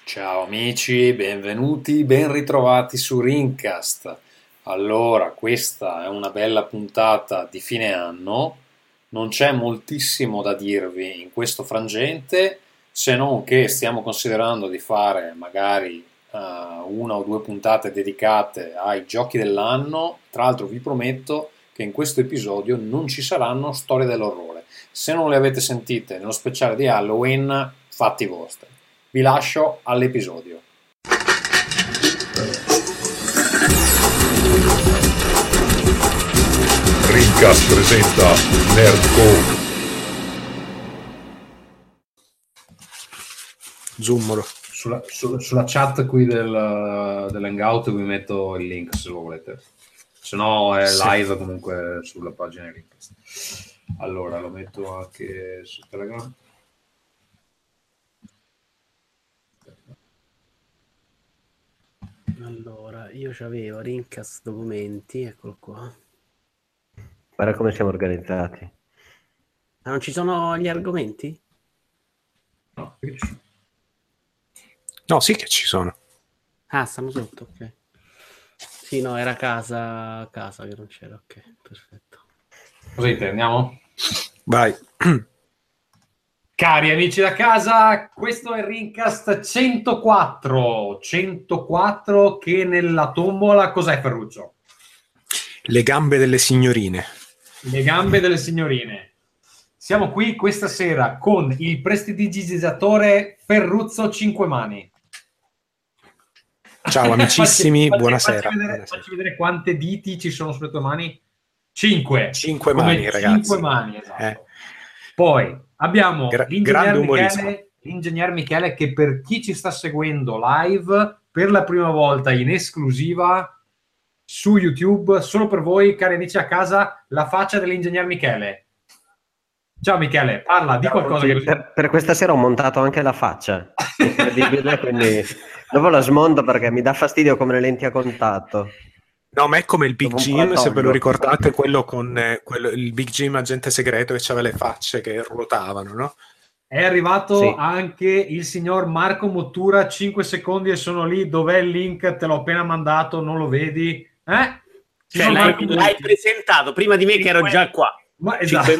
Ciao amici, benvenuti, ben ritrovati su Rincast. Allora, questa è una bella puntata di fine anno, non c'è moltissimo da dirvi in questo frangente, se non che stiamo considerando di fare magari una o due puntate dedicate ai giochi dell'anno. Tra l'altro vi prometto che in questo episodio non ci saranno storie dell'orrore. Se non le avete sentite nello speciale di Halloween, fatti vostri. Vi lascio all'episodio. Rincast presenta Nerdcore. Zoommolo. Sulla chat qui dell'hangout vi metto il link se lo volete, se no è live comunque sulla pagina Rincast. Allora lo metto anche su Telegram. Allora, io c'avevo Rincast documenti, eccolo qua. Guarda come siamo organizzati. Ah, non ci sono gli argomenti? No, sì che ci sono. Ah, stanno sotto, ok. Sì, no, era casa che non c'era, ok, perfetto. Così andiamo? Vai. Cari amici da casa, questo è Rincast 104 che nella tombola cos'è, Ferruccio? Le gambe delle signorine. Le gambe delle signorine. Siamo qui questa sera con il prestidigizzatore Ferruzzo Cinquemani. Ciao amicissimi, buonasera. Facci vedere quante diti ci sono sulle tue mani. 5 mani, ragazzi. 5 mani, esatto. Poi abbiamo l'ingegner Michele, che per chi ci sta seguendo live per la prima volta in esclusiva su YouTube, solo per voi cari amici a casa, la faccia dell'ingegner Michele. Ciao Michele, parla di qualcosa. Per questa sera ho montato anche la faccia, incredibile, quindi dopo la smonto perché mi dà fastidio come le lenti a contatto. No, ma è come il Big Jim, se ve lo ricordate, quello con il Big Jim agente segreto che aveva le facce che ruotavano, no? È arrivato anche il signor Marco Mottura, 5 secondi e sono lì. Dov'è il link? Te l'ho appena mandato, non lo vedi? Cioè, l'hai presentato prima di me che ero già qua. Ma esatto.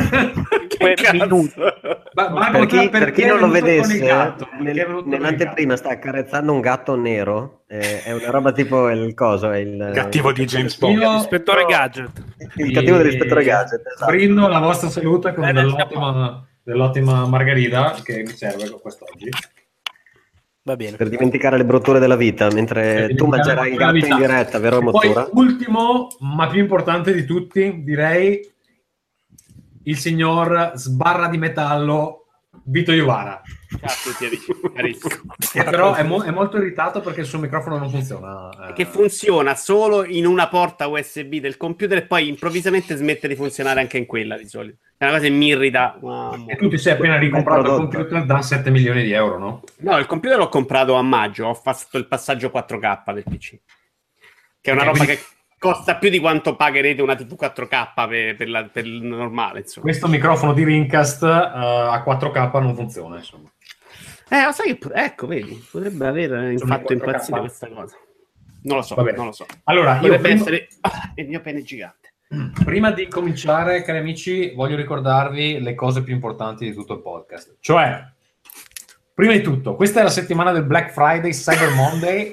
5 minuti. Ma per chi non lo vedesse, nell'anteprima sta accarezzando un gatto nero. È una roba tipo il coso, il cattivo di James Bond, l'ispettore Gadget. Il cattivo dell'ispettore Gadget. Esatto. Brindo la vostra salute con dell'ottima margarita che mi serve quest'oggi. Va bene. Per dimenticare le brutture della vita, mentre tu mangerai il gatto in diretta, vero Mottura? Poi ultimo, ma più importante di tutti, direi il signor Sbarra di Metallo Vito Iovara. Ciao a tutti amici. Che però è molto irritato perché il suo microfono non funziona. Che funziona solo in una porta USB del computer e poi improvvisamente smette di funzionare anche in quella di solito. È una cosa che mi irrita. E tu ti sei appena ricomprato il computer da 7 milioni di euro, no? No, il computer l'ho comprato a maggio, ho fatto il passaggio 4K del PC. Che è una roba che costa più di quanto pagherete una TV 4K per il normale, insomma. Questo microfono di Rincast a 4K non funziona, insomma. Lo sai che ecco, vedi, potrebbe aver fatto impazzire questa cosa. Non lo so, non lo so. Allora, potrebbe essere il mio pene gigante. Prima di cominciare, cari amici, voglio ricordarvi le cose più importanti di tutto il podcast. Cioè, prima di tutto, questa è la settimana del Black Friday, Cyber Monday,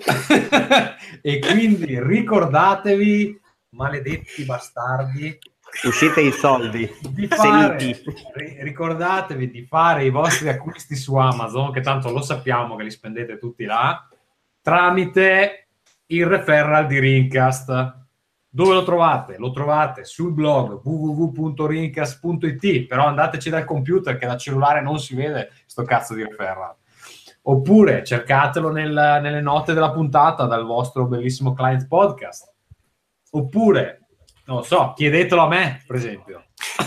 e quindi ricordatevi, maledetti bastardi, uscite i soldi, ricordatevi di fare i vostri acquisti su Amazon, che tanto lo sappiamo che li spendete tutti là, tramite il referral di Rincast. Dove lo trovate? Lo trovate sul blog www.rincast.it, però andateci dal computer che da cellulare non si vede sto cazzo di referral. Oppure cercatelo nelle note della puntata dal vostro bellissimo client podcast. Oppure, non lo so, chiedetelo a me, per esempio.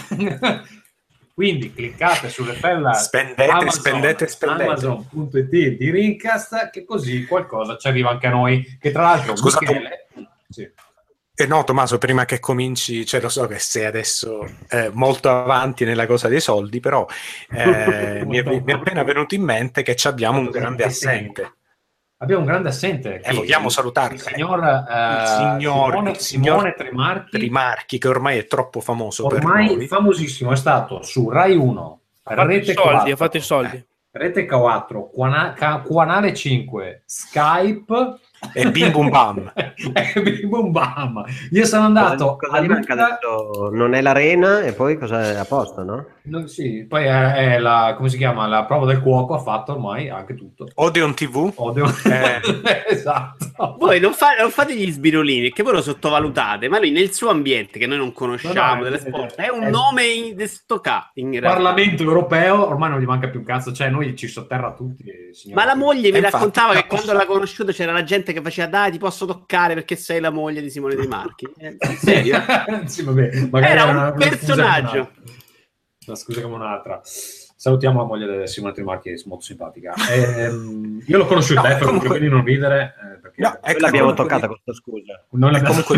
Quindi cliccate sul referral spendete. Amazon.it di Rincast, che così qualcosa ci arriva anche a noi. Che tra l'altro, scusa, Michele... Sì. No, Tommaso, prima che cominci, cioè lo so che sei adesso molto avanti nella cosa dei soldi, però mi è appena venuto in mente che abbiamo un grande assente. Abbiamo un grande assente. Vogliamo salutare il signor Simone Trimarchi, che ormai è troppo famoso ormai per noi. Famosissimo, è stato su Rai 1, Rete 4, ha fatto i soldi. Rete 4, Canale 5, Skype e Bim Bum Bam. Bim Bum Bam. Io sono andato cosa gli manca adesso? Non è l'Arena e poi cosa è a posto, no? Sì, poi è la, come si chiama, la prova del cuoco, ha fatto ormai anche tutto. Odeon TV. Esatto. Voi non fate gli sbirolini, che voi lo sottovalutate, ma lui nel suo ambiente, che noi non conosciamo, delle sport, è un nome in Parlamento europeo, ormai non gli manca più un cazzo, cioè noi ci sotterra tutti. Ma la moglie mi raccontava che quando l'ha conosciuto c'era la gente che faceva dai, ti posso toccare perché sei la moglie di Simone Trimarchi. Serio? Sì, vabbè, era un personaggio. Una scusa come un'altra. Salutiamo la moglie di Simone Trimarchi, è molto simpatica. Io l'ho conosciuta, quindi non ridere. Perché l'abbiamo toccata questa scusa. Comunque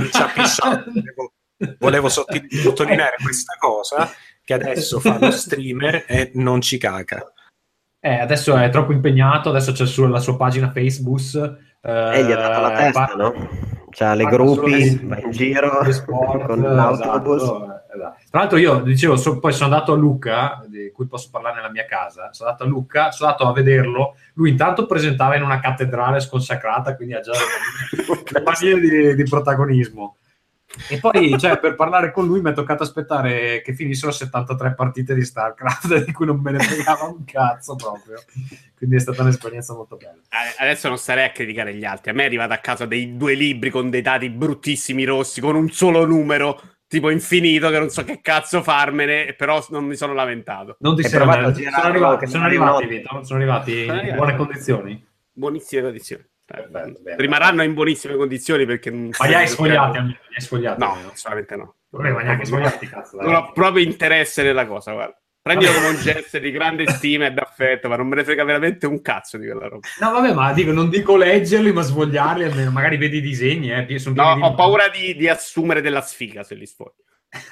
volevo sottolineare questa cosa, che adesso fa lo streamer e non ci caga. Adesso è troppo impegnato, adesso c'è la sua pagina Facebook. Gli ha dato la testa, no? C'ha le gruppi, va in giro sport, con l'autobus. Esatto. Tra l'altro io dicevo, poi sono andato a Lucca, di cui posso parlare nella mia casa, sono andato a Lucca, sono andato a vederlo, lui intanto presentava in una cattedrale sconsacrata, quindi ha già le maniere di protagonismo. E poi, cioè, per parlare con lui mi è toccato aspettare che finissero 73 partite di StarCraft, di cui non me ne fregava un cazzo proprio. Quindi è stata un'esperienza molto bella. Adesso non starei a criticare gli altri. A me è arrivato a casa dei 2 libri con dei dati bruttissimi rossi, con un solo numero, tipo infinito, che non so che cazzo farmene, però non mi sono lamentato. Non ti sei sono arrivati in buone condizioni? Buonissime condizioni. Rimarranno in buonissime condizioni perché ma li hai sfogliati? No, assolutamente no. Vabbè, ma neanche sfogliati, cazzo. Non ho proprio interesse nella cosa, guarda. Prendilo come un gesto di grande stima e d'affetto, ma non me ne frega veramente un cazzo di quella roba. No, vabbè, ma non dico leggerli, ma sfogliarli almeno. Magari vedi i disegni. No, ho paura di assumere della sfiga se li sfogli.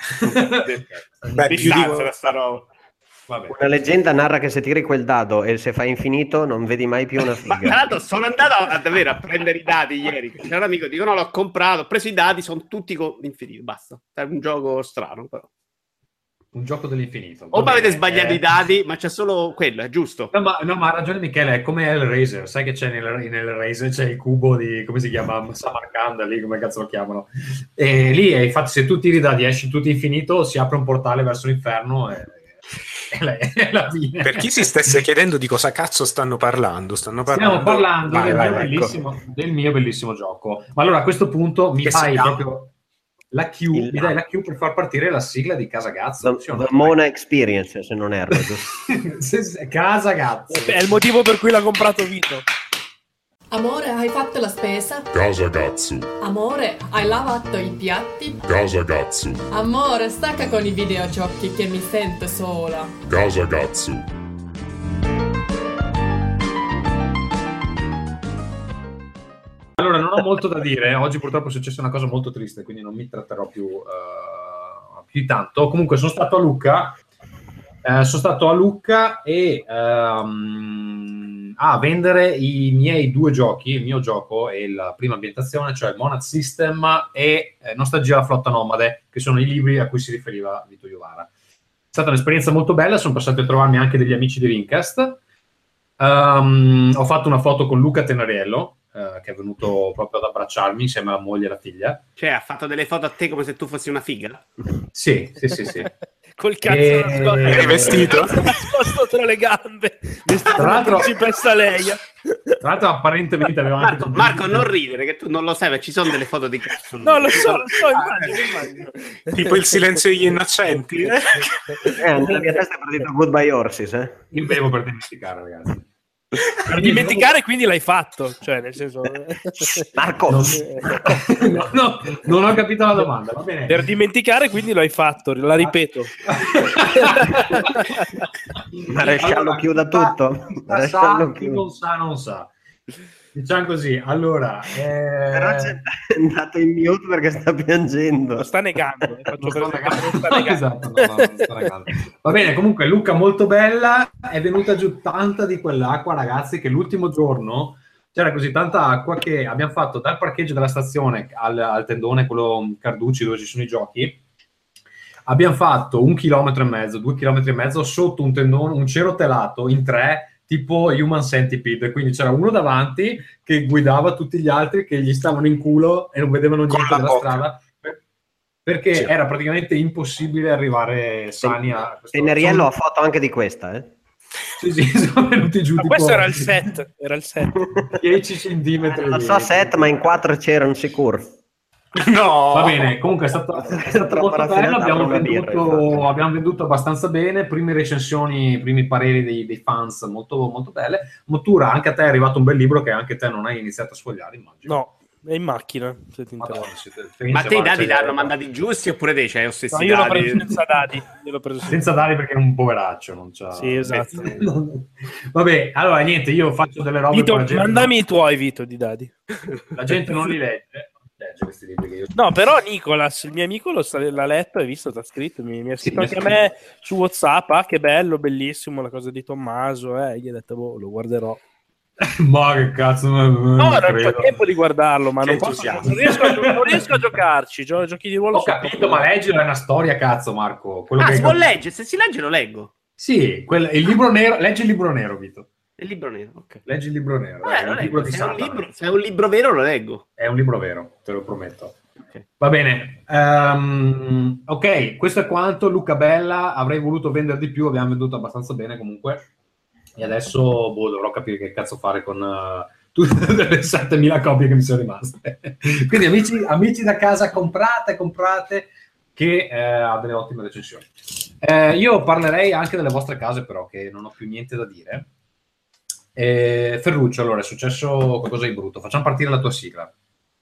Distanza da sta roba. Vabbè. Una leggenda narra che se tiri quel dado e se fai infinito non vedi mai più una figa. Ma tra l'altro sono andato davvero a prendere i dati ieri. C'era un amico, dico no, l'ho comprato, ho preso i dati, sono tutti con l'infinito, basta. È un gioco strano però. Un gioco dell'infinito. O avete sbagliato i dati, ma c'è solo quello, è giusto? No, ma ha ragione Michele, è come Hellraiser. Sai che c'è nel Razer c'è il cubo di, come si chiama, Samarcanda, lì, come cazzo lo chiamano. E lì, infatti, se tu tiri i dati e esci tutti infinito, si apre un portale verso l'inferno e la fine. Per chi si stesse chiedendo di cosa cazzo stiamo parlando stiamo parlando del mio bellissimo gioco. Ma allora a questo punto mi fai proprio la Q, mi dai la Q per far partire la sigla di Casa Gazzo. The Mona Experience, se non erro. Casa Gazzo. È il motivo per cui l'ha comprato Vito. Amore, hai fatto la spesa? Casa Gazzo. Amore, hai lavato i piatti? Casa Gazzo. Amore, stacca con i videogiochi che mi sento sola. Casa Gazzo. Allora, non ho molto da dire. Oggi purtroppo è successa una cosa molto triste, quindi non mi tratterò più di tanto. Comunque sono stato a Lucca. E a vendere i miei 2 giochi, il mio gioco e la prima ambientazione, cioè Monad System e Nostalgia della flotta nomade, che sono i libri a cui si riferiva Vito Iovara. È stata un'esperienza molto bella, sono passato a trovarmi anche degli amici di Rincast. Ho fatto una foto con Luca Tenariello, che è venuto proprio ad abbracciarmi insieme alla moglie e alla figlia. Cioè, ha fatto delle foto a te come se tu fossi una figa? Sì. Col cazzo vestito nascosto tra le gambe, tra l'altro principessa Leia. Tra l'altro apparentemente aveva Marco, non ridere che tu non lo sai, ma ci sono delle foto di cazzo. No, lo so, immagino. Tipo il silenzio degli innocenti. Nella mia testa è partito Goodbye Horses, Io bevo per dimenticare, ragazzi. Per dimenticare, quindi l'hai fatto, cioè nel senso Marco non ho capito la domanda, va bene. Per dimenticare, quindi lo hai fatto, la ripeto. Maresciallo chiuda tutto. Non sa. Diciamo così, allora però è andato in mute perché sta piangendo. Lo sta negando. Esatto, sta negando. Va bene, comunque Lucca molto bella, è venuta giù tanta di quell'acqua, ragazzi, che l'ultimo giorno C'era così tanta acqua che abbiamo fatto dal parcheggio della stazione al tendone, quello Carducci, dove ci sono i giochi, abbiamo fatto 1,5 chilometri, 2,5 chilometri sotto un tendone, un cielo telato in 3, tipo Human Centipede. Quindi c'era uno davanti che guidava tutti gli altri che gli stavano in culo e non vedevano niente della strada, perché sì, era praticamente impossibile arrivare sani a questo. Teneriello ha fatto anche di questa, Sì, sono venuti giù. Questo era il set. 10 centimetri. Non so set, ma in 4 c'erano sicuro. No, va bene. Comunque è stato molto bello. Abbiamo venduto abbastanza bene. Prime recensioni, primi pareri dei fans molto, molto belle. Mottura, anche a te è arrivato un bel libro che anche te non hai iniziato a sfogliare, immagino. No, è in macchina, se ti interessa. Ma te i dadi l'hanno mandati giusti oppure te c'hai stessi dadi? Io l'ho preso senza dadi. Senza dadi perché è un poveraccio, non c'ha... Sì, esatto. Vabbè, allora niente, io faccio delle robe... Vito, mandami i tuoi, Vito, di dadi. La gente non li legge questi libri che io... No, però Nicolas, il mio amico, l'ha letto e visto, sta scritto, mi ha scritto anche a me su WhatsApp, che bello, bellissimo, la cosa di Tommaso, gli ho detto, lo guarderò. Ma che cazzo, no, non c'è tempo di guardarlo, ma non riesco a giocarci. Giochi di ruolo. Ho capito, ma leggilo, è una storia, cazzo, Marco. Si può leggere, se si legge lo leggo. Sì, il libro nero, leggi il libro nero, Vito. Il libro nero, ok. Leggi il libro nero. Se è un libro vero lo leggo. È un libro vero, te lo prometto. Okay. Va bene. Ok, questo è quanto. Luca Bella, avrei voluto vendere di più, abbiamo venduto abbastanza bene comunque. E adesso dovrò capire che cazzo fare con tutte le 7.000 copie che mi sono rimaste. Quindi amici da casa, comprate, che ha delle ottime recensioni. Io parlerei anche delle vostre case, però, che non ho più niente da dire. Ferruccio, allora, è successo qualcosa di brutto. Facciamo partire la tua sigla.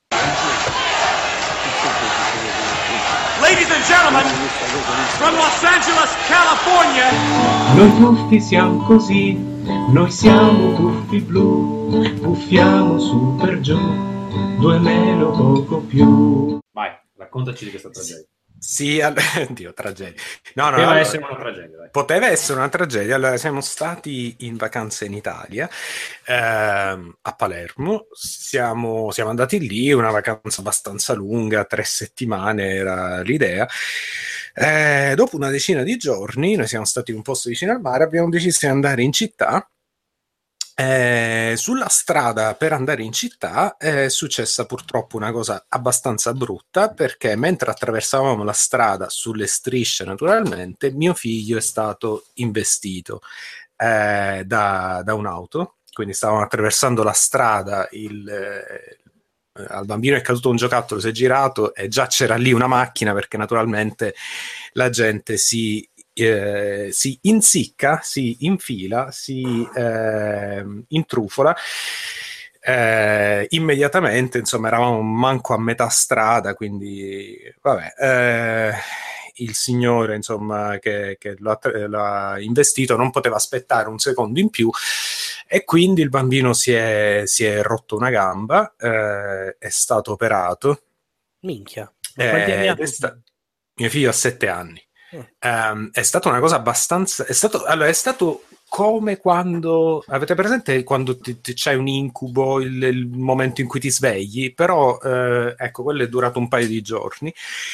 Ladies and gentlemen, from Los Angeles, California. Noi puffi siamo così, noi siamo puffi blu, puffiamo su per giù, 2 meno poco più. Vai, raccontaci di questa tragedia. Sì, Dio, tragedia. Poteva essere una tragedia. Dai. Poteva essere una tragedia. Allora, siamo stati in vacanza in Italia, a Palermo. Siamo andati lì, una vacanza abbastanza lunga, 3 settimane era l'idea. Dopo una decina di giorni, noi siamo stati in un posto vicino al mare, abbiamo deciso di andare in città. Sulla strada per andare in città è successa purtroppo una cosa abbastanza brutta, perché mentre attraversavamo la strada sulle strisce, naturalmente, mio figlio è stato investito da un'auto. Quindi stavamo attraversando la strada, al bambino è caduto un giocattolo, si è girato e già c'era lì una macchina, perché naturalmente la gente si insicca, si infila, si intrufola immediatamente. Insomma, eravamo manco a metà strada, quindi vabbè, il signore, insomma, che l'ha investito non poteva aspettare un secondo in più, e quindi il bambino si è rotto una gamba, è stato operato. Minchia. Mio figlio ha 7 anni. È stata una cosa abbastanza... È stato come quando... Avete presente quando c'hai un incubo, il momento in cui ti svegli? Però, ecco, quello è durato un paio di giorni.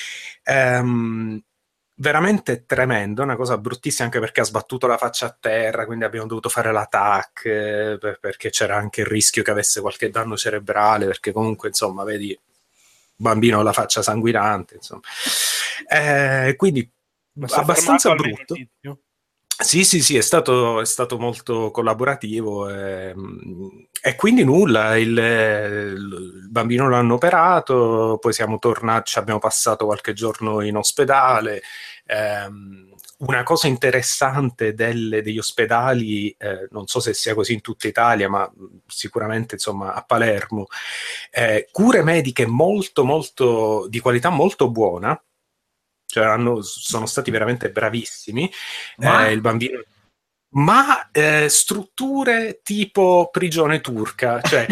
Veramente tremendo, una cosa bruttissima, anche perché ha sbattuto la faccia a terra, quindi abbiamo dovuto fare la TAC, perché c'era anche il rischio che avesse qualche danno cerebrale, perché comunque, insomma, vedi, bambino con la faccia sanguinante, insomma. Quindi abbastanza brutto. Sì, è stato molto collaborativo, e quindi nulla, il bambino l'hanno operato, poi siamo tornati, abbiamo passato qualche giorno in ospedale. Una cosa interessante degli ospedali, non so se sia così in tutta Italia, ma sicuramente, insomma, a Palermo, cure mediche molto molto di qualità molto buona. Cioè sono stati veramente bravissimi. Il bambino ma strutture tipo prigione turca, cioè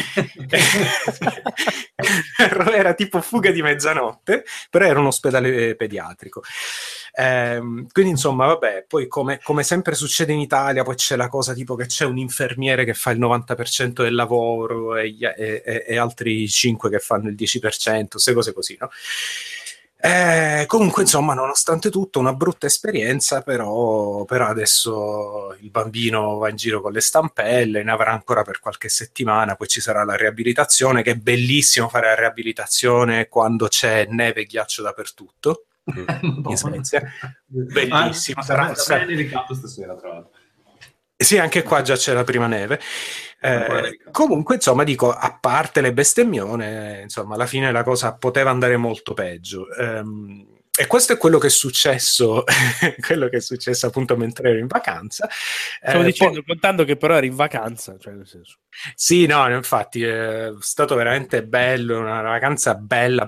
era tipo fuga di mezzanotte, però era un ospedale pediatrico. Quindi insomma, vabbè, poi come sempre succede in Italia, poi c'è la cosa tipo che c'è un infermiere che fa il 90% del lavoro e altri 5 che fanno il 10%, queste cose così, no? Comunque, insomma, nonostante tutto, una brutta esperienza, però adesso il bambino va in giro con le stampelle, ne avrà ancora per qualche settimana, poi ci sarà la riabilitazione, che è bellissimo fare la riabilitazione quando c'è neve e ghiaccio dappertutto, in Svezia. Bellissimo. Sarà nevicato stasera, tra l'altro. Sì, anche qua già c'è la prima neve. Comunque, insomma, dico, a parte le bestemmione, insomma, alla fine la cosa poteva andare molto peggio. E questo è quello che è successo, appunto mentre ero in vacanza. Stavo dicendo, contando che però eri in vacanza, cioè nel senso. Sì, no, infatti è stato veramente bello, una vacanza bella.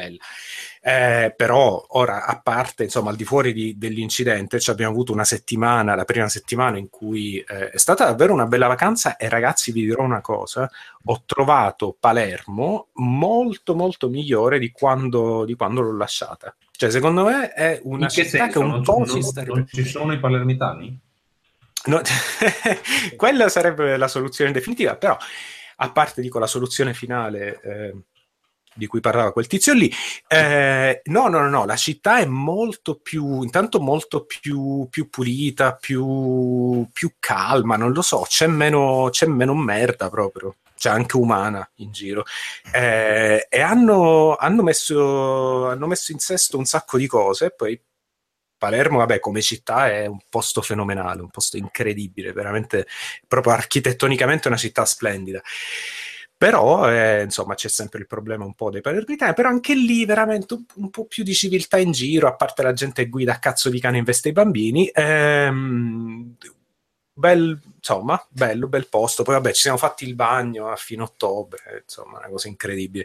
Però ora, a parte, insomma, al di fuori dell'incidente, abbiamo avuto una settimana, la prima settimana in cui è stata davvero una bella vacanza. E ragazzi, vi dirò una cosa, ho trovato Palermo molto molto migliore di quando l'ho lasciata. Cioè, secondo me è una città che un po' si sta non ci sono i palermitani? No, quella sarebbe la soluzione definitiva, però a parte, dico, la soluzione finale di cui parlava quel tizio lì, no, la città è molto più, intanto molto più pulita, più calma, non lo so, c'è meno merda proprio, c'è anche umana in giro, e hanno messo in sesto un sacco di cose. Poi Palermo, vabbè, come città è un posto fenomenale, un posto incredibile, veramente, proprio architettonicamente una città splendida. Però, insomma, c'è sempre il problema un po' dei palermitani, però anche lì veramente un po' più di civiltà in giro, a parte la gente che guida a cazzo di cane in veste ai bambini. Insomma, bel posto. Poi vabbè, ci siamo fatti il bagno a fine ottobre, insomma, una cosa incredibile.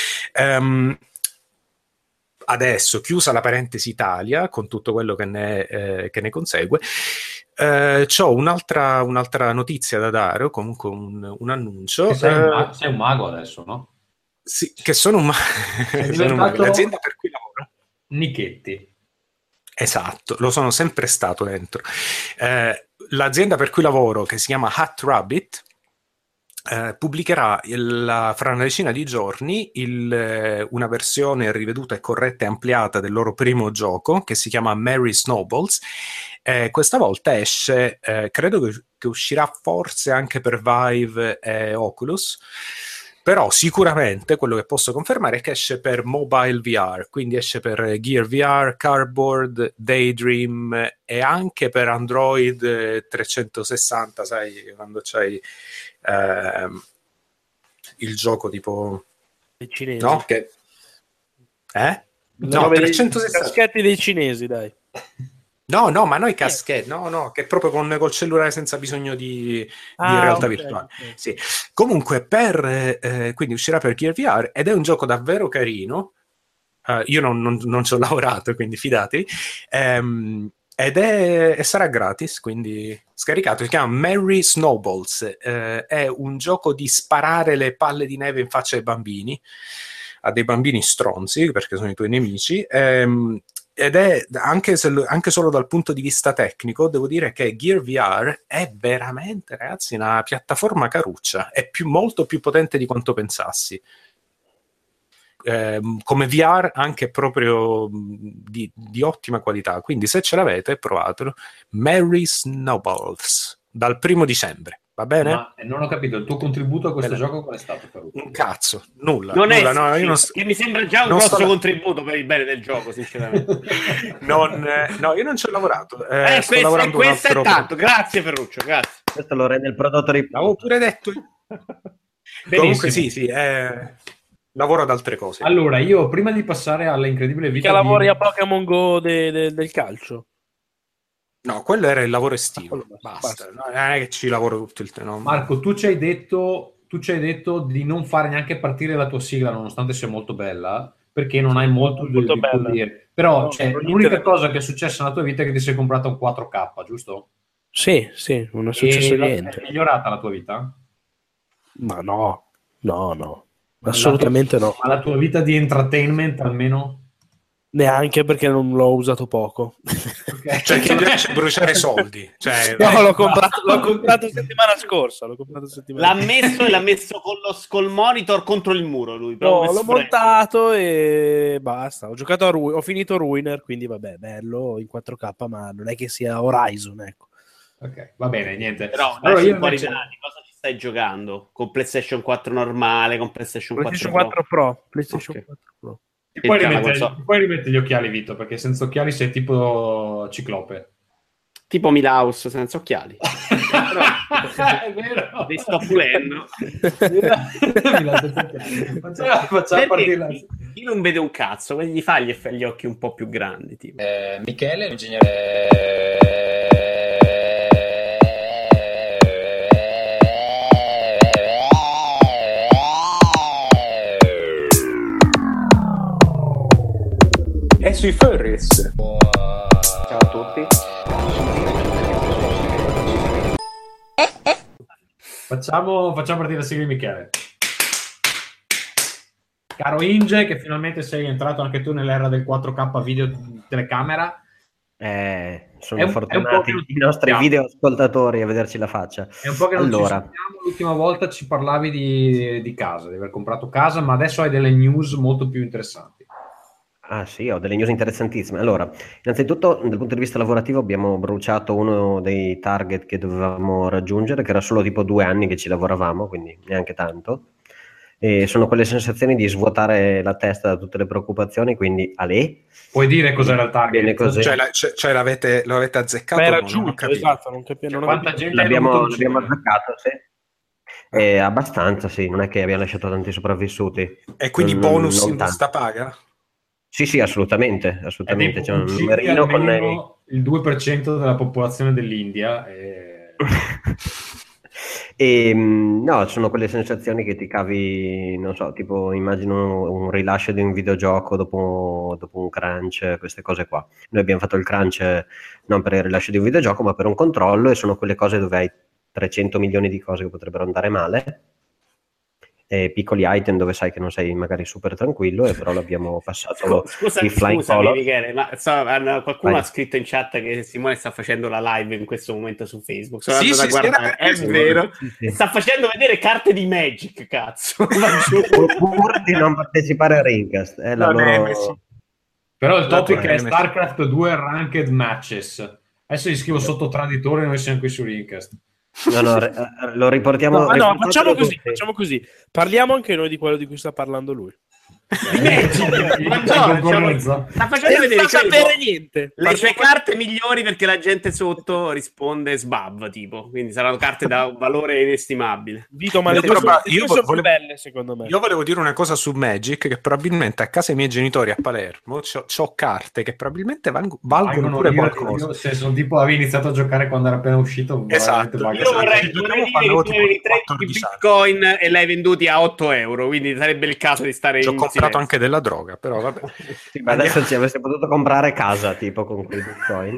Adesso, chiusa la parentesi Italia, con tutto quello che ne consegue, c'ho un'altra notizia da dare, o comunque un annuncio. Sei un mago adesso, no? Sì, che sono un mago. L'azienda per cui lavoro? Nichetti. Esatto, lo sono sempre stato dentro. L'azienda per cui lavoro, che si chiama Hat Rabbit, pubblicherà fra una decina di giorni una versione riveduta e corretta e ampliata del loro primo gioco, che si chiama Merry Snowballs. Questa volta esce, credo che uscirà forse anche per Vive e Oculus, però sicuramente quello che posso confermare è che esce per mobile VR, quindi esce per Gear VR, Cardboard, Daydream e anche per Android 360, sai, quando c'hai il gioco tipo i cinesi, no? Che no, 360 caschetti dei cinesi, dai. No, ma noi caschetti, no, che proprio col cellulare senza bisogno di realtà virtuale. Okay. Sì. Comunque quindi uscirà per Gear VR ed è un gioco davvero carino. Io non ci ho lavorato, quindi fidatevi. E sarà gratis, quindi scaricato. Si chiama Merry Snowballs. È un gioco di sparare le palle di neve in faccia ai bambini, a dei bambini stronzi, perché sono i tuoi nemici. Ed è anche solo dal punto di vista tecnico, devo dire che Gear VR è veramente, ragazzi, una piattaforma caruccia. È molto più potente di quanto pensassi. Come VR anche proprio di ottima qualità, quindi se ce l'avete provatelo. Merry Snowballs dal 1° dicembre, va bene? Ma non ho capito, il tuo contributo a questo gioco qual è stato? Un cazzo, nulla. No, che mi sembra già un grosso contributo per il bene del gioco, sinceramente. No, io non ci ho lavorato. Questo è tanto, grazie Ferruccio, grazie. Questo lo rende il prodotto di... L'avevo pure detto. Comunque sì, lavoro ad altre cose. Allora, io prima di passare alla incredibile vita che lavori a Pokémon Go del calcio? No, quello era il lavoro estivo. Basta. No, non è che ci lavoro tutto il tempo. Marco, tu ci hai detto di non fare neanche partire la tua sigla, nonostante sia molto bella, perché non hai molto di dire. Però l'unica cosa che è successa nella tua vita è che ti sei comprato un 4K, giusto? Sì, non è successo niente. È migliorata la tua vita? Ma no. Assolutamente no. Ma la tua vita di entertainment almeno? Neanche, perché non l'ho usato poco. Okay. Cioè, ti piace bruciare soldi? Cioè, no, l'ho comprato settimana scorsa. L'ha messo col monitor contro il muro lui. No, l'ho montato e basta. Ho giocato ho finito Ruiner, quindi vabbè, bello in 4K, ma non è che sia Horizon, ecco. Ok, va bene, niente. Però allora io invece... cosa ci stai giocando? Con PlayStation 4 normale, con PlayStation 4 Pro? PlayStation 4 Pro. Ti puoi rimettere gli occhiali, Vito, perché senza occhiali sei tipo Ciclope. Tipo Milhouse senza occhiali. È vero. Li sto pulendo. Facciamo partire. Io non vedo un cazzo, quindi gli fai gli occhi un po' più grandi. Tipo. Michele, l'ingegnere... È sui furries. Ciao a tutti. Facciamo partire la sigla di Michele. Caro Inge, che finalmente sei entrato anche tu nell'era del 4K video telecamera. Sono fortunati i nostri video ascoltatori a vederci la faccia. È un po' che non ci sentiamo. L'ultima volta ci parlavi di casa, di aver comprato casa, ma adesso hai delle news molto più interessanti. Ah sì, ho delle news interessantissime. Allora, innanzitutto dal punto di vista lavorativo abbiamo bruciato uno dei target che dovevamo raggiungere, che era solo tipo 2 anni che ci lavoravamo, quindi neanche tanto. E sono quelle sensazioni di svuotare la testa da tutte le preoccupazioni, quindi ale. Puoi dire cos'era il target? Bene così. Cioè l'avete azzeccato? Era giusto, esatto, non capivo. Quanta gente l'abbiamo azzeccato, sì. Abbastanza, sì, non è che abbiamo lasciato tanti sopravvissuti. E quindi bonus in busta paga? Sì, assolutamente. C'è un numerino con il 2% della popolazione dell'India. No, sono quelle sensazioni che ti cavi, non so, tipo immagino un rilascio di un videogioco dopo un crunch, queste cose qua. Noi abbiamo fatto il crunch non per il rilascio di un videogioco, ma per un controllo, e sono quelle cose dove hai 300 milioni di cose che potrebbero andare male. Piccoli item dove sai che non sei magari super tranquillo, e però l'abbiamo passato scusami Michele, ma qualcuno ha scritto in chat che Simone sta facendo la live in questo momento su Facebook. È vero, sta facendo vedere carte di Magic, cazzo. Oppure di non partecipare a Rincast, però il topic è StarCraft 2 Ranked Matches. Adesso gli scrivo sotto traditore, noi siamo qui su Rincast. No, lo riportiamo. No, facciamo così. Parliamo anche noi di quello di cui sta parlando lui. Sta facendo vedere sapere niente. Le sue carte migliori, perché la gente sotto risponde sbab, tipo, quindi saranno carte da un valore inestimabile. Vito, ma io sono più belle, secondo me. Io volevo dire una cosa su Magic, che probabilmente a casa dei miei genitori a Palermo c'ho carte che probabilmente valgono pure qualcosa. Se sono tipo avevi iniziato a giocare quando era appena uscito, esatto. Io vorrei dire che tu avevi 13 bitcoin e l'hai venduti a 8 euro, quindi sarebbe il caso di stare in comprato anche della droga, però vabbè. Sì, ma adesso ci avreste potuto comprare casa tipo con quei bitcoin.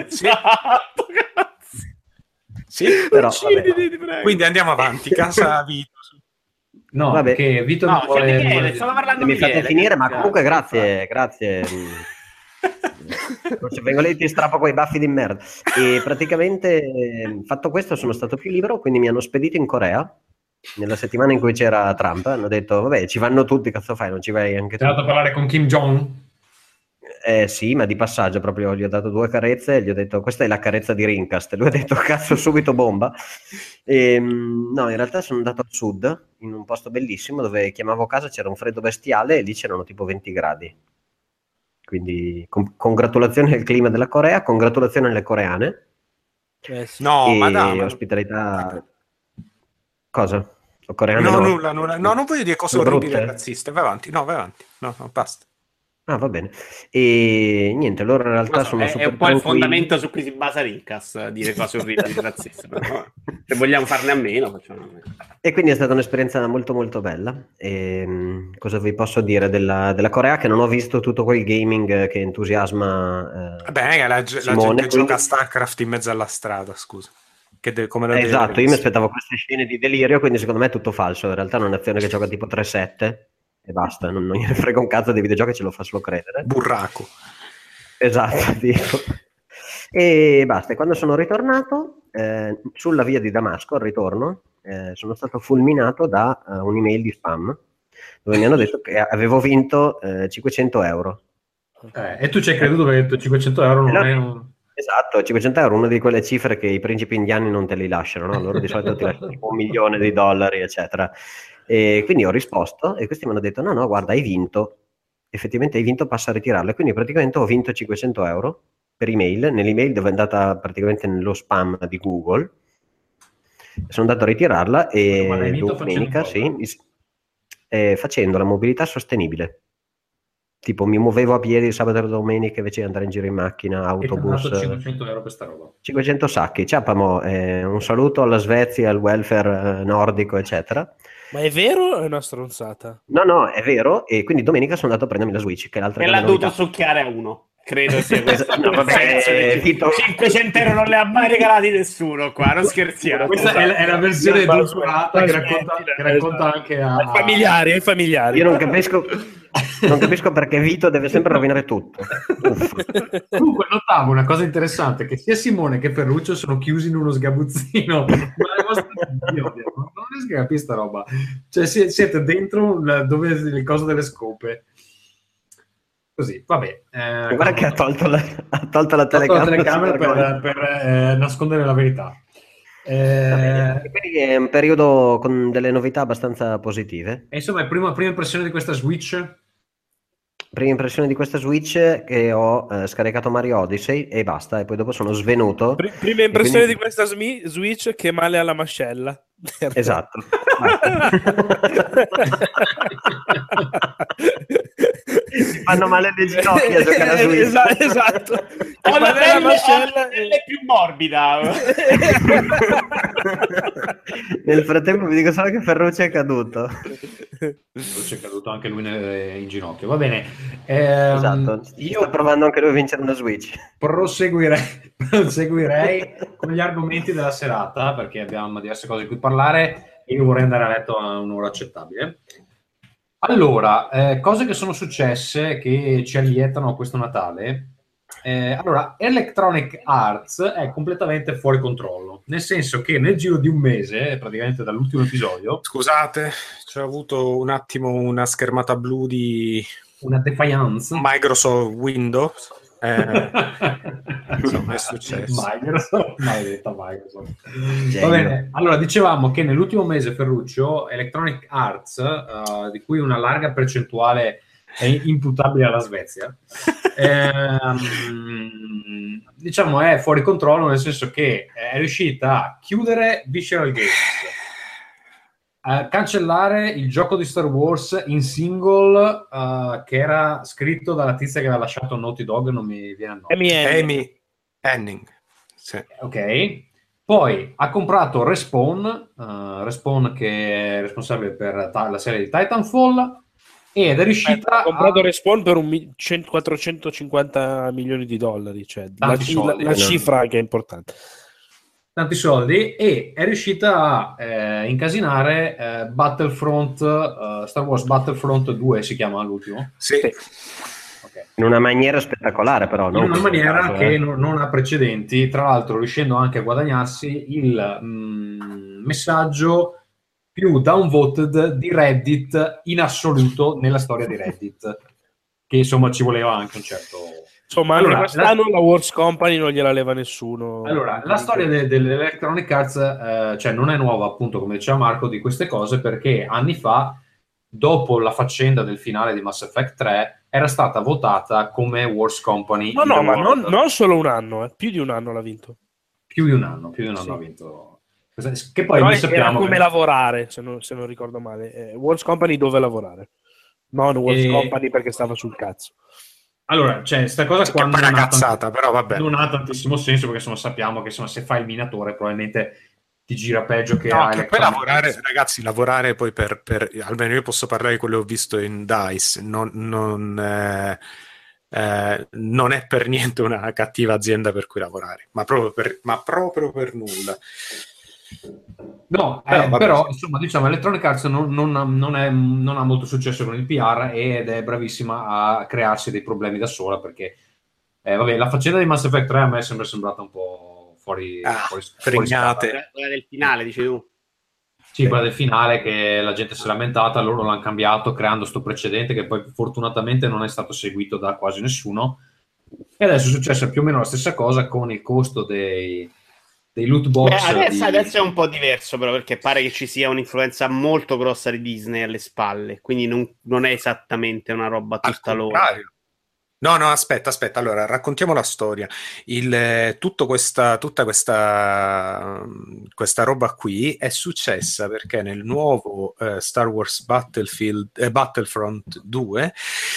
Sì, però quindi andiamo avanti. Casa Vito. No, vabbè. Che Vito non vuole... Stavo parlando mi fate finire, ma comunque grazie. Se vengo lì ti strappo quei baffi di merda. E praticamente fatto questo sono stato più libero, quindi mi hanno spedito in Corea. Nella settimana in cui c'era Trump hanno detto vabbè, ci vanno tutti, cazzo fai, non ci vai anche tu? Sei andato a parlare con Kim Jong? Sì, ma di passaggio, proprio gli ho dato 2 carezze e gli ho detto questa è la carezza di Rincast. Lui ha detto cazzo, subito bomba. No, in realtà sono andato al sud, in un posto bellissimo dove chiamavo casa, c'era un freddo bestiale e lì c'erano tipo 20 gradi. Quindi congratulazioni al clima della Corea, congratulazioni alle coreane. No, ma dai, ospitalità... Cosa? No, nulla. No, non voglio dire cose orribili e razziste. Vai avanti. No, basta. Ah, va bene. E niente, allora in realtà sono super è un po' il fondamento su cui si basa Rincast, dire cose orribili e razziste. Però, se vogliamo farne a meno, facciamo a meno. E quindi è stata un'esperienza molto molto bella. E, cosa vi posso dire della Corea? Che non ho visto tutto quel gaming che entusiasma Beh, la Simone, gente gioca a StarCraft in mezzo alla strada, scusa. come la esatto, io mi aspettavo queste scene di delirio, quindi secondo me è tutto falso. In realtà è un'azione che gioca tipo 3-7 e basta, non gliene frega un cazzo dei videogiochi, ce lo fa solo credere. Burraco. Esatto, tipo. E basta, e quando sono ritornato sulla via di Damasco al ritorno sono stato fulminato da un'email di spam dove mi hanno detto che avevo vinto 500 euro. E tu ci hai creduto perché hai detto 500 euro non è un... Esatto, 500 euro, una di quelle cifre che i principi indiani non te li lasciano, no? Loro di solito ti lasciano tipo $1 milione, eccetera. E quindi ho risposto e questi mi hanno detto no, guarda, hai vinto, effettivamente hai vinto, passa a ritirarlo. E quindi praticamente ho vinto 500 euro per email, nell'email dove è andata praticamente nello spam di Google. Sono andato a ritirarla e domenica facendo la mobilità sostenibile. Tipo mi muovevo a piedi il sabato e la domenica invece di andare in giro in macchina, autobus. E 500 euro questa roba. 500 sacchi. Ciapamo, un saluto alla Svezia, al welfare nordico, eccetera. Ma è vero o è una stronzata? No, è vero. E quindi domenica sono andato a prendermi la Switch, che è l'altra. E l'ha dovuto succhiare a uno. Credo sia questo. No, vabbè, 500 euro non le ha mai regalati nessuno qua, non scherziamo. Questa è la versione edulcorata che racconta anche ai familiari. Io non capisco perché Vito deve sempre rovinare tutto. Comunque notavo una cosa interessante, che sia Simone che Ferruccio sono chiusi in uno sgabuzzino, ma le vostre non riesco a capire sta roba, cioè siete dentro dove le cose delle scope. Così, vabbè. Guarda che ha tolto la telecamera per nascondere la verità. Quindi è un periodo con delle novità abbastanza positive. E insomma, prima impressione di questa Switch? Prima impressione di questa Switch che ho scaricato Mario Odyssey e basta, e poi dopo sono svenuto. Prima impressione di questa Switch che male alla mascella. Esatto. Si fanno male le ginocchia a giocare a Switch. Esatto. Con la pelle più morbida. Nel frattempo vi dico solo che Ferruccio è caduto. Ferruccio è caduto anche lui in ginocchio. Va bene. Esatto. Io sto provando anche lui a vincere una Switch. Proseguirei con gli argomenti della serata, perché abbiamo diverse cose di cui parlare e io vorrei andare a letto a un'ora accettabile. Allora, cose che sono successe che ci allietano questo Natale. Allora, Electronic Arts è completamente fuori controllo, nel senso che nel giro di un mese, praticamente dall'ultimo episodio... Scusate, c'è avuto un attimo una schermata blu di... Una defiance? Microsoft Windows. Insomma, è successo. Maledetta Microsoft. Va bene, allora dicevamo che nell'ultimo mese, Ferruccio, Electronic Arts, di cui una larga percentuale è imputabile alla Svezia, diciamo è fuori controllo, nel senso che è riuscita a chiudere Visceral Games, a cancellare il gioco di Star Wars in single che era scritto dalla tizia che aveva lasciato Naughty Dog, non mi viene a nome. Amy Hennig. Sì. Ok. Poi ha comprato Respawn che è responsabile per la serie di Titanfall, ed è riuscita ha comprato Respawn per $450 milioni, cioè la cifra che è importante. Tanti soldi, e è riuscita a incasinare Battlefront, Star Wars Battlefront 2 si chiama l'ultimo? Sì. Okay. In una maniera spettacolare, però. In una maniera che non ha precedenti, tra l'altro riuscendo anche a guadagnarsi il messaggio più downvoted di Reddit in assoluto nella storia di Reddit, che insomma ci voleva anche un certo... Insomma, allora, quest'anno la Wars Company non gliela leva nessuno. Allora, la storia dell'Electronic Arts cioè non è nuova, appunto, come diceva Marco, di queste cose, perché anni fa, dopo la faccenda del finale di Mass Effect 3, era stata votata come Wars Company. Ma non solo un anno, più di un anno l'ha vinto. Più di un anno sì. Ha vinto. Che poi noi sappiamo era come lavorare, se non ricordo male. Wars Company dove lavorare, non Wars Company perché stava sul cazzo. Allora, cioè, sta cosa qua non cazzata, però vabbè. Non ha tantissimo senso, perché insomma sappiamo che insomma, se fai il minatore probabilmente ti gira peggio che no, che poi lavorare poi per almeno io posso parlare di quello che ho visto in DICE, non non è per niente una cattiva azienda per cui lavorare, ma proprio per nulla. No, però insomma, diciamo, Electronic Arts non ha molto successo con il PR ed è bravissima a crearsi dei problemi da sola, perché la faccenda di Mass Effect 3 a me è sempre sembrata un po' fuori fregnate. Quella del finale, dici tu? Sì, quella del finale, che la gente si è lamentata, loro l'hanno cambiato creando sto precedente che poi fortunatamente non è stato seguito da quasi nessuno, e adesso è successa più o meno la stessa cosa con il costo dei loot box. Adesso è un po' diverso, però, perché pare che ci sia un'influenza molto grossa di Disney alle spalle, quindi non è esattamente una roba tutta loro. No, aspetta, allora raccontiamo la storia. Tutta questa roba qui è successa perché nel nuovo Star Wars Battlefront 2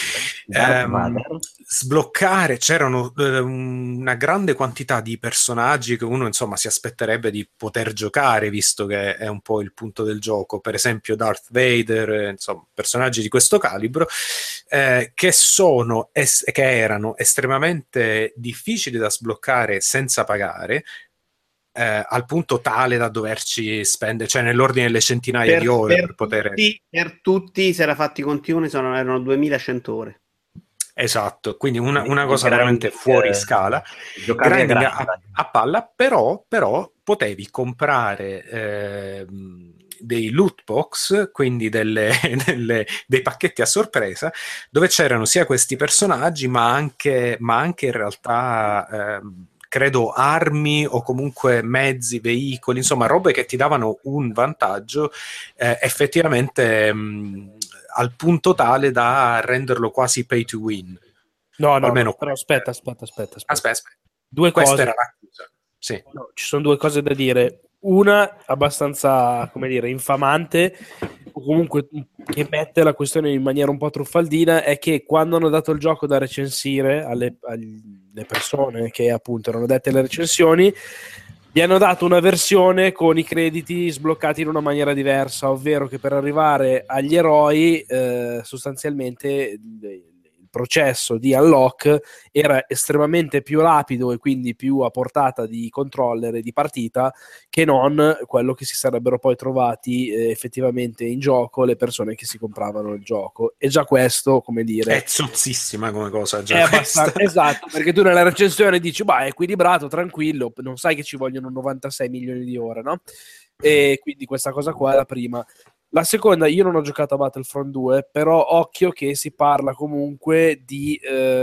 sbloccare, c'erano una grande quantità di personaggi che uno insomma si aspetterebbe di poter giocare, visto che è un po' il punto del gioco, per esempio Darth Vader, insomma personaggi di questo calibro, che erano estremamente difficili da sbloccare senza pagare, al punto tale da doverci spendere, cioè nell'ordine delle centinaia di ore per poter... Per tutti, se era fatti conti erano 2100 ore. Esatto, quindi una cosa veramente fuori scala, grinding a palla, però potevi comprare dei loot box, quindi dei pacchetti a sorpresa, dove c'erano sia questi personaggi, ma anche in realtà credo armi o comunque mezzi, veicoli, insomma robe che ti davano un vantaggio effettivamente al punto tale da renderlo quasi pay to win. No, però aspetta. Due Questa cose. era l'accusa. Sì. No, ci sono due cose da dire. Una abbastanza, come dire, infamante, o comunque che mette la questione in maniera un po' truffaldina, è che quando hanno dato il gioco da recensire alle persone che appunto erano dette alle recensioni, gli hanno dato una versione con i crediti sbloccati in una maniera diversa, ovvero che per arrivare agli eroi sostanzialmente il processo di unlock era estremamente più rapido e quindi più a portata di controller e di partita che non quello che si sarebbero poi trovati effettivamente in gioco le persone che si compravano il gioco. E già questo, come dire, è zozzissima come cosa, già è abbastanza, esatto, perché tu nella recensione dici è equilibrato, tranquillo, non sai che ci vogliono 96 milioni di ore, no? E quindi questa cosa qua è la prima. La seconda, io non ho giocato a Battlefront 2, però occhio che si parla comunque di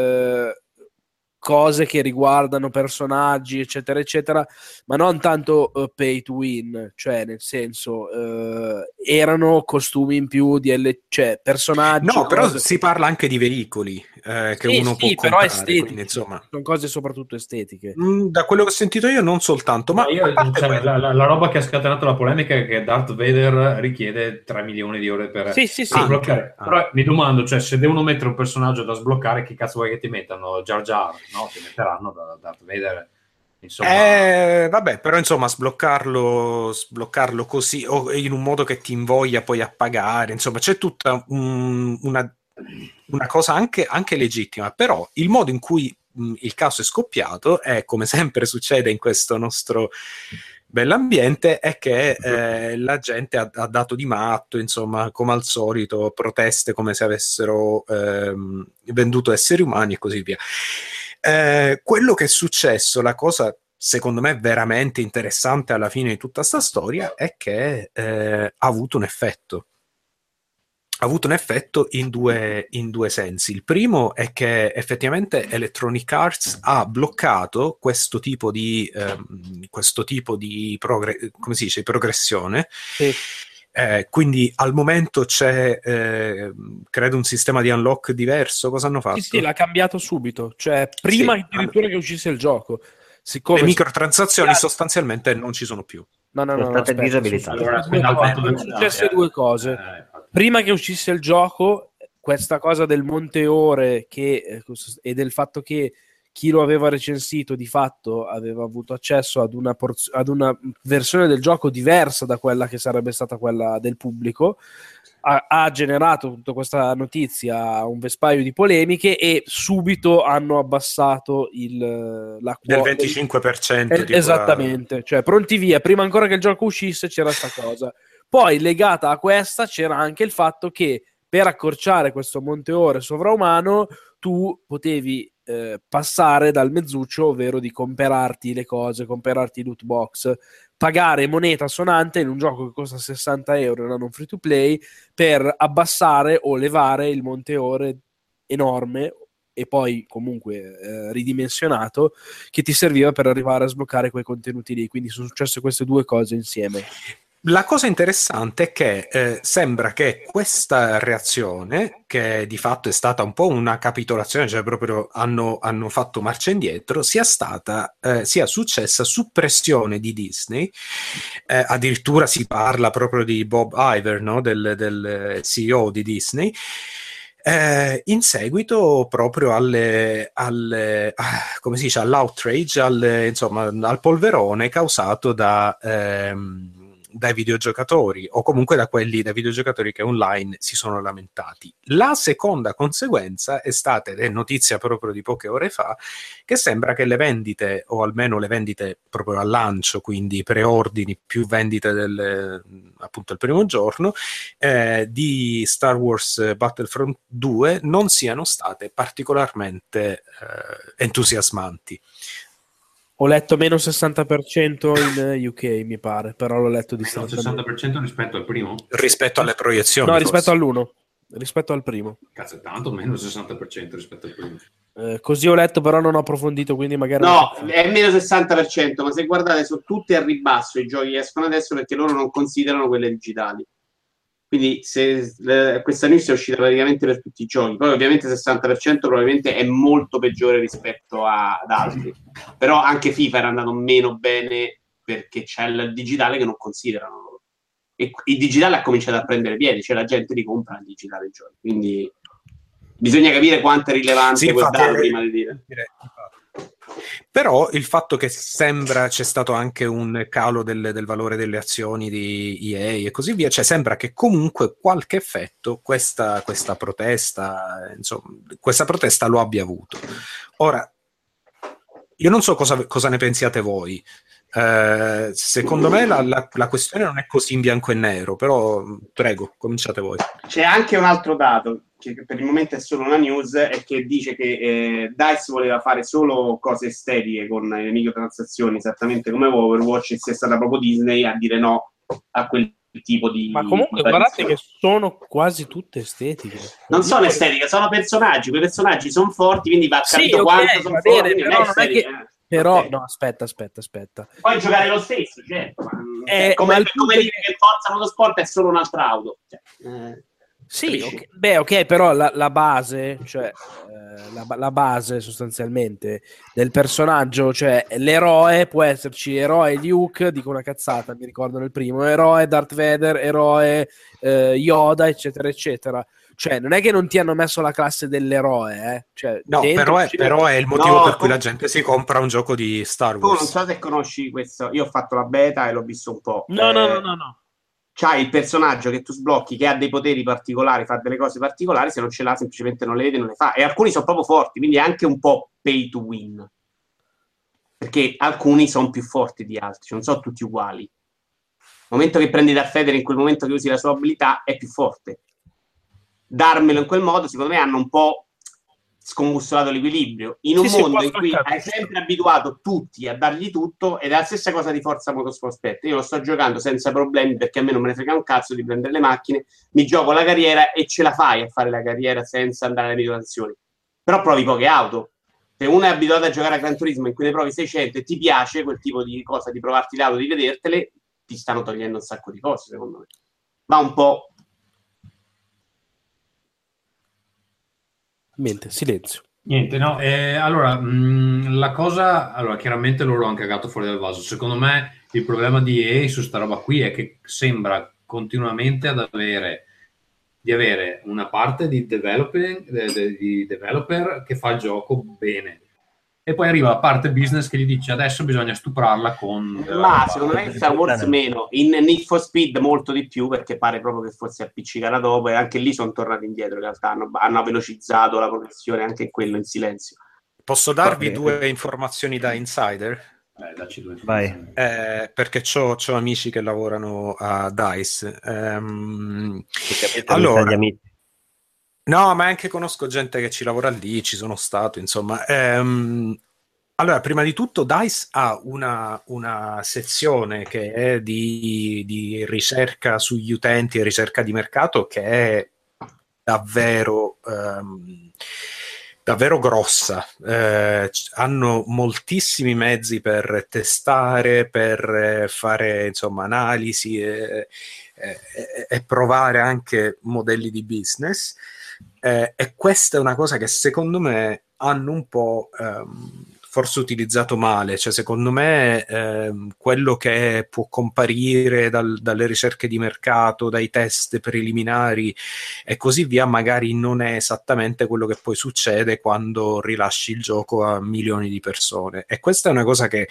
cose che riguardano personaggi, eccetera, eccetera, ma non tanto pay to win, cioè nel senso erano costumi in più, cioè personaggi. No, però si parla anche di veicoli che uno può però comprare, estetiche, quindi, insomma, sono cose soprattutto estetiche. Da quello che ho sentito io non soltanto, ma la roba che ha scatenato la polemica è che Darth Vader richiede 3 milioni di ore per sbloccare. Però mi domando, cioè, se devono mettere un personaggio da sbloccare, che cazzo vuoi che ti mettano? Jar Jar? No, ti metteranno da Darth Vader, insomma. Vabbè, però insomma sbloccarlo così o in un modo che ti invoglia poi a pagare, insomma c'è tutta una cosa anche legittima, però il modo in cui il caso è scoppiato è, come sempre succede in questo nostro bell'ambiente, è che la gente ha dato di matto, insomma, come al solito, proteste come se avessero venduto esseri umani e così via. Quello che è successo, la cosa secondo me veramente interessante alla fine di tutta sta storia, è che ha avuto un effetto. Ha avuto un effetto in due sensi. Il primo è che effettivamente Electronic Arts ha bloccato questo tipo di come si dice, progressione. Sì. Quindi al momento c'è credo un sistema di unlock diverso. Cosa hanno fatto? Sì, l'ha cambiato subito, cioè prima addirittura che uscisse il gioco. Le microtransazioni sostanzialmente non ci sono più. No, disabilitate. Sono successe due cose. Prima che uscisse il gioco, questa cosa del monte ore e del fatto che chi lo aveva recensito di fatto aveva avuto accesso ad una versione del gioco diversa da quella che sarebbe stata quella del pubblico. Ha generato tutta questa notizia un vespaio di polemiche e subito hanno abbassato la del 25% esattamente, cioè pronti via, prima ancora che il gioco uscisse c'era sta cosa. Poi legata a questa c'era anche il fatto che per accorciare questo monte ore sovraumano tu potevi passare dal mezzuccio, ovvero di comprarti le cose, comprarti i loot box, pagare moneta sonante in un gioco che costa 60 euro e non free to play, per abbassare o levare il monte ore enorme e poi comunque ridimensionato che ti serviva per arrivare a sbloccare quei contenuti lì. Quindi sono successe queste due cose insieme. La cosa interessante è che sembra che questa reazione, che di fatto è stata un po' una capitolazione, cioè proprio hanno fatto marcia indietro, sia successa su pressione di Disney. Addirittura si parla proprio di Bob Iger, no? del CEO di Disney, in seguito proprio come si dice, all'outrage, insomma, al polverone causato dai videogiocatori, o comunque dai videogiocatori che online si sono lamentati. La seconda conseguenza è stata, ed è notizia proprio di poche ore fa, che sembra che le vendite, o almeno le vendite proprio al lancio, quindi preordini più vendite appunto il primo giorno, di Star Wars Battlefront 2 non siano state particolarmente entusiasmanti. Ho letto meno 60% in UK, mi pare, però l'ho letto di meno 60% rispetto al primo? Rispetto alle proiezioni? No, rispetto all'1. Rispetto al primo. Cazzo, è tanto meno 60% rispetto al primo. Così ho letto, però non ho approfondito, quindi magari... No, è meno 60%, ma se guardate sono tutti a ribasso i giochi che escono adesso perché loro non considerano quelle digitali. Quindi questa news è uscita praticamente per tutti i giochi. Poi ovviamente il 60% probabilmente è molto peggiore rispetto ad altri. Però anche FIFA era andato meno bene perché c'è il digitale che non considerano loro. E il digitale ha cominciato a prendere piede, cioè la gente li compra il digitale giochi. Quindi bisogna capire quanto è rilevante quel dato prima di dire. Però il fatto che sembra c'è stato anche un calo del valore delle azioni di EA e così via, cioè sembra che comunque qualche effetto questa protesta, insomma, questa protesta lo abbia avuto. Ora, io non so cosa ne pensiate voi. Secondo me la questione non è così in bianco e nero, però prego, cominciate voi. C'è anche un altro dato che per il momento è solo una news, è che dice che DICE voleva fare solo cose estetiche con le microtransazioni, esattamente come Overwatch, e sia stata proprio Disney a dire no a quel tipo di... Ma comunque guardate che sono quasi tutte estetiche. Non sono estetiche, sono personaggi, quei personaggi sono forti, quindi va capito quanto sono forti, però non è che... Però, okay. No, aspetta. Puoi giocare lo stesso, certo. Come dire che Forza Motorsport è solo un'altra auto. Sì, ok, però la base, cioè la base sostanzialmente del personaggio, cioè l'eroe, può esserci eroe Luke, dico una cazzata, mi ricordo nel primo, eroe Darth Vader, eroe Yoda, eccetera, eccetera. Cioè, non è che non ti hanno messo la classe dell'eroe, Cioè, no, però è il motivo per cui la gente si compra un gioco di Star Wars. Tu non so se conosci questo, io ho fatto la beta e l'ho visto un po'. No. C'hai il personaggio che tu sblocchi, che ha dei poteri particolari, fa delle cose particolari, se non ce l'ha semplicemente non le vede, non le fa. E alcuni sono proprio forti, quindi è anche un po' pay to win. Perché alcuni sono più forti di altri, non sono tutti uguali. Nel momento che prendi Darth Vader, in quel momento che usi la sua abilità, è più forte. Darmelo in quel modo, secondo me, hanno un po' scombussolato l'equilibrio in un mondo in cui hai sempre abituato tutti a dargli tutto, ed è la stessa cosa di Forza Motorsport 7. Io lo sto giocando senza problemi perché a me non me ne frega un cazzo di prendere le macchine, mi gioco la carriera e ce la fai a fare la carriera senza andare alle microtransazioni. Però provi poche auto. Se uno è abituato a giocare a Gran Turismo in cui ne provi 600 e ti piace quel tipo di cosa, di provarti le auto, di vedertele, ti stanno togliendo un sacco di cose, secondo me. Va un po'. Silenzio. Niente, no. Allora, la cosa... Allora, chiaramente loro hanno cagato fuori dal vaso. Secondo me il problema di EA su sta roba qui è che sembra continuamente di avere una parte di developer che fa il gioco bene. e poi arriva la parte business che gli dice adesso bisogna stuprarla con... Ma secondo me in Star Wars meno, in Need for Speed molto di più, perché pare proprio che fosse appiccicata dopo, e anche lì sono tornati indietro in realtà, hanno velocizzato la progressione anche in quello in silenzio. Posso darvi due informazioni da insider? Dacci due Vai. Perché c'ho amici che lavorano a DICE. Allora, no, ma anche conosco gente che ci lavora lì, ci sono stato, insomma. Allora, prima di tutto DICE ha una sezione che è di ricerca sugli utenti e ricerca di mercato che è davvero grossa. Hanno moltissimi mezzi per testare, per fare insomma analisi e provare anche modelli di business, e questa è una cosa che secondo me hanno un po' forse utilizzato male. Cioè, secondo me quello che può comparire dalle ricerche di mercato, dai test preliminari e così via, magari non è esattamente quello che poi succede quando rilasci il gioco a milioni di persone. E questa è una cosa che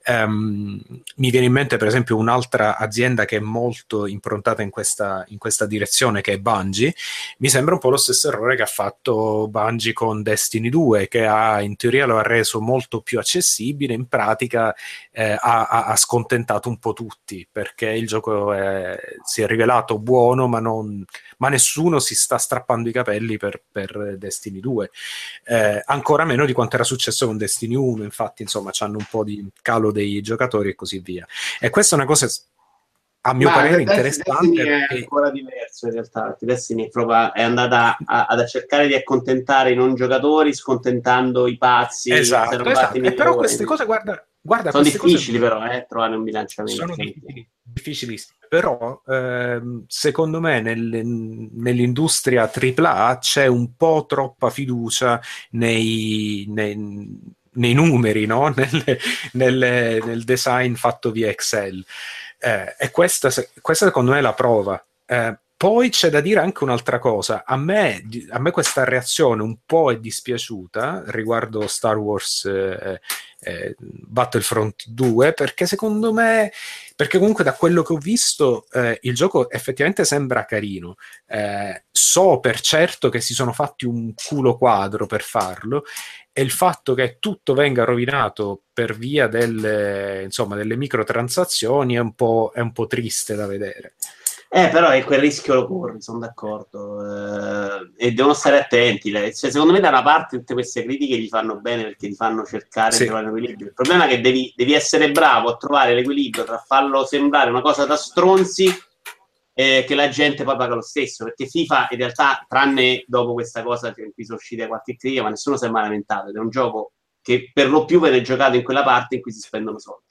mi viene in mente, per esempio, un'altra azienda che è molto improntata in questa direzione, che è Bungie. Mi sembra un po' lo stesso errore che ha fatto Bungie con Destiny 2, che in teoria lo ha reso molto più accessibile, in pratica ha scontentato un po' tutti, perché il gioco si è rivelato buono, ma nessuno si sta strappando i capelli per Destiny 2, ancora meno di quanto era successo con Destiny 1. Infatti, insomma, c'hanno un po' di calo dei giocatori e così via, e questa è una cosa a mio parere interessante. Destiny è ancora diverso in realtà, perché Destiny è andata a cercare di accontentare i non giocatori, scontentando i pazzi. Esatto. Però queste cose, guarda, sono difficili, però trovare un bilanciamento. Sono difficilissime, però secondo me nell'industria AAA c'è un po' troppa fiducia nei numeri, no? nel design fatto via Excel. E questa secondo me è la prova. Poi c'è da dire anche un'altra cosa. A me questa reazione un po' è dispiaciuta riguardo Star Wars Battlefront 2, perché secondo me, perché comunque da quello che ho visto il gioco effettivamente sembra carino. So per certo che si sono fatti un culo quadro per farlo, e il fatto che tutto venga rovinato per via delle microtransazioni è un po' triste da vedere. Però quel rischio lo corri, sono d'accordo, e devono stare attenti. Cioè, secondo me da una parte tutte queste critiche gli fanno bene, perché ti fanno cercare di trovare l'equilibrio. Il problema è che devi essere bravo a trovare l'equilibrio tra farlo sembrare una cosa da stronzi che la gente poi paga lo stesso, perché FIFA in realtà, tranne dopo questa cosa in cui sono uscite qualche critica, ma nessuno si è mai lamentato, ed è un gioco che per lo più viene giocato in quella parte in cui si spendono soldi.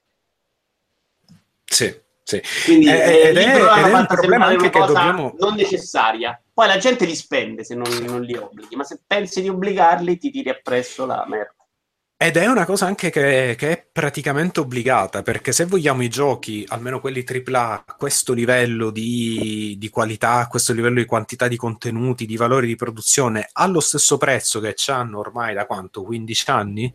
Sì. Quindi ed è un problema anche che dobbiamo non necessaria. Poi la gente li spende se non li obblighi, ma se pensi di obbligarli ti tiri appresso la merda. Ed è una cosa anche che è praticamente obbligata, perché se vogliamo i giochi, almeno quelli AAA, a questo livello di qualità, a questo livello di quantità di contenuti, di valori di produzione, allo stesso prezzo che c'hanno ormai da quanto? 15 anni?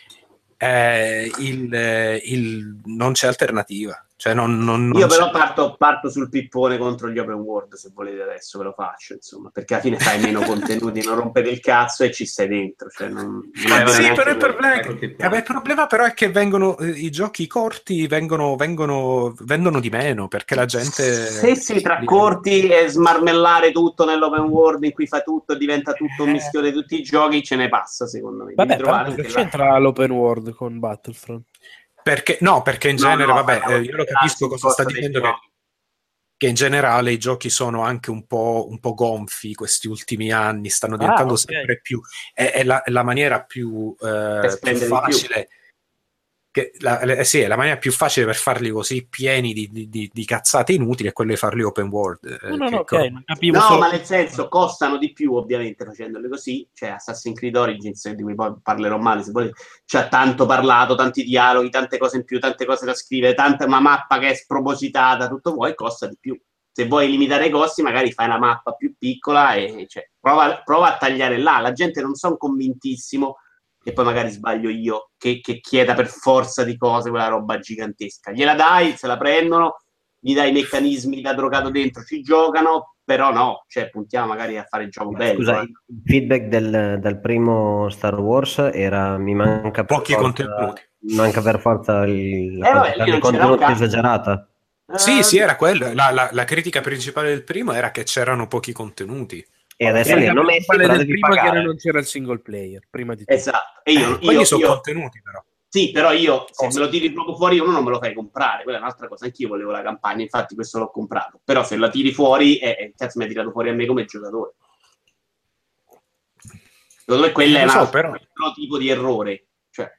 Non c'è alternativa. Cioè io però parto sul pippone contro gli open world, se volete adesso ve lo faccio, insomma, perché alla fine fai meno contenuti, non rompete il cazzo e ci stai dentro, cioè sì, però il problema però è che i giochi corti vendono di meno, perché la gente sì, tra corti e smarmellare tutto nell'open world in cui fa tutto, diventa tutto un mischio di tutti i giochi, ce ne passa secondo me. Vabbè, che c'entra l'open world con Battlefront? Perché in genere, io lo capisco cosa sta dicendo, che in generale i giochi sono anche un po' gonfi questi ultimi anni, stanno diventando sempre più... È la maniera più facile... È la maniera più facile per farli così pieni di cazzate inutili, è quello di farli open world. Non capivo ma nel senso costano di più ovviamente facendole così. Cioè Assassin's Creed Origins, di cui poi parlerò male se volete, c'ha tanto parlato, tanti dialoghi, tante cose in più, tante cose da scrivere, una mappa che è spropositata, tutto costa di più. Se vuoi limitare i costi magari fai una mappa più piccola e prova a tagliare là. La gente non sono convintissimo e poi magari sbaglio io, che chieda per forza di cose quella roba gigantesca. Gliela dai, se la prendono, gli dai i meccanismi da drogato dentro, ci giocano, però no, cioè puntiamo magari a fare il gioco bello. Scusa, il feedback del primo Star Wars era mi manca pochi contenuti. Manca per forza la contenuti esagerata. Sì, era quello. La critica principale del primo era che c'erano pochi contenuti. E adesso li hanno messi, però devi prima pagare. che non c'era il single player, prima di tutto. Esatto. E quelli sono contenuti, però. Sì, però io, se me lo tiri proprio fuori, uno non me lo fai comprare. Quella è un'altra cosa. Anch'io volevo la campagna, infatti questo l'ho comprato. Però se la tiri fuori, cazzo mi hai tirato fuori a me come giocatore. Secondo me quella è un altro tipo di errore. Cioè.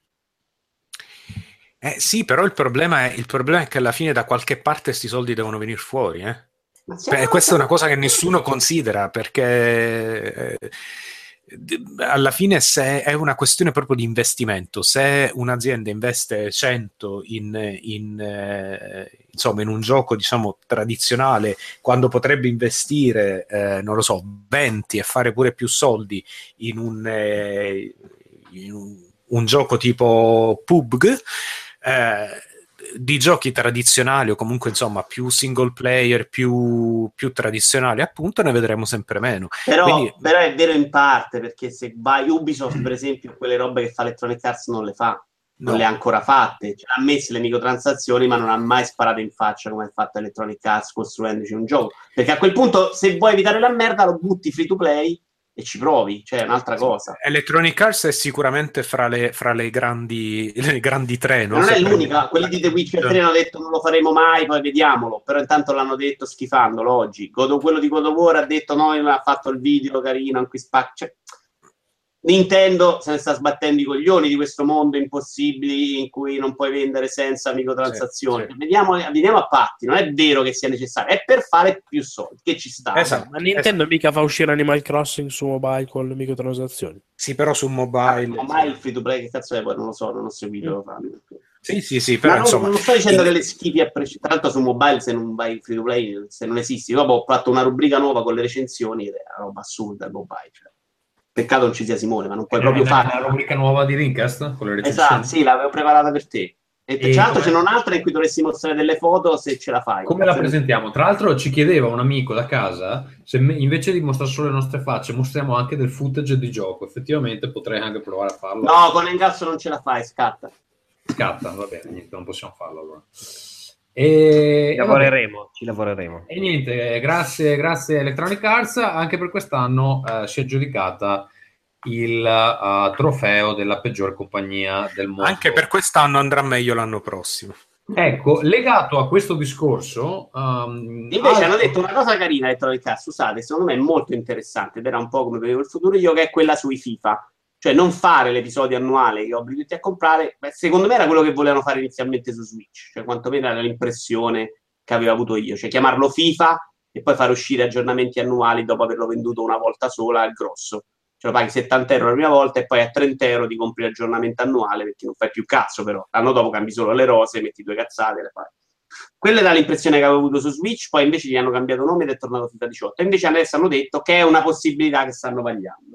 Sì, però il problema è che alla fine da qualche parte questi soldi devono venire fuori, questa è una cosa che nessuno considera, perché alla fine se è una questione proprio di investimento. Se un'azienda investe 100 in un gioco, diciamo, tradizionale, quando potrebbe investire non lo so, 20 e fare pure più soldi in un gioco tipo PUBG, di giochi tradizionali o comunque insomma più single player, più tradizionali, appunto, ne vedremo sempre meno. Però è vero in parte, perché se vai Ubisoft per esempio, quelle robe che fa Electronic Arts non le fa, non le ha ancora fatte, cioè, ha messo le microtransazioni ma non ha mai sparato in faccia come ha fatto Electronic Arts costruendoci un gioco, perché a quel punto se vuoi evitare la merda lo butti free to play e ci provi, cioè è un'altra cosa. Electronic Arts è sicuramente fra le grandi tre, no? Non è l'unica, quelli di The Witcher 3 hanno detto non lo faremo mai, poi vediamolo, però intanto l'hanno detto schifandolo oggi. Quello di God of War ha detto no, ha fatto il video carino, anche cioè, Nintendo se ne sta sbattendo i coglioni di questo mondo impossibile in cui non puoi vendere senza microtransazioni. Sì. Veniamo a patti, non è vero che sia necessario, è per fare più soldi, che ci sta. Esatto. Ma Nintendo mica fa uscire Animal Crossing su mobile con le microtransazioni. Sì, però su mobile. Ma il free to play che cazzo è? Poi non lo so, non ho seguito. Sì, però insomma. Non sto dicendo che le schifi tra l'altro su mobile, se non vai free to play, se non esisti. Dopo ho fatto una rubrica nuova con le recensioni ed è una roba assurda il mobile, cioè. Peccato non ci sia Simone, ma non puoi proprio fare una rubrica nuova di Rincast con le recensioni. Esatto, sì, l'avevo preparata per te. E tra l'altro c'è un'altra in cui dovresti mostrare delle foto se ce la fai. Come la presentiamo? Tra l'altro ci chiedeva un amico da casa se invece di mostrare solo le nostre facce mostriamo anche del footage di gioco. Effettivamente potrei anche provare a farlo. No, con Engasso non ce la fai, scatta, va bene, niente, non possiamo farlo allora. Ci lavoreremo. E niente, grazie Electronic Arts, anche per quest'anno si è aggiudicata il trofeo della peggior compagnia del mondo. Anche per quest'anno andrà meglio l'anno prossimo. Ecco, legato a questo discorso invece hanno detto una cosa carina Electronic Arts, scusate, secondo me è molto interessante ed era un po' come vedevo il futuro io, che è quella sui FIFA. Cioè non fare l'episodio annuale che obblighi tutti a comprare, secondo me era quello che volevano fare inizialmente su Switch, cioè quantomeno era l'impressione che avevo avuto io, cioè chiamarlo FIFA e poi fare uscire aggiornamenti annuali dopo averlo venduto una volta sola al grosso. Cioè lo paghi 70 euro la prima volta e poi a 30 euro ti compri l'aggiornamento annuale perché non fai più cazzo, però l'anno dopo cambi solo le rose, metti 2 cazzate e le fai. Quella era l'impressione che avevo avuto su Switch, poi invece gli hanno cambiato nome ed è tornato FIFA 18 e invece adesso hanno detto che è una possibilità che stanno vagliando.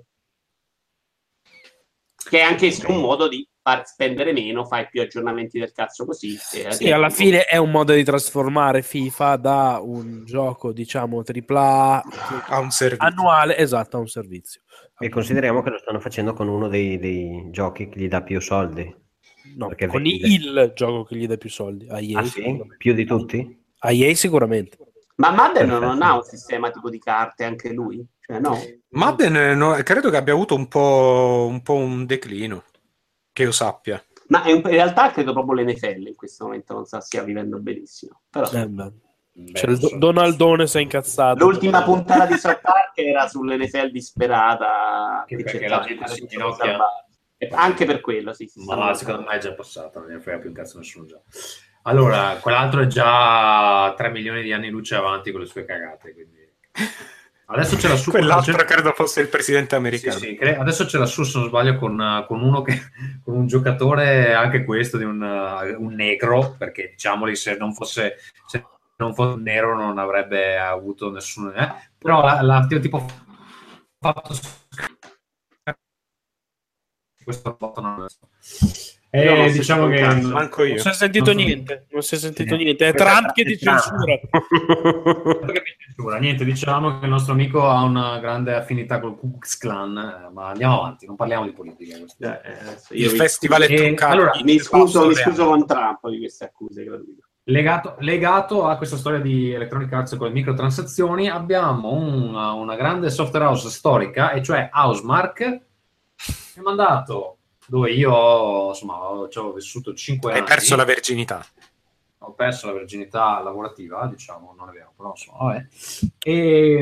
Che è anche un modo di far spendere meno, fai più aggiornamenti del cazzo così. Sì, alla fine è un modo di trasformare FIFA da un gioco, diciamo, AAA a un servizio annuale, esatto, a un servizio. E consideriamo che lo stanno facendo con uno dei giochi che gli dà più soldi. No, con il gioco che gli dà più soldi. A EA, sì? Più di tutti? A EA sicuramente. Ma Madden non ha un sistema tipo di carte anche lui? Cioè, no. Madden credo che abbia avuto un po' un declino, che io sappia. Ma in realtà credo proprio l'NFL in questo momento non stia vivendo benissimo. Però c'è Donaldone si è incazzato. L'ultima puntata di South Park era sull'NFL disperata che cercava la gente si ginocchia. Anche per quello, sì. Ma secondo me è già passata, non ne frega più un cazzo nessuno già. Allora, quell'altro è già 3 milioni di anni luce avanti con le sue cagate, quindi... Adesso c'è la sua... Quell'altro credo fosse il presidente americano. Sì, adesso c'è la sua, se non sbaglio, con uno che... con un giocatore, anche questo, di un negro, perché diciamoli, se non fosse nero non avrebbe avuto nessuno... però l'ha tipo fatto... questo non diciamo che manco io. Non si è sentito niente. È Trump che ti censura. Niente, diciamo che il nostro amico ha una grande affinità col Ku Klux Klan, ma andiamo avanti, non parliamo di politica. Il festival è truncato. Allora, mi scuso con Trump di queste accuse gratuite. Legato a questa storia di Electronic Arts con le microtransazioni, abbiamo una grande software house storica, e cioè Housemarque, che mi ha mandato, dove io ci ho vissuto 5 anni. Hai perso la verginità. Ho perso la verginità lavorativa, diciamo, non è vero, però insomma, vabbè. E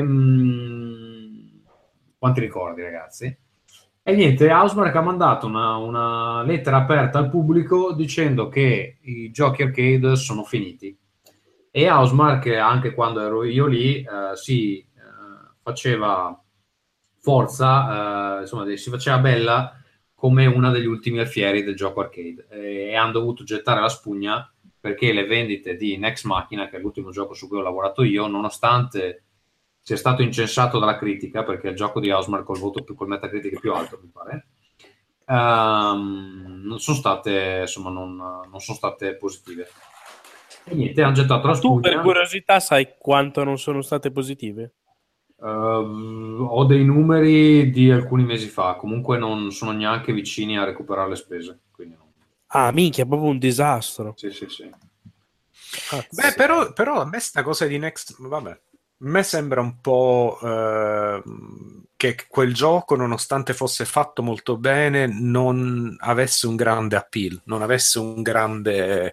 quanti ricordi, ragazzi? E niente, Housemarque ha mandato una lettera aperta al pubblico dicendo che i giochi arcade sono finiti. E Housemarque, anche quando ero io lì, faceva forza, si faceva bella come una degli ultimi alfieri del gioco arcade. E hanno dovuto gettare la spugna perché le vendite di Nex Machina, che è l'ultimo gioco su cui ho lavorato io, nonostante sia stato incensato dalla critica, perché è il gioco di Housemarque col Metacritic più alto, mi pare, non sono state positive. E niente, hanno gettato la spugna. Tu, per curiosità, sai quanto non sono state positive? Ho dei numeri di alcuni mesi fa, comunque non sono neanche vicini a recuperare le spese, quindi no. Ah, minchia, è proprio un disastro. Sì. Beh, però a me sta cosa di Next, vabbè, a me sembra un po' che quel gioco, nonostante fosse fatto molto bene, non avesse un grande appeal, non avesse un grande...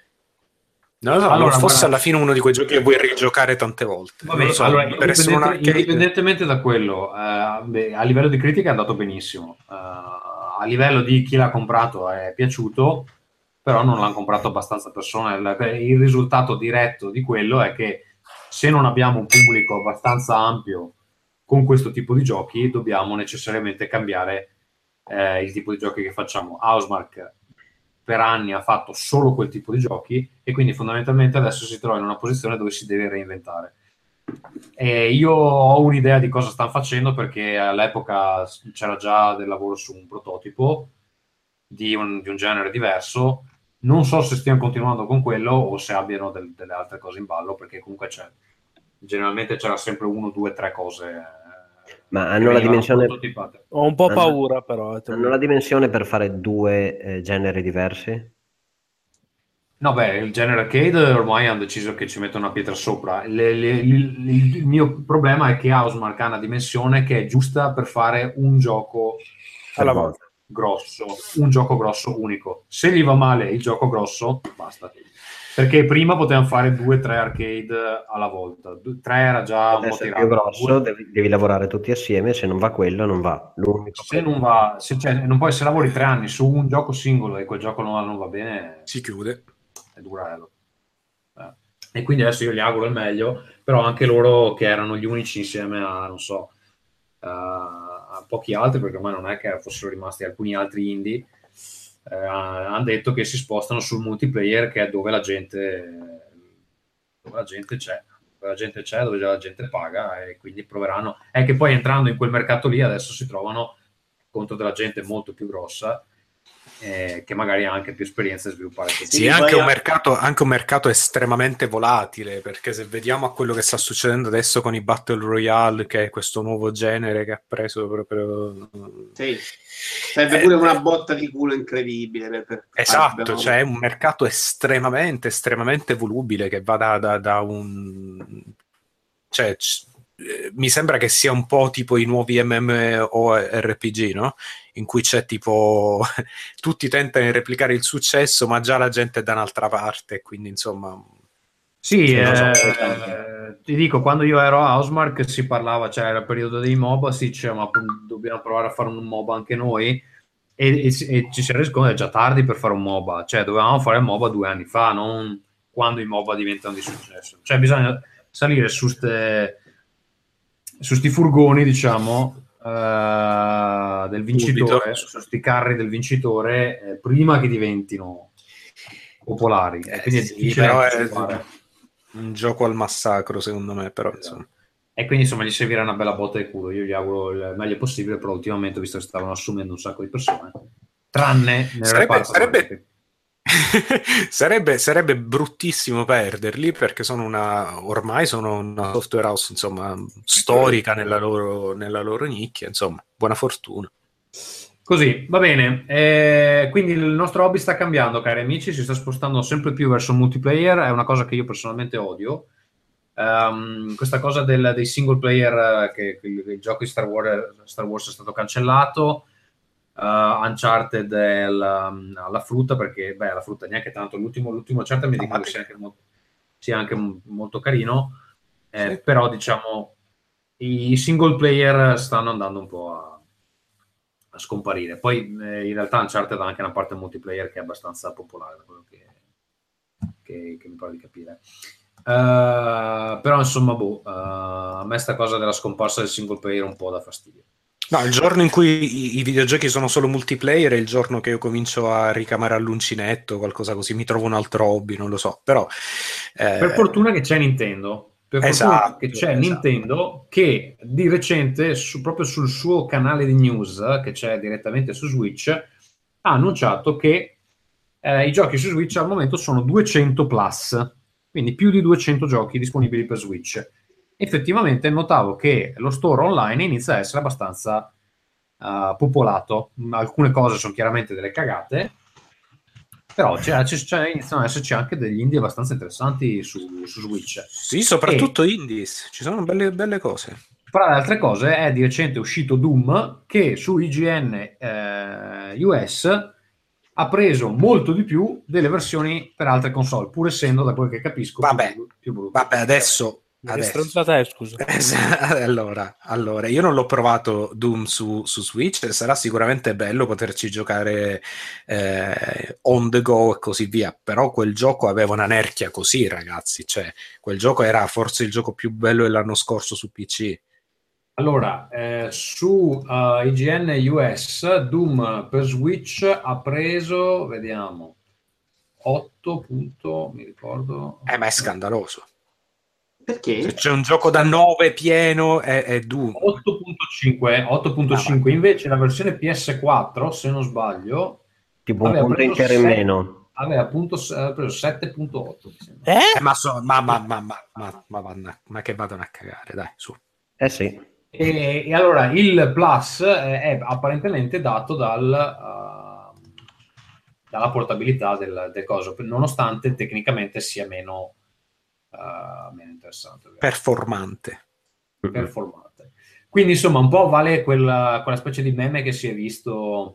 No, allora, fosse alla fine uno di quei giochi che vuoi rigiocare tante volte. Vabbè, allora, indipendentemente da quello, a livello di critica è andato benissimo. A livello di chi l'ha comprato è piaciuto, però non l'hanno comprato abbastanza persone. Il risultato diretto di quello è che se non abbiamo un pubblico abbastanza ampio con questo tipo di giochi, dobbiamo necessariamente cambiare il tipo di giochi che facciamo. Housemarque per anni ha fatto solo quel tipo di giochi e quindi fondamentalmente adesso si trova in una posizione dove si deve reinventare. E io ho un'idea di cosa stanno facendo, perché all'epoca c'era già del lavoro su un prototipo di un genere diverso. Non so se stiano continuando con quello o se abbiano delle altre cose in ballo, perché comunque generalmente c'era sempre 1, 2, 3 cose. Ma hanno la dimensione... Ho un po' paura, però. Hanno la dimensione per fare 2 generi diversi? No, beh, il genere arcade ormai hanno deciso che ci mettono una pietra sopra. Il mio problema è che Housemarque ha una dimensione che è giusta per fare un gioco alla volta grosso, un gioco grosso unico. Se gli va male il gioco grosso, basta. Perché prima potevano fare 2-3 arcade alla volta. 3 era già un po' tirato. Più grosso, devi lavorare tutti assieme, se non va quello non va. Non puoi, se lavori 3 anni su un gioco singolo e quel gioco non va bene, si chiude. È durello. E quindi adesso io gli auguro il meglio, però anche loro, che erano gli unici insieme a, non so, a pochi altri, perché ormai non è che fossero rimasti alcuni altri indie, hanno detto che si spostano sul multiplayer, che è dove la gente c'è, dove la gente paga, e quindi proveranno. È che poi entrando in quel mercato lì adesso si trovano contro della gente molto più grossa, che magari ha anche più esperienza di sviluppare. Sì, anche un mercato estremamente volatile, perché se vediamo a quello che sta succedendo adesso con i Battle Royale, che è questo nuovo genere che ha preso proprio... Sì, serve pure una botta di culo incredibile. Esatto, cioè è un mercato estremamente volubile, che va da un... Cioè, mi sembra che sia un po' tipo i nuovi MMORPG, no? In cui c'è tipo tutti tentano di replicare il successo, ma già la gente è da un'altra parte, quindi insomma sì, ti dico, quando io ero a Housemarque si parlava, cioè era il periodo dei MOBA, si diceva ma dobbiamo provare a fare un MOBA anche noi, e ci si è reso conto che è già tardi per fare un MOBA, cioè dovevamo fare il MOBA 2 anni fa, non quando i MOBA diventano di successo, cioè bisogna salire su sti furgoni, diciamo, del vincitore, su sti carri del vincitore, prima che diventino popolari. Quindi è difficile, però è un gioco al massacro, secondo me, però insomma. E quindi insomma gli servirà una bella botta di culo. Io gli auguro il meglio possibile, però ultimamente ho visto che stavano assumendo un sacco di persone tranne nel reparto sarebbe bruttissimo perderli, perché ormai sono una software house, insomma, storica nella loro nicchia, insomma, buona fortuna. Così, va bene. Quindi il nostro hobby sta cambiando, cari amici, si sta spostando sempre più verso il multiplayer, è una cosa che io personalmente odio. Questa cosa dei single player, che il gioco di Star Wars è stato cancellato, Uncharted è alla frutta, perché la frutta neanche tanto, l'ultimo Uncharted mi dicono che sia anche molto carino, sì. Però diciamo i single player stanno andando un po' a scomparire. Poi in realtà Uncharted ha anche una parte multiplayer che è abbastanza popolare, da quello che mi pare di capire. Però insomma a me sta cosa della scomparsa del single player un po' dà fastidio. No, il giorno in cui i videogiochi sono solo multiplayer è il giorno che io comincio a ricamare all'uncinetto, qualcosa così, mi trovo un altro hobby, non lo so, però per fortuna che c'è Nintendo. Esatto. Nintendo, che di recente proprio sul suo canale di news, che c'è direttamente su Switch, ha annunciato che i giochi su Switch al momento sono 200 plus, quindi più di 200 giochi disponibili per Switch. Effettivamente notavo che lo store online inizia a essere abbastanza popolato. Alcune cose sono chiaramente delle cagate, però iniziano ad esserci anche degli indie abbastanza interessanti su Switch. Sì, soprattutto indies, ci sono belle cose. Tra le altre cose è di recente uscito Doom, che su IGN US ha preso molto di più delle versioni per altre console, pur essendo, da quel che capisco, più brutto. Vabbè, adesso che stronzata è, scusa? Allora, io non l'ho provato Doom su Switch, sarà sicuramente bello poterci giocare on the go e così via, però quel gioco aveva una nerchia così, ragazzi, cioè quel gioco era forse il gioco più bello dell'anno scorso su PC. Allora, su IGN US Doom per Switch ha preso, vediamo, 8 mi ricordo. Ma è scandaloso. Perché? Se c'è un gioco da 9 pieno è Doom. 8.5. Invece la versione PS4, se non sbaglio, tipo un punto intero in meno. Aveva preso 7.8. Ma che vadano a cagare, dai, su. Sì. E allora il plus è apparentemente dato dalla portabilità del coso, nonostante tecnicamente sia meno interessante, performante. Quindi insomma un po' vale quella specie di meme che si è visto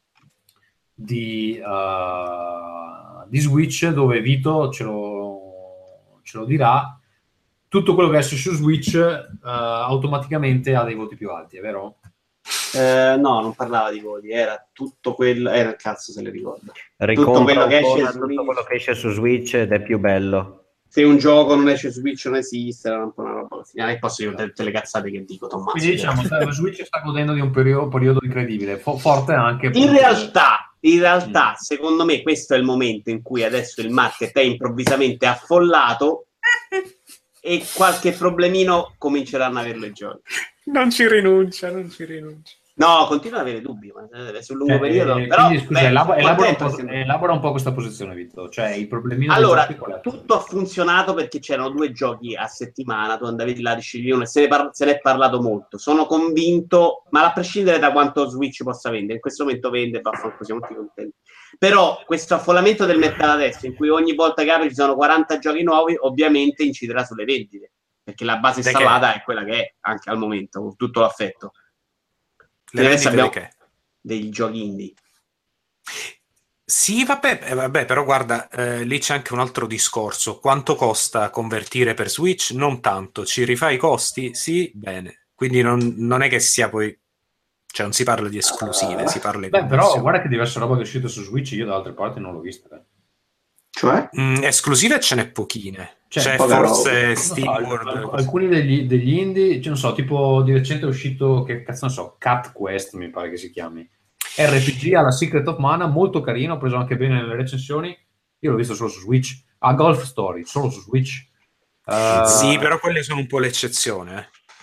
di Switch, dove Vito ce lo dirà, tutto quello che esce su Switch automaticamente ha dei voti più alti, è vero? No, non parlava di voti, era tutto quello, il cazzo se le ricorda. Tutto quello che esce su Switch ed è più bello. Se un gioco non esce su Switch non esiste, era un po' una roba così. Non è possibile tutte le cazzate che dico, Tommaso. Quindi diciamo che Switch sta godendo di un periodo incredibile, forte anche. In realtà, secondo me questo è il momento in cui adesso il market è improvvisamente affollato e qualche problemino cominceranno ad averlo i giochi. Non ci rinuncia. No, continua ad avere dubbi, ma sul lungo periodo. Però, quindi, scusa, elabora un po' questa posizione, Vito. Cioè, il problemino. Allora, tutto ha funzionato perché c'erano 2 giochi a settimana. Tu andavi là, scegli uno e se ne è parlato molto. Sono convinto, ma a prescindere da quanto Switch possa vendere, in questo momento vende, siamo tutti contenti. Però questo affollamento del mercato adesso, in cui ogni volta che apri ci sono 40 giochi nuovi, ovviamente inciderà sulle vendite, perché la base installata è quella che è anche al momento, con tutto l'affetto. Adesso abbiamo dei giochi indie. Sì, vabbè, però guarda, lì c'è anche un altro discorso. Quanto costa convertire per Switch? Non tanto. Ci rifai i costi? Sì, bene. Quindi non è che sia poi... Cioè, non si parla di esclusive, si parla di però guarda che diversa roba che è uscita su Switch, io da altre parti non l'ho vista. Cioè? Esclusive ce n'è pochine. C'è forse SteamWorld. Alcuni degli indie, non so, tipo di recente è uscito, che cazzo ne so, Cat Quest mi pare che si chiami. RPG alla Secret of Mana, molto carino, ho preso anche bene nelle recensioni. Io l'ho visto solo su Switch. A Golf Story, solo su Switch. Sì, però quelle sono un po' l'eccezione.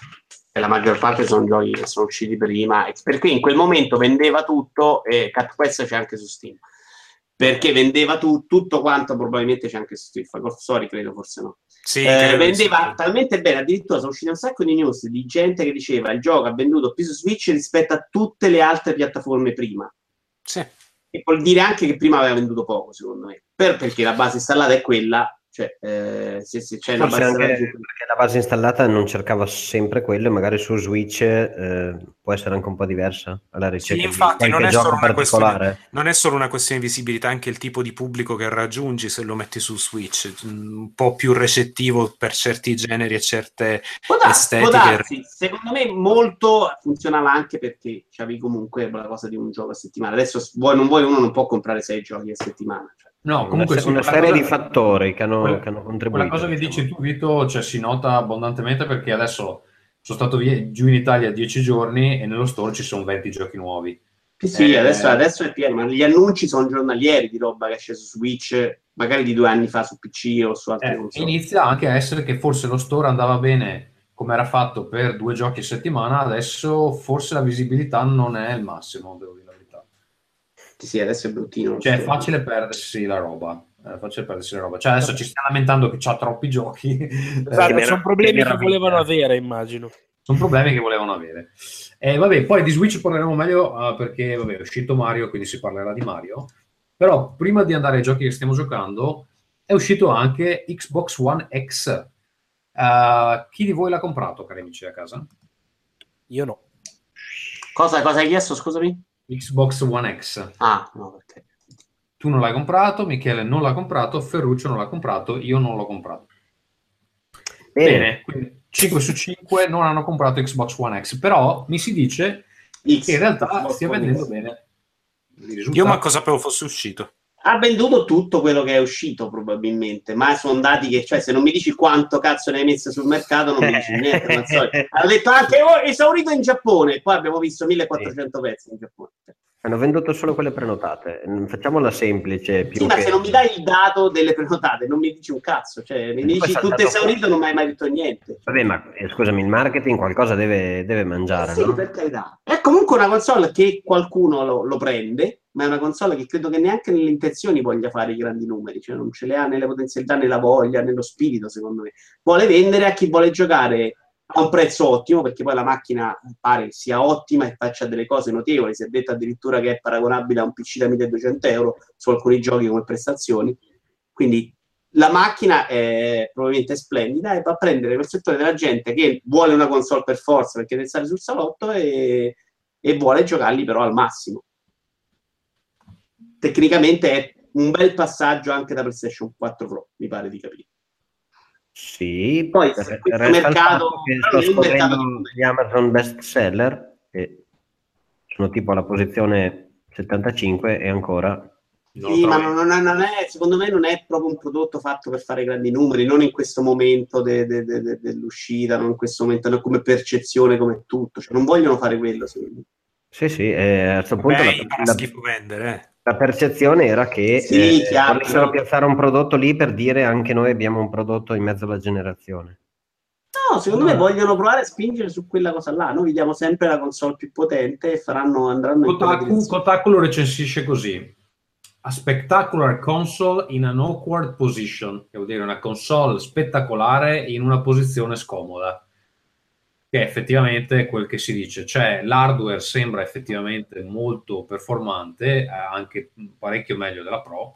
E la maggior parte sono giochi che sono usciti prima, perché in quel momento vendeva tutto, e Cat Quest c'è anche su Steam, perché vendeva tutto quanto, probabilmente c'è anche su Steam, Sorry, credo, forse no. Sì, vendeva talmente bene, addirittura sono uscite un sacco di news di gente che diceva il gioco ha venduto più su Switch rispetto a tutte le altre piattaforme prima. Sì. E vuol dire anche che prima aveva venduto poco, secondo me, perché la base installata è quella. Cioè, se c'è la base installata, perché la base installata non cercava sempre quello, e magari su Switch può essere anche un po' diversa alla ricerca. Sì, infatti non è solo una questione di visibilità, anche il tipo di pubblico che raggiungi se lo metti su Switch, un po' più recettivo per certi generi e certe estetiche. Secondo me molto funzionava anche perché c'avevi comunque la cosa di un gioco a settimana. Adesso uno non può comprare 6 giochi a settimana, cioè. No, comunque una serie di fattori che hanno contribuito. Quella cosa che dici tu, Vito, cioè, si nota abbondantemente, perché adesso sono stato giù in Italia 10 giorni e nello store ci sono 20 giochi nuovi. Sì, adesso è pieno, ma gli annunci sono giornalieri di roba che esce su Switch, magari di 2 anni fa su PC o su altre console. Inizia anche a essere che forse lo store andava bene come era fatto per 2 giochi a settimana, adesso forse la visibilità non è il massimo, devo dire la verità. Sì, adesso è bruttino. Cioè, è facile perdersi la roba. Cioè, adesso ci stiamo lamentando che c'ha troppi giochi. Esatto, sono problemi che volevano avere, immagino. Sono problemi che volevano avere. Vabbè, poi di Switch parleremo meglio, perché vabbè, è uscito Mario, quindi si parlerà di Mario. Però prima di andare ai giochi che stiamo giocando, è uscito anche Xbox One X. Chi di voi l'ha comprato, cari amici a casa? Io no. Cosa hai chiesto, scusami? Xbox One X. Ah, no, perché? Tu non l'hai comprato, Michele non l'ha comprato, Ferruccio non l'ha comprato, io non l'ho comprato. Bene, quindi 5 su 5 non hanno comprato Xbox One X, però mi si dice che in realtà stia vendendo bene. Io manco sapevo fosse uscito. Ha venduto tutto quello che è uscito, probabilmente, ma sono dati che, cioè, se non mi dici quanto cazzo ne hai messo sul mercato, non mi dici niente. Ma ha detto anche esaurito in Giappone, poi abbiamo visto 1400 pezzi in Giappone. Hanno venduto solo quelle prenotate. Facciamola semplice. Sì, ma se non mi dai il dato delle prenotate, non mi dici un cazzo. Cioè, mi dici tutto esaurito, non mi hai mai detto niente. Vabbè, ma scusami, il marketing qualcosa deve mangiare, sì, no? Per carità. È comunque una console che qualcuno lo prende, ma è una console che credo che neanche nelle intenzioni voglia fare i grandi numeri. Cioè, non ce le ha nelle potenzialità, né la voglia, né lo spirito, secondo me. Vuole vendere a chi vuole giocare a un prezzo ottimo, perché poi la macchina pare sia ottima e faccia delle cose notevoli. Si è detto addirittura che è paragonabile a un PC da 1200 euro su alcuni giochi come prestazioni. Quindi la macchina è probabilmente splendida e va a prendere quel settore della gente che vuole una console per forza perché deve stare sul salotto e vuole giocarli però al massimo. Tecnicamente è un bel passaggio anche da PlayStation 4 Pro, mi pare di capire. Sì, poi questo mercato che sto scoprendo gli Amazon best seller, che sono tipo alla posizione 75 e ancora sì, ma non è, secondo me non è proprio un prodotto fatto per fare grandi numeri, non in questo momento dell'uscita, non in questo momento, non come percezione, come tutto, cioè non vogliono fare quello, secondo me. Sì, a questo punto schifo vendere. La percezione era che volessero piazzare un prodotto lì per dire anche noi abbiamo un prodotto in mezzo alla generazione. No, secondo me vogliono provare a spingere su quella cosa là. Noi vediamo sempre la console più potente e andranno Kotaku lo recensisce così: a spectacular console in an awkward position, che vuol dire una console spettacolare in una posizione scomoda, che è effettivamente quel che si dice. Cioè, l'hardware sembra effettivamente molto performante, anche parecchio meglio della Pro,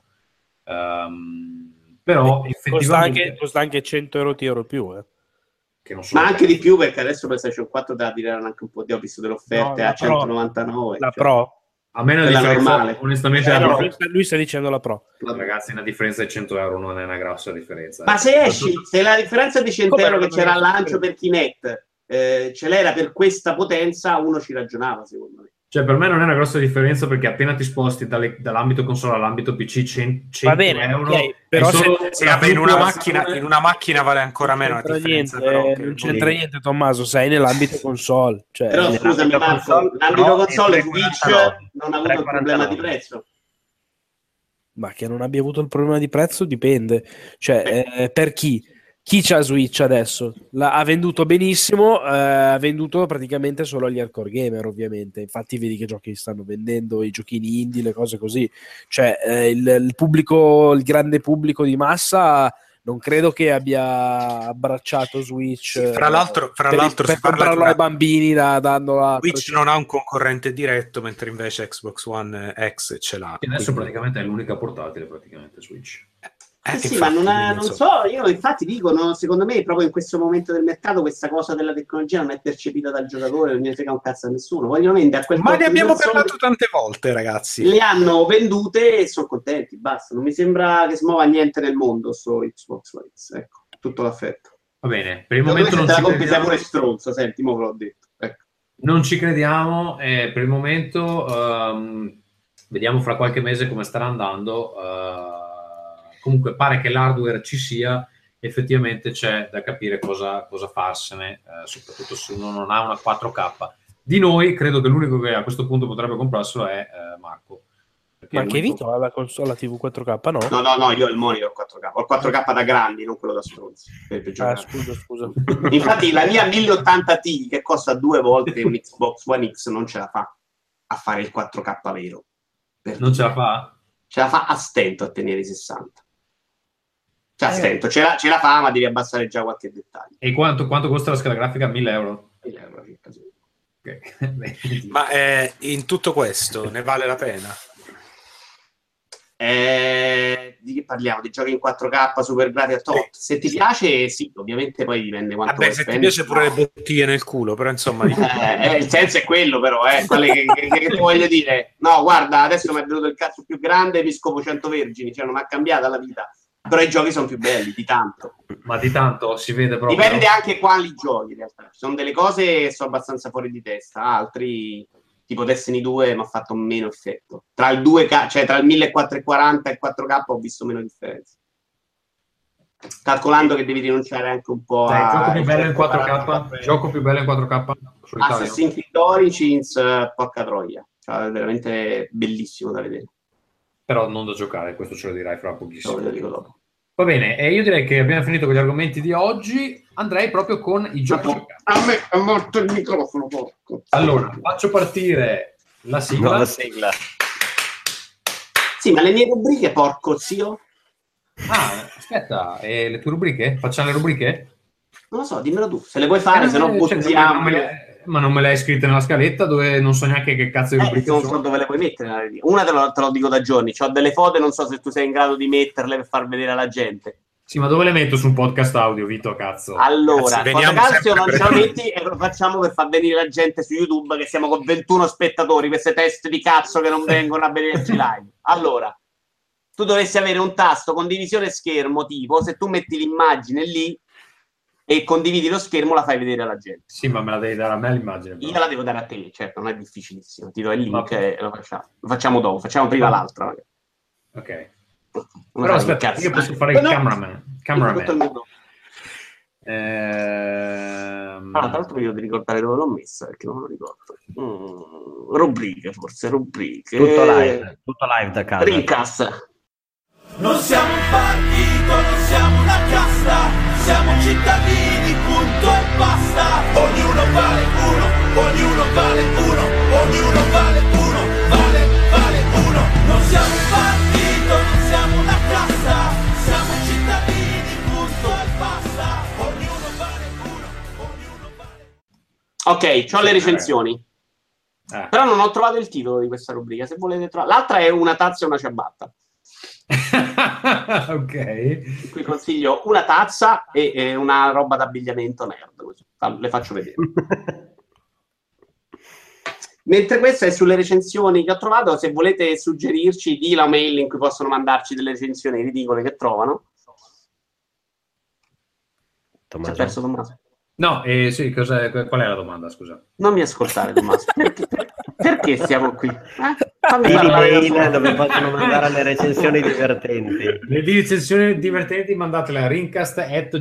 però effettivamente costa anche 100 euro di più, che non so, ma anche di più, perché adesso PlayStation 4 te la diranno anche un po' ho visto delle offerte a 199. La Pro? A me la differenza, normale, onestamente, lui sta dicendo la Pro. Ragazzi, una differenza di 100 euro non è una grossa differenza. Ma se la differenza di 100 euro che c'era al lancio per Kinect ce l'era per questa potenza, uno ci ragionava, secondo me. Cioè, per me non è una grossa differenza, perché appena ti sposti dall'ambito console all'ambito PC 100 va bene, euro, okay, però in una macchina vale ancora meno la differenza, non c'entra niente, Tommaso, sei nell'ambito console, cioè, però scusami Marco, l'ambito console Switch non ha avuto il problema di prezzo. Ma che non abbia avuto il problema di prezzo dipende, cioè per chi? chi c'ha Switch adesso? Ha venduto benissimo, ha venduto praticamente solo agli hardcore gamer, ovviamente. Infatti vedi che giochi stanno vendendo, i giochini indie, le cose così. Cioè il pubblico, il grande pubblico di massa non credo che abbia abbracciato Switch. Sì, fra l'altro per comprarlo ai bambini dandola. Switch non ha un concorrente diretto, mentre invece Xbox One X ce l'ha. E adesso praticamente è l'unica portatile, praticamente Switch. Sì, ma non so, io infatti dico, no, secondo me proprio in questo momento del mercato questa cosa della tecnologia non è percepita dal giocatore, non ne frega un cazzo a nessuno. Vogliono vendere a quel ma ne abbiamo parlato tante volte, ragazzi. Le hanno vendute e sono contenti, basta. Non mi sembra che si muova niente nel mondo sto Xbox One X, ecco, tutto l'affetto. Va bene, per il momento non ci crediamo. Sei pure stronzo, senti, mo ve l'ho detto. Ecco. Non ci crediamo, per il momento vediamo fra qualche mese come starà andando. Comunque pare che l'hardware ci sia, effettivamente c'è da capire cosa farsene, soprattutto se uno non ha una 4K. Di noi, credo che l'unico che a questo punto potrebbe comprarselo è Marco. Ma anche Vito ha la console la TV 4K, no? No, io ho il monitor 4K. Ho il 4K da grandi, non quello da stronzi. Scusa. Infatti la mia 1080 Ti, che costa 2 volte un Xbox One X, non ce la fa a fare il 4K vero. Non ce la fa? Ce la fa a stento a tenere i 60. Cioè, stento, ce la fa, ma devi abbassare già qualche dettaglio. E quanto costa la scheda grafica? 1.000 euro? 1.000 euro circa, sì. Okay. Ma in tutto questo ne vale la pena? Di che parliamo? Di giochi in 4K super grafica top? Se ti piace, sì, ovviamente poi dipende quanto vuoi spendere. Ti piace pure le bottiglie nel culo, però insomma il senso è quello, però quelle che ti voglio dire. No, guarda, adesso mi è venuto il cazzo più grande e mi scopo 100 vergini, cioè non mi ha cambiata la vita. Però i giochi sono più belli, di tanto. Ma di tanto si vede proprio. Dipende anche quali giochi, in realtà. Ci sono delle cose che sono abbastanza fuori di testa, altri, tipo Destiny 2, mi ha fatto meno effetto. Tra il 2K, cioè tra il 1440 e il 4K ho visto meno differenza. Calcolando che devi rinunciare anche un po' a... Gioco più bello in 4K? Gioco più bello in 4K? Assassin's Creed Origins, porca troia. Cioè, è veramente bellissimo da vedere. Però non da giocare, questo ce lo dirai fra pochissimo. Lo dico dopo. Va bene, e io direi che abbiamo finito con gli argomenti di oggi. Andrei proprio con i giochi. A me è morto il microfono, porco. Allora, faccio partire la sigla. Nuova sigla. Sì, ma le mie rubriche, porco zio. Aspetta, e le tue rubriche? Facciamo le rubriche? Non lo so, dimmelo tu. Se le vuoi fare, se no buttiamo. Ma non me le hai scritte nella scaletta dove non so neanche che cazzo di rubriche non so dove le puoi mettere. Una te lo dico da giorni. C'ho delle foto e non so se tu sei in grado di metterle per far vedere alla gente. Sì, ma dove le metto su un podcast audio, Vito, cazzo? Allora, Fotocalcio non ce la metti e lo facciamo per far venire la gente su YouTube, che siamo con 21 spettatori, queste teste di cazzo che non vengono a vederci live. Allora, tu dovresti avere un tasto condivisione schermo, tipo, se tu metti l'immagine lì e condividi lo schermo, la fai vedere alla gente. Sì, ma me la devi dare a me l'immagine. Io la devo dare a te, certo, non è difficilissimo. Ti do il link e lo facciamo dopo. Facciamo prima l'altra. Magari. Ok. Però aspetta, io posso fare il cameraman. Tra l'altro io devo ricordare dove l'ho messa, perché non me lo ricordo. Rubriche, forse, rubriche. Tutto live da casa. Rincast. Non siamo un partito, non siamo una casta, siamo cittadini, punto e basta. Ognuno vale uno, ognuno vale uno, ognuno vale uno, vale uno. Non siamo un partito, non siamo una casta, siamo cittadini, punto e basta. Ognuno vale uno, ognuno vale. Ok, c'ho le recensioni. Però non ho trovato il titolo di questa rubrica, se volete trovare. L'altra è una tazza e una ciabatta. Ok, qui consiglio una tazza e una roba d'abbigliamento nerd, le faccio vedere. Mentre questa è sulle recensioni che ho trovato, se volete suggerirci di la mail in cui possono mandarci delle recensioni ridicole che trovano. Tommaso. C'è perso Tommaso? No, sì, qual è la domanda, scusa? Non mi ascoltare, Tommaso. Perché siamo qui? L'email dove possono mandare le recensioni divertenti. Le recensioni divertenti mandatele a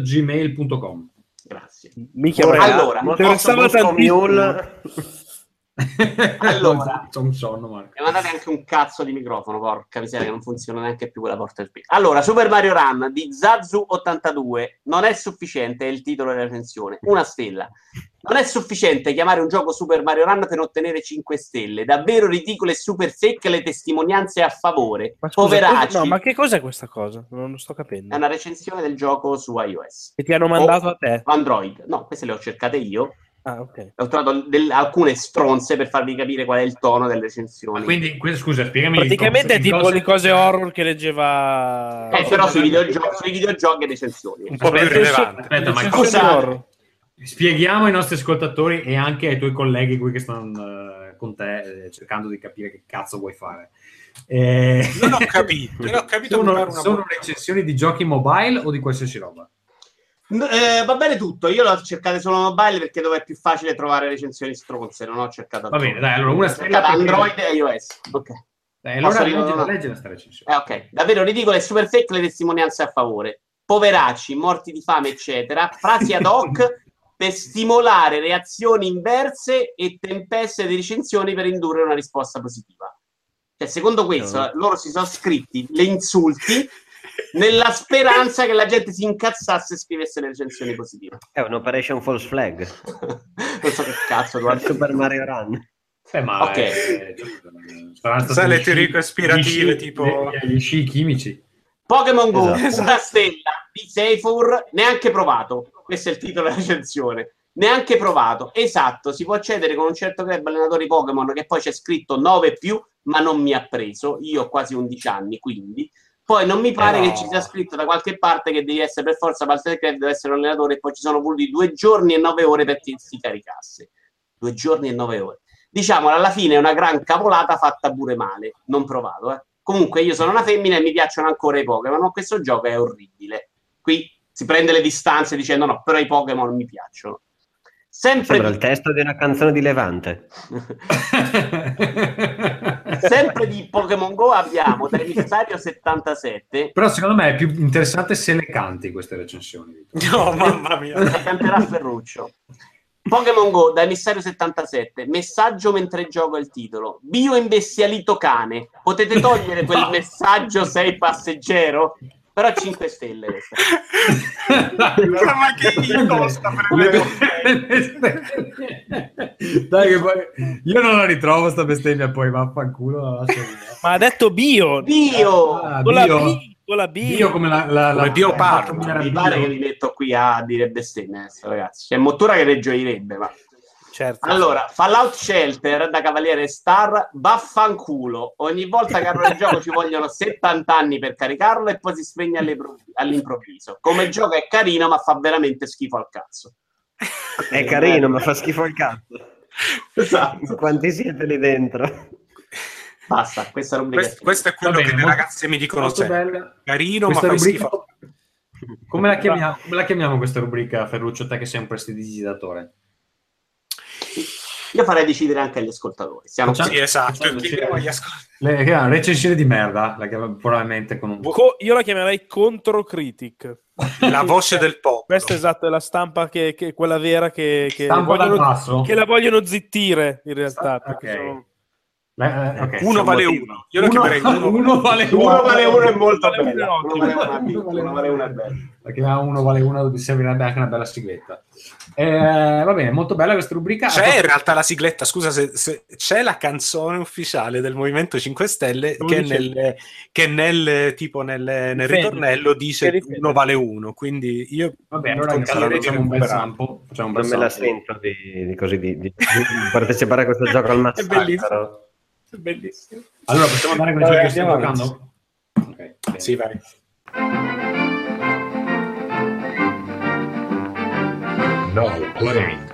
rincast@gmail.com. Grazie. Allora, Mule. Allora, c'ho un sonno, Marco. Mi mandate anche un cazzo di microfono, porca miseria, che non funziona neanche più quella porta USB. Allora, Super Mario Run di Zazu82 non è sufficiente, è il titolo della recensione. 1 stella. Non è sufficiente chiamare un gioco Super Mario Run per ottenere 5 stelle. Davvero ridicole e super fake le testimonianze a favore. Ma scusa, poveracci. No, ma che cos'è questa cosa? Non lo sto capendo. È una recensione del gioco su iOS. Che ti hanno mandato a te? Android. No, queste le ho cercate io. Ah, ok. Ho trovato alcune stronze per farvi capire qual è il tono delle recensioni. Quindi, scusa, spiegami. Praticamente è tipo le cose horror che leggeva. Però sui videogiochi e recensioni. Un po' più rilevante. Aspetta, ma cosa... Spieghiamo ai nostri ascoltatori e anche ai tuoi colleghi qui che stanno con te cercando di capire che cazzo vuoi fare. Non ho capito. Sono recensioni di giochi mobile o di qualsiasi roba? Va bene tutto, io l'ho cercata solo mobile perché dove è più facile trovare recensioni stronze, non ho cercato va bene, dai, allora una stella Android e iOS. Ok. Allora leggi la recensione. Ok, davvero ridicole e super fake le testimonianze a favore. Poveracci, morti di fame, eccetera. Frasi ad hoc per stimolare reazioni inverse e tempeste di recensioni per indurre una risposta positiva. Cioè, secondo questo, loro si sono scritti le insulti nella speranza che la gente si incazzasse e scrivesse le recensioni positive. È un'operation false flag. Non so che cazzo Super Mario Run. Ma sai le teorie cospirative tipo gli sci chimici. Pokémon Go, una stella di Seyfur, neanche provato. Questo è il titolo della recensione. Neanche provato. Esatto, si può accedere con un certo club allenatori Pokémon che poi c'è scritto 9+, ma non mi ha preso. Io ho quasi 11 anni, quindi poi non mi pare che ci sia scritto da qualche parte che devi essere per forza parte del club, deve essere un allenatore, e poi ci sono voluti 2 giorni e 9 ore perché si caricasse. 2 giorni e 9 ore. Diciamo, alla fine è una gran cavolata fatta pure male. Non provato, Comunque io sono una femmina e mi piacciono ancora i Pokémon, ma questo gioco è orribile. Qui si prende le distanze dicendo no, però i Pokémon mi piacciono. Sembra il testo di una canzone di Levante. Sempre di Pokémon Go abbiamo da Emissario 77. Però secondo me è più interessante se le canti queste recensioni. No, mamma mia. Le canterà Ferruccio. Pokémon Go da Emissario 77. Messaggio mentre gioco il titolo. Bioimbestialito cane. Potete togliere quel messaggio sei passeggero? Però 5 stelle ma che costa dai che poi io non la ritrovo sta bestemmia, poi vaffanculo. Ma ha detto bio con la bio come la Biopark. Mi pare che li metto qui a dire bestemmie, ragazzi. C'è Mottura che le gioirebbe, ma certo. Allora, Fallout Shelter da Cavaliere Star, vaffanculo. Ogni volta che apro il gioco ci vogliono 70 anni per caricarlo e poi si spegne all'improvviso. Come gioco è carino, ma fa veramente schifo al cazzo. È carino, ma fa schifo al cazzo. Esatto. Quanti siete lì dentro? Basta, questa rubrica. Questo è quello che le ragazze mi dicono sempre. Carino, questa ma fa schifo. Come la chiamiamo questa rubrica, Ferruccio, te che sei un prestidigitatore? Io farei decidere anche agli ascoltatori. Siamo sì, esatto. Recensione di merda, la chiamo probabilmente con un io la chiamerei controcritic. La voce del popolo. Questa esatto, è la stampa che quella vera che la vogliono zittire in realtà. Okay. Uno vale uno. Io lo chiamerei uno vale uno. Uno vale uno è molto bello. Uno vale uno è bello. Perché uno vale uno servirebbe anche una bella sigletta. Va bene, molto bella questa rubrica. C'è in realtà la sigletta, scusa, se c'è la canzone ufficiale del Movimento 5 Stelle che nel ritornello dice uno vale uno, quindi io allora facciamo un bel sampo. Non me la sento di partecipare a questo gioco al massacro. È bellissimo. Allora possiamo andare con i giochi che stiamo giocando? Okay, sì, vai. Now playing.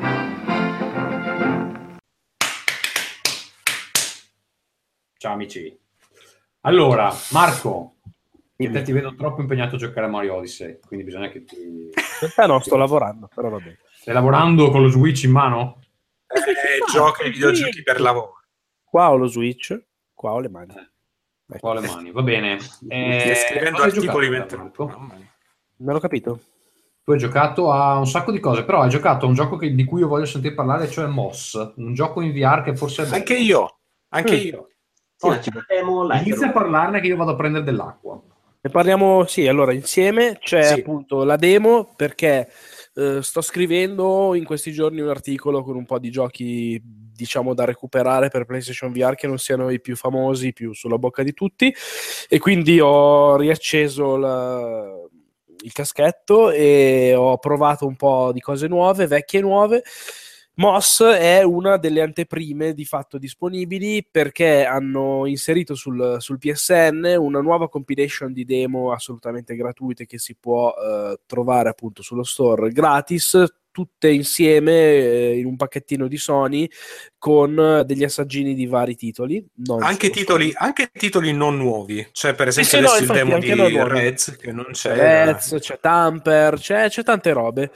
Ciao amici. Allora, Marco, te ti vedo troppo impegnato a giocare a Mario Odyssey, quindi bisogna che ti... In realtà no, sto lavorando, però va bene. Stai lavorando con lo Switch in mano? Gioca ai videogiochi per lavoro. Qua ho lo Switch, qua ho le mani. Qua ho le mani, va bene. Scrivendo al tipo di mentre... Non ho capito. Tu hai giocato a un sacco di cose, però hai giocato a un gioco di cui io voglio sentire parlare, cioè Moss, un gioco in VR che forse è bello. Anche io. Inizia a parlarne che io vado a prendere dell'acqua. Ne parliamo, sì, allora insieme. C'è appunto la demo, perché sto scrivendo in questi giorni un articolo con un po' di giochi, diciamo, da recuperare per PlayStation VR che non siano i più famosi, più sulla bocca di tutti, e quindi ho riacceso il caschetto e ho provato un po' di cose nuove, vecchie e nuove. Moss è una delle anteprime di fatto disponibili, perché hanno inserito sul PSN una nuova compilation di demo assolutamente gratuite che si può trovare appunto sullo store gratis, tutte insieme in un pacchettino di Sony con degli assaggini di vari titoli. Anche titoli non nuovi, cioè per esempio adesso il demo di Reds che non c'è. Reds, c'è Tamper, c'è tante robe.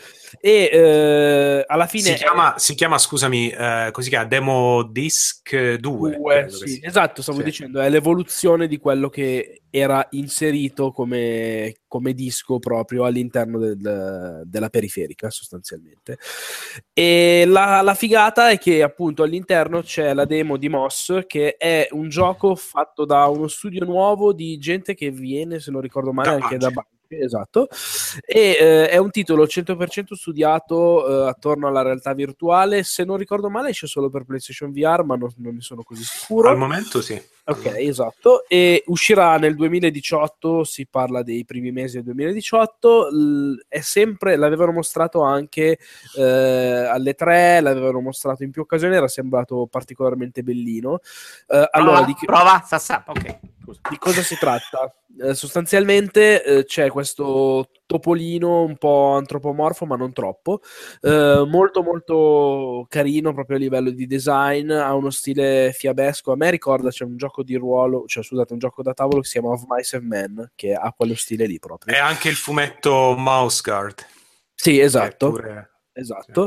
E alla fine si chiama scusami, così chiama Demo Disc 2. Sì, esatto, stavo dicendo, è l'evoluzione di quello che era inserito come disco proprio all'interno della periferica, sostanzialmente. E la figata è che appunto all'interno c'è la demo di Moss, che è un gioco fatto da uno studio nuovo di gente che viene, se non ricordo male, anche da Bungie. Esatto, e è un titolo 100% studiato attorno alla realtà virtuale. Se non ricordo male esce solo per PlayStation VR, ma non ne sono così sicuro. Al momento sì. Ok, esatto, e uscirà nel 2018, si parla dei primi mesi del 2018, è sempre, l'avevano mostrato anche alle 3, l'avevano mostrato in più occasioni, era sembrato particolarmente bellino. Allora, prova, Sassà, ok. Di cosa si tratta? Sostanzialmente c'è questo topolino un po' antropomorfo, ma non troppo, molto molto carino proprio a livello di design, ha uno stile fiabesco. A me ricorda, c'è un gioco di ruolo, cioè scusate, un gioco da tavolo che si chiama Of Mice and Men, che ha quello stile lì proprio. È anche il fumetto Mouse Guard. Sì, esatto. Esatto,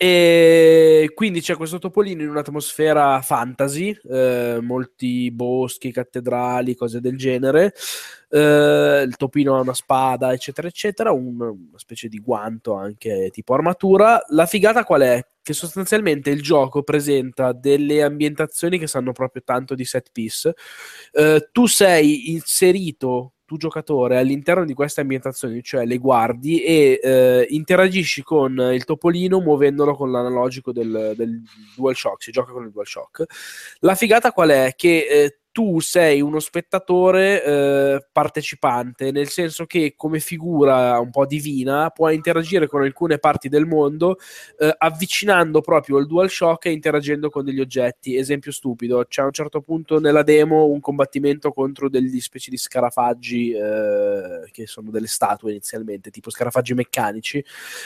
e quindi c'è questo topolino in un'atmosfera fantasy, molti boschi, cattedrali, cose del genere. Il topino ha una spada, eccetera eccetera, una specie di guanto anche tipo armatura. La figata qual è? Che sostanzialmente il gioco presenta delle ambientazioni che sanno proprio tanto di set piece. Tu sei inserito, tu giocatore, all'interno di queste ambientazioni, cioè le guardi e interagisci con il topolino muovendolo con l'analogico del DualShock, si gioca con il DualShock. La figata qual è? Che tu sei uno spettatore partecipante, nel senso che come figura un po' divina puoi interagire con alcune parti del mondo avvicinando proprio il DualShock e interagendo con degli oggetti. Esempio stupido, c'è a un certo punto nella demo un combattimento contro degli specie di scarafaggi che sono delle statue inizialmente, tipo scarafaggi meccanici.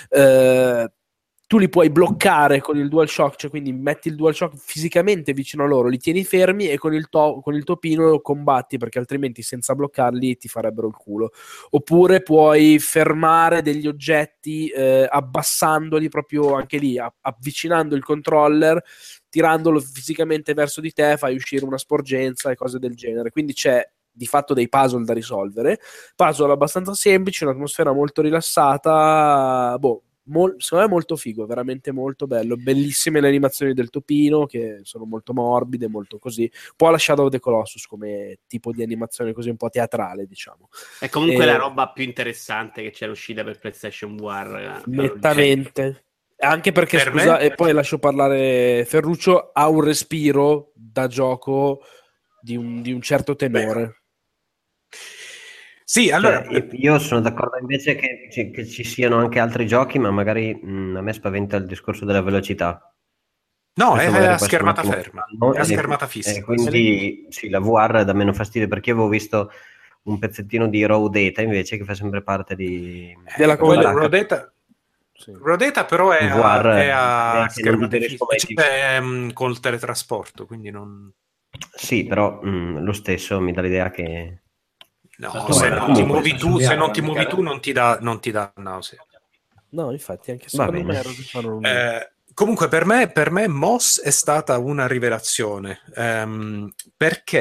Tu li puoi bloccare con il DualShock, cioè quindi metti il DualShock fisicamente vicino a loro, li tieni fermi e con il topino combatti, perché altrimenti senza bloccarli ti farebbero il culo. Oppure puoi fermare degli oggetti abbassandoli proprio anche lì, avvicinando il controller, tirandolo fisicamente verso di te, fai uscire una sporgenza e cose del genere. Quindi c'è di fatto dei puzzle da risolvere, puzzle abbastanza semplici, un'atmosfera molto rilassata, secondo me è molto figo, veramente molto bello, bellissime le animazioni del topino che sono molto morbide, molto così, un po' la Shadow of the Colossus come tipo di animazione così un po' teatrale, diciamo. È comunque la roba più interessante che c'era uscita per PlayStation VR. Nettamente. Anche perché, scusa, e poi lascio parlare Ferruccio, ha un respiro da gioco di un certo tenore. Sì, allora io sono d'accordo invece che ci siano anche altri giochi, ma magari a me spaventa il discorso della velocità. No, è a schermata ferma, è a schermata fissa. Quindi sì, la VR dà meno fastidio, perché io avevo visto un pezzettino di Raw Data invece che fa sempre parte della Raw Data. Sì. Raw Data però è a schermata fissa, col teletrasporto, quindi non... Sì, però lo stesso mi dà l'idea che... No, se non ti muovi tu non ti dà nausea. No, infatti anche secondo me comunque per me Moss è stata una rivelazione, perché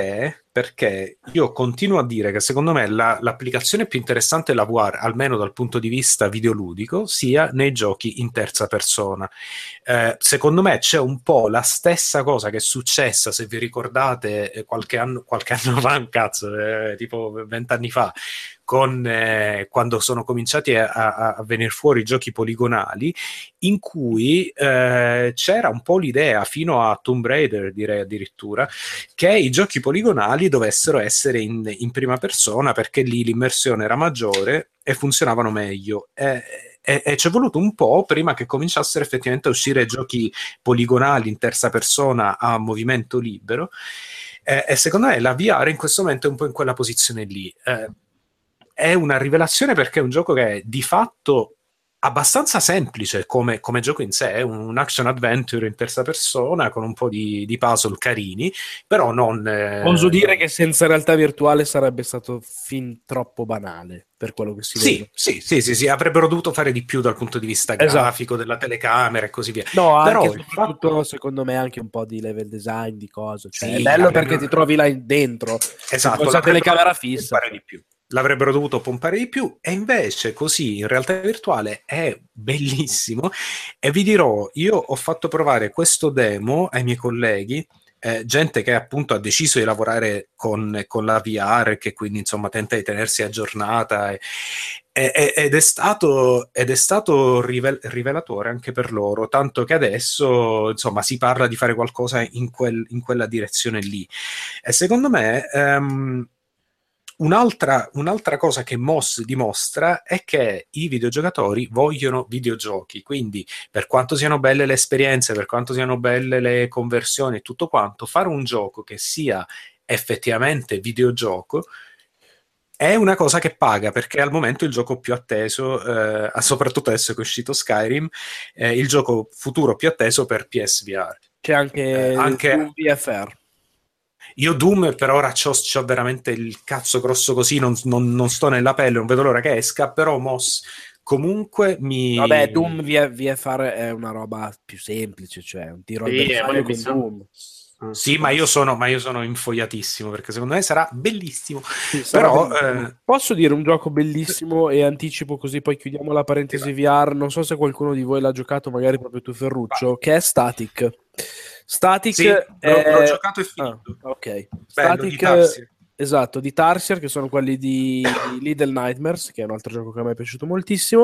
perché io continuo a dire che secondo me l'applicazione più interessante della VR, almeno dal punto di vista videoludico, sia nei giochi in terza persona. Secondo me c'è un po' la stessa cosa che è successa, se vi ricordate, qualche anno fa, tipo 20 anni fa, quando sono cominciati a venire fuori i giochi poligonali, in cui c'era un po' l'idea, fino a Tomb Raider direi addirittura, che i giochi poligonali dovessero essere in prima persona, perché lì l'immersione era maggiore e funzionavano meglio. E ci è voluto un po' prima che cominciassero effettivamente a uscire giochi poligonali in terza persona a movimento libero, e secondo me la VR in questo momento è un po' in quella posizione lì. È una rivelazione, perché è un gioco che è di fatto abbastanza semplice come gioco in sé, è un action adventure in terza persona con un po' di puzzle carini, però non... Oso dire che senza realtà virtuale sarebbe stato fin troppo banale, per quello che si vede. Sì, avrebbero dovuto fare di più dal punto di vista grafico, della telecamera e così via. No, però anche soprattutto secondo me anche un po' di level design, di cose, cioè è bello perché ti trovi là dentro, esatto, con la telecamera fissa. Di più. L'avrebbero dovuto pompare di più, e invece così in realtà virtuale è bellissimo. E vi dirò, io ho fatto provare questo demo ai miei colleghi, gente che appunto ha deciso di lavorare con la VR, che quindi insomma tenta di tenersi aggiornata, ed è stato rivelatore anche per loro, tanto che adesso insomma si parla di fare qualcosa in quella direzione lì. E secondo me un'altra cosa che Moss dimostra è che i videogiocatori vogliono videogiochi, quindi per quanto siano belle le esperienze, per quanto siano belle le conversioni e tutto quanto, fare un gioco che sia effettivamente videogioco è una cosa che paga, perché al momento il gioco più atteso, soprattutto adesso che è uscito Skyrim, il gioco futuro più atteso per PSVR. C'è anche VFR. Io Doom per ora c'ho veramente il cazzo grosso così, non sto nella pelle, non vedo l'ora che esca, però Moss comunque Vabbè, Doom VFR è una roba più semplice, cioè un tiro al bersaglio con Doom. Sì, ma io sono infogliatissimo, perché secondo me sarà bellissimo. Sì, però posso dire un gioco bellissimo, e anticipo così poi chiudiamo la parentesi VR. Non so se qualcuno di voi l'ha giocato, magari proprio tu Ferruccio, che è Static. Static sì, l'ho giocato e finito. Ok. Bello, Static, esatto, di Tarsier, che sono quelli di Little Nightmares, che è un altro gioco che a me è piaciuto moltissimo,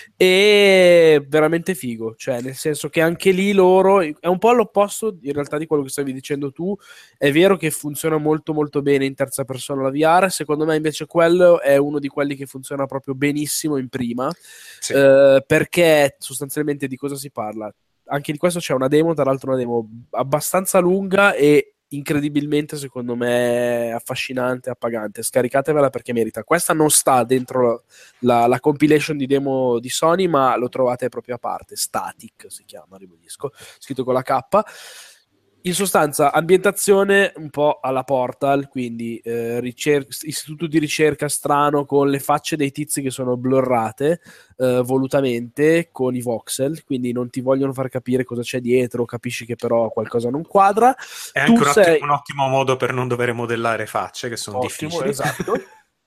e veramente figo, cioè nel senso che anche lì loro è un po' all'opposto in realtà di quello che stavi dicendo tu. È vero che funziona molto molto bene in terza persona la VR, secondo me invece quello è uno di quelli che funziona proprio benissimo in prima, sì. Perché sostanzialmente di cosa si parla? Anche di questo c'è una demo, tra l'altro una demo abbastanza lunga e incredibilmente secondo me affascinante, appagante. Scaricatevela perché merita. Questa non sta dentro la compilation di demo di Sony, ma lo trovate proprio a parte. Static si chiama, ribadisco, scritto con la K. In sostanza, ambientazione un po' alla Portal, quindi istituto di ricerca strano con le facce dei tizi che sono blurrate volutamente con i voxel, quindi non ti vogliono far capire cosa c'è dietro, capisci che però qualcosa non quadra. È anche un ottimo modo per non dover modellare facce, che sono difficili. Esatto.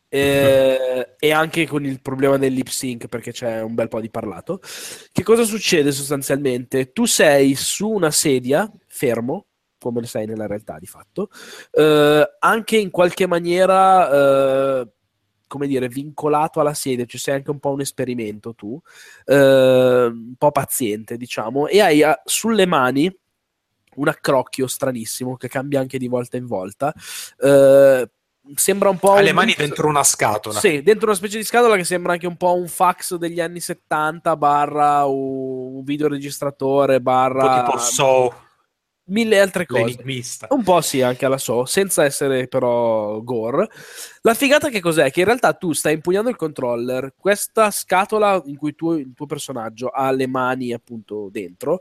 E anche con il problema del lip sync, perché c'è un bel po' di parlato. Che cosa succede sostanzialmente? Tu sei su una sedia, fermo, come lo sei nella realtà di fatto, anche in qualche maniera come dire, vincolato alla sedia, cioè sei anche un po' un esperimento tu, un po' paziente diciamo, e hai sulle mani un accrocchio stranissimo che cambia anche di volta in volta. Sembra un po' ha le mani dentro una scatola. Sì, dentro una specie di scatola che sembra anche un po' un fax degli anni 70 barra un videoregistratore barra un po' tipo mille altre cose. L'enigmista. Un po' sì, anche alla senza essere però gore. La figata che cos'è? Che in realtà tu stai impugnando il controller, questa scatola in cui il tuo personaggio ha le mani appunto dentro,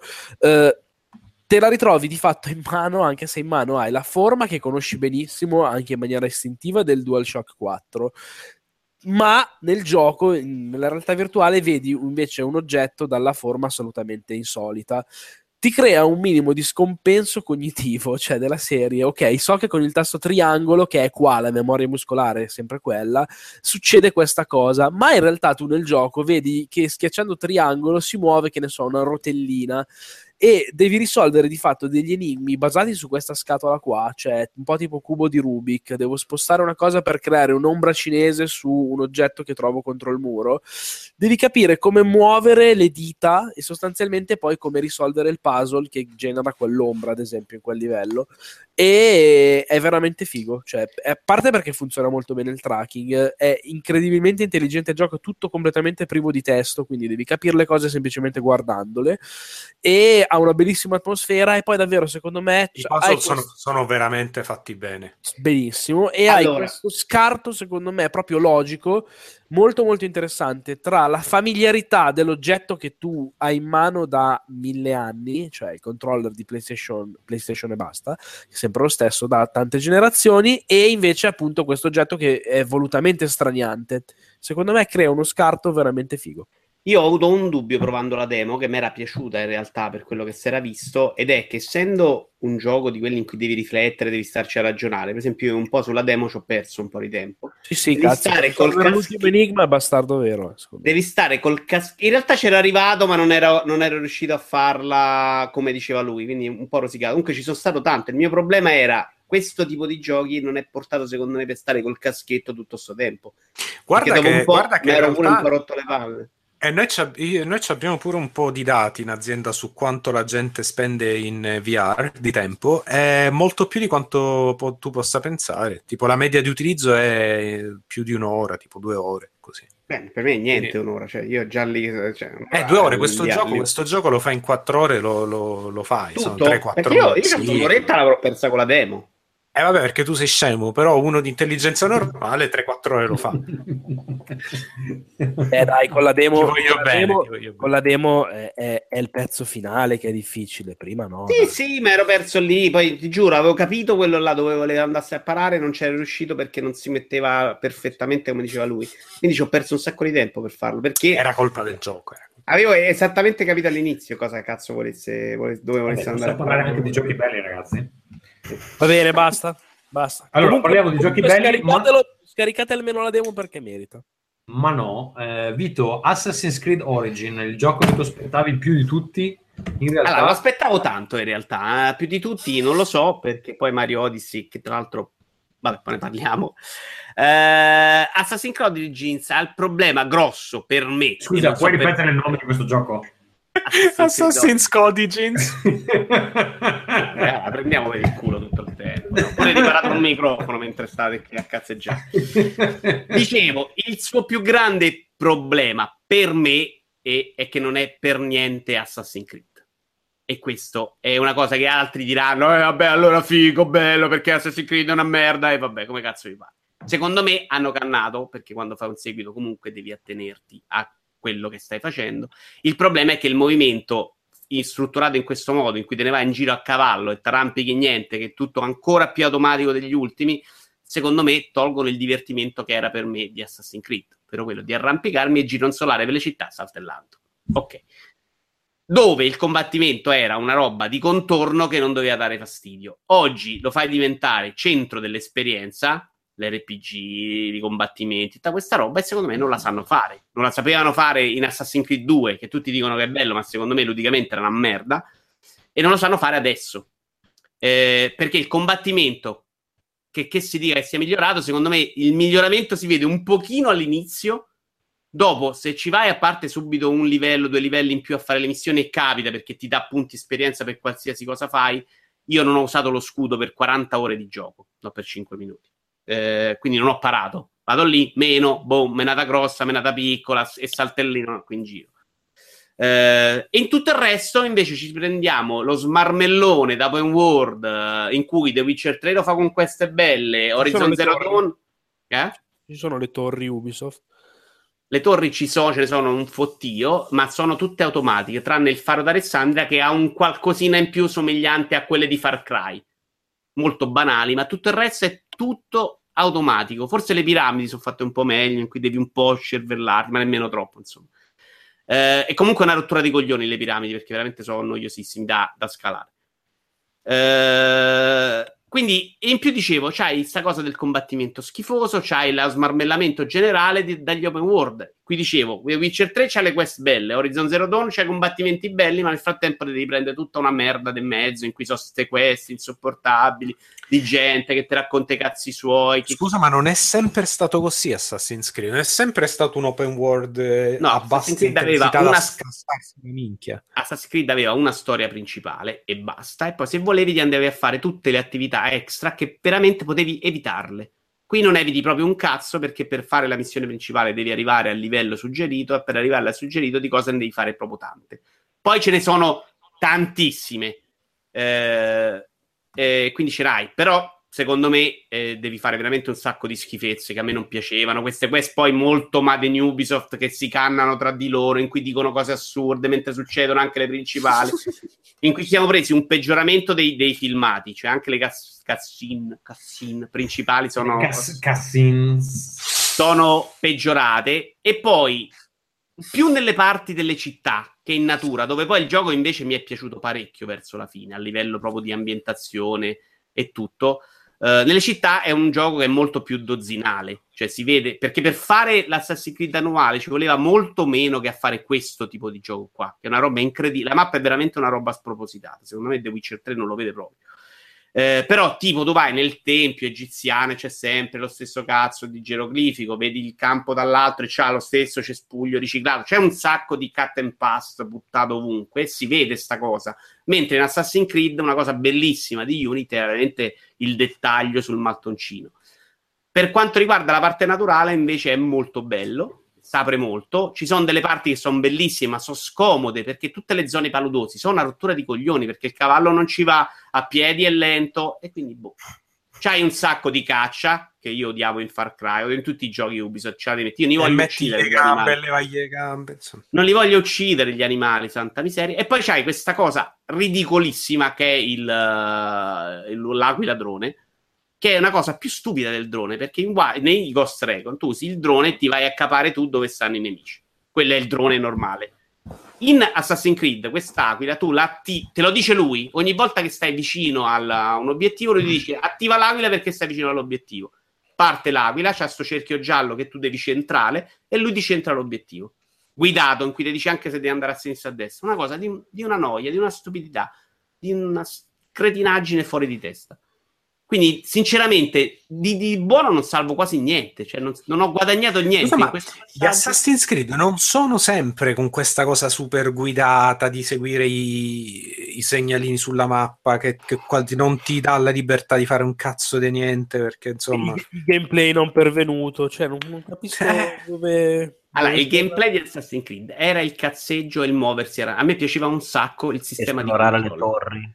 te la ritrovi di fatto in mano, anche se in mano hai la forma che conosci benissimo anche in maniera istintiva del DualShock 4, ma nel gioco, nella realtà virtuale, vedi invece un oggetto dalla forma assolutamente insolita. ti crea un minimo di scompenso cognitivo, cioè della serie, ok, so che con il tasto triangolo, che è qua, la memoria muscolare è sempre quella, succede questa cosa, ma in realtà tu nel gioco vedi che schiacciando triangolo si muove, che ne so, una rotellina, e devi risolvere di fatto degli enigmi basati su questa scatola qua, cioè un po' tipo cubo di Rubik. Devo spostare una cosa per creare un'ombra cinese su un oggetto che trovo contro il muro, devi capire come muovere le dita e sostanzialmente poi come risolvere il puzzle che genera quell'ombra, ad esempio, in quel livello. E è veramente figo, cioè, a parte perché funziona molto bene il tracking, è incredibilmente intelligente il gioco, tutto completamente privo di testo, quindi devi capire le cose semplicemente guardandole, e ha una bellissima atmosfera, e poi davvero secondo me i puzzle sono veramente fatti bene, benissimo, e allora, hai questo scarto secondo me proprio logico molto molto interessante tra la familiarità dell'oggetto che tu hai in mano da 1000 anni, cioè il controller di PlayStation e basta, che è sempre lo stesso da tante generazioni, e invece appunto questo oggetto che è volutamente straniante. Secondo me crea uno scarto veramente figo. Io ho avuto un dubbio provando la demo che mi era piaciuta in realtà per quello che si era visto, ed è che essendo un gioco di quelli in cui devi riflettere, devi starci a ragionare, per esempio io un po' sulla demo ci ho perso un po' di tempo. Sì, devi cazzo, stare col l'ultimo enigma è bastardo vero. Devi stare col in realtà c'era arrivato, ma non ero riuscito a farla come diceva lui, quindi un po' rosicato. Comunque ci sono stato tanto, il mio problema era questo tipo di giochi non è portato secondo me per stare col caschetto tutto sto tempo. Guarda che mi ero pure un po' rotto le palle. E noi abbiamo pure un po' di dati in azienda su quanto la gente spende in VR di tempo, è molto più di quanto tu possa pensare. Tipo la media di utilizzo è più di un'ora, tipo 2 ore, così. Beh, per me è niente un'ora, cioè io già lì... Cioè, 2 ore, questo gioco lo fai in 4 ore, lo fai, tutto? Sono 3-4 ore. Io un'oretta l'avrò persa con la demo. Vabbè, perché tu sei scemo, però uno di intelligenza normale 3-4 ore lo fa. Dai, con la demo, con la demo è il pezzo finale che è difficile, prima no. Sì, ma ero perso lì, poi ti giuro, avevo capito quello là dove voleva andarsi a parare, non c'era riuscito perché non si metteva perfettamente come diceva lui. Quindi ci ho perso un sacco di tempo per farlo, perché era colpa del gioco. Avevo esattamente capito all'inizio cosa cazzo dove volesse andare a parlare anche di giochi belli, ragazzi. Va bene, basta. Allora, comunque, parliamo di giochi belli. Scaricate almeno la demo perché merita. Ma no, Vito, Assassin's Creed Origin, il gioco che tu aspettavi più di tutti, in realtà... Allora, lo aspettavo tanto in realtà, più di tutti non lo so, perché poi Mario Odyssey, che tra l'altro, vabbè, poi ne parliamo. Assassin's Creed Origins ha il problema grosso per me. Scusa, puoi ripetere il nome di questo gioco? Assassin's Creed Origins. Prendiamo per il culo tutto il tempo. Ho pure riparato un microfono mentre state qui a cazzeggiare. Dicevo, il suo più grande problema per me è che non è per niente Assassin's Creed. E questo è una cosa che altri diranno: vabbè, allora figo, bello, perché Assassin's Creed è una merda, e vabbè, come cazzo vi pare. Secondo me hanno cannato, perché quando fai un seguito comunque devi attenerti a quello che stai facendo. Il problema è che il movimento strutturato in questo modo, in cui te ne vai in giro a cavallo e t'arrampichi niente, che è tutto ancora più automatico degli ultimi, secondo me tolgono il divertimento che era per me di Assassin's Creed, però quello di arrampicarmi e gironzolare per le città saltellando. Ok. Dove il combattimento era una roba di contorno che non doveva dare fastidio. Oggi lo fai diventare centro dell'esperienza, l'RPG, i combattimenti, tutta questa roba, e secondo me non la sanno fare. Non la sapevano fare in Assassin's Creed 2, che tutti dicono che è bello, ma secondo me ludicamente era una merda, e non lo sanno fare adesso. Perché il combattimento, che si dica che sia migliorato, secondo me il miglioramento si vede un pochino all'inizio. Dopo, se ci vai, a parte subito 1 livello, 2 livelli in più a fare le missioni, e capita perché ti dà punti esperienza per qualsiasi cosa fai. Io non ho usato lo scudo per 40 ore di gioco, no, per 5 minuti. Quindi non ho parato, vado lì, menata grossa, menata piccola e saltellino qui in giro. E in tutto il resto invece ci prendiamo lo smarmellone da open world, in cui The Witcher 3 lo fa con queste belle, Horizon Zero Dawn. Ci sono le torri Ubisoft. Le torri ce ne sono un fottio, ma sono tutte automatiche, tranne il faro d'Alessandria che ha un qualcosina in più somigliante a quelle di Far Cry, molto banali, ma tutto il resto è tutto automatico. Forse le piramidi sono fatte un po' meglio, in cui devi un po' scervellarti, ma nemmeno troppo, insomma. E comunque è una rottura di coglioni le piramidi, perché veramente sono noiosissimi da scalare. Quindi in più dicevo, c'hai sta cosa del combattimento schifoso, c'hai lo smarmellamento generale dagli open world. Qui dicevo, Witcher 3 c'ha le quest belle, Horizon Zero Dawn c'ha i combattimenti belli, ma nel frattempo devi prendere tutta una merda di mezzo in cui sono ste quest insopportabili di gente che ti racconta i cazzi suoi. Scusa, ma non è sempre stato così Assassin's Creed? Non è sempre stato un open world a bassa intensità da scassarsi di minchia? Assassin's Creed aveva una storia principale e basta, e poi se volevi ti andavi a fare tutte le attività extra che veramente potevi evitarle. Qui non eviti proprio un cazzo, perché per fare la missione principale devi arrivare al livello suggerito, e per arrivare al suggerito di cose ne devi fare proprio tante. Poi ce ne sono tantissime, quindi ce n'hai, però secondo me devi fare veramente un sacco di schifezze che a me non piacevano, queste poi molto made in Ubisoft, che si cannano tra di loro, in cui dicono cose assurde mentre succedono anche le principali, in cui siamo presi un peggioramento dei filmati, cioè anche le cutscene principali sono peggiorate, e poi più nelle parti delle città che in natura, dove poi il gioco invece mi è piaciuto parecchio verso la fine, a livello proprio di ambientazione e tutto. Nelle città è un gioco che è molto più dozzinale, cioè si vede, perché per fare l'Assassin's Creed annuale ci voleva molto meno che a fare questo tipo di gioco qua, che è una roba incredibile. La mappa è veramente una roba spropositata, secondo me The Witcher 3 non lo vede proprio. Però tipo tu vai nel tempio egiziano, c'è sempre lo stesso cazzo di geroglifico, vedi il campo dall'altro e c'ha lo stesso cespuglio riciclato, c'è un sacco di cut and paste buttato ovunque, e si vede sta cosa, mentre in Assassin's Creed una cosa bellissima di Unity è veramente il dettaglio sul mattoncino. Per quanto riguarda la parte naturale invece è molto bello, s'apre molto, ci sono delle parti che sono bellissime ma sono scomode, perché tutte le zone paludosi sono una rottura di coglioni, perché il cavallo non ci va, a piedi è lento, e quindi boh. C'hai un sacco di caccia che io odiavo in Far Cry o in tutti i giochi Ubisoft, io non li voglio uccidere le gambe, non li voglio uccidere gli animali, santa miseria. E poi c'hai questa cosa ridicolissima che è l'aquila drone, che è una cosa più stupida del drone, perché nei Ghost Recon tu usi il drone e ti vai a capare tu dove stanno i nemici. Quello è il drone normale. In Assassin's Creed quest'aquila tu te lo dice lui, ogni volta che stai vicino a un obiettivo lui ti dice attiva l'aquila perché stai vicino all'obiettivo. Parte l'aquila, c'ha sto cerchio giallo che tu devi centrare e lui ti centra l'obiettivo. Guidato, in cui ti dice anche se devi andare a sinistra o a destra. Una cosa di una noia, di una stupidità, di una cretinaggine fuori di testa. Quindi, sinceramente, di buono non salvo quasi niente, cioè non ho guadagnato niente. Ma gli Assassin's Creed non sono sempre con questa cosa super guidata di seguire i segnalini sulla mappa che non ti dà la libertà di fare un cazzo di niente, perché insomma il gameplay non pervenuto, cioè non capisco dove. Allora, il gameplay di Assassin's Creed era il cazzeggio e il muoversi. A me piaceva un sacco il sistema di esplorare le torri.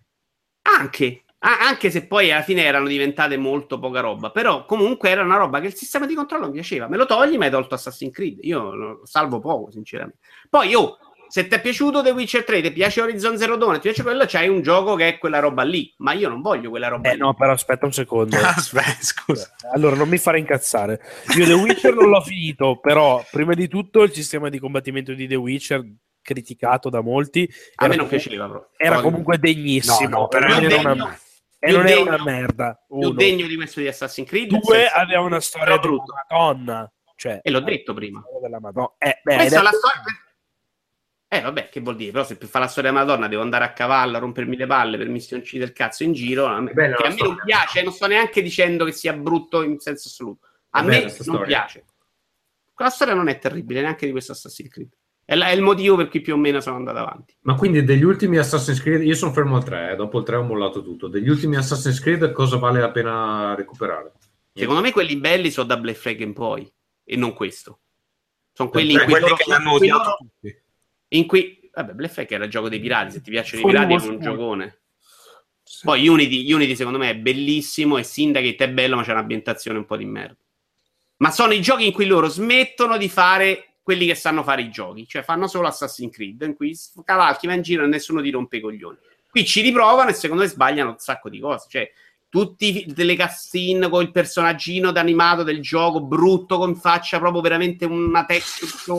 Anche se poi alla fine erano diventate molto poca roba, però comunque era una roba che il sistema di controllo mi piaceva. Me lo togli, ma hai tolto Assassin's Creed. Io lo salvo poco, sinceramente. Poi se ti è piaciuto The Witcher 3, ti piace Horizon Zero Dawn, ti piace quello, c'hai un gioco che è quella roba lì, ma io non voglio quella roba lì. No, però aspetta un secondo. Scusa. Allora, non mi fare incazzare. Io The Witcher non l'ho finito, però prima di tutto il sistema di combattimento di The Witcher, criticato da molti, a me non piaceva proprio. Era comunque degnissimo. No, però non era una merda. Più degno di questo di Assassin's Creed. 2 aveva una storia brutta, Madonna. Cioè, e l'ho detto prima. Della Madonna. Questa è la storia. Vabbè, che vuol dire? Però se per fare la storia della Madonna devo andare a cavallo a rompermi le palle per missioncini del cazzo in giro, che a me non piace, non sto neanche dicendo che sia brutto in senso assoluto. A me non piace. Quella storia non è terribile neanche di questo Assassin's Creed. È il motivo per cui più o meno sono andato avanti. Ma quindi degli ultimi Assassin's Creed, io sono fermo al 3, dopo il 3 ho mollato tutto. Degli ultimi Assassin's Creed cosa vale la pena recuperare? Secondo me quelli belli sono da Black Flag in poi, e non questo. Sono quelli che l'hanno odiato tutti. In cui, vabbè, Black Flag era il gioco dei pirati, se ti piacciono i pirati è un giocone. Sì. Poi Unity secondo me è bellissimo e Syndicate è bello, ma c'è un'ambientazione un po' di merda. Ma sono i giochi in cui loro smettono di fare quelli che sanno fare i giochi, cioè fanno solo Assassin's Creed, in cui cavalchi, va in giro e nessuno ti rompe i coglioni. Qui ci riprovano e secondo me sbagliano un sacco di cose, cioè tutti le cutscene con il personaggino d'animato del gioco brutto, con faccia proprio veramente una texture sola,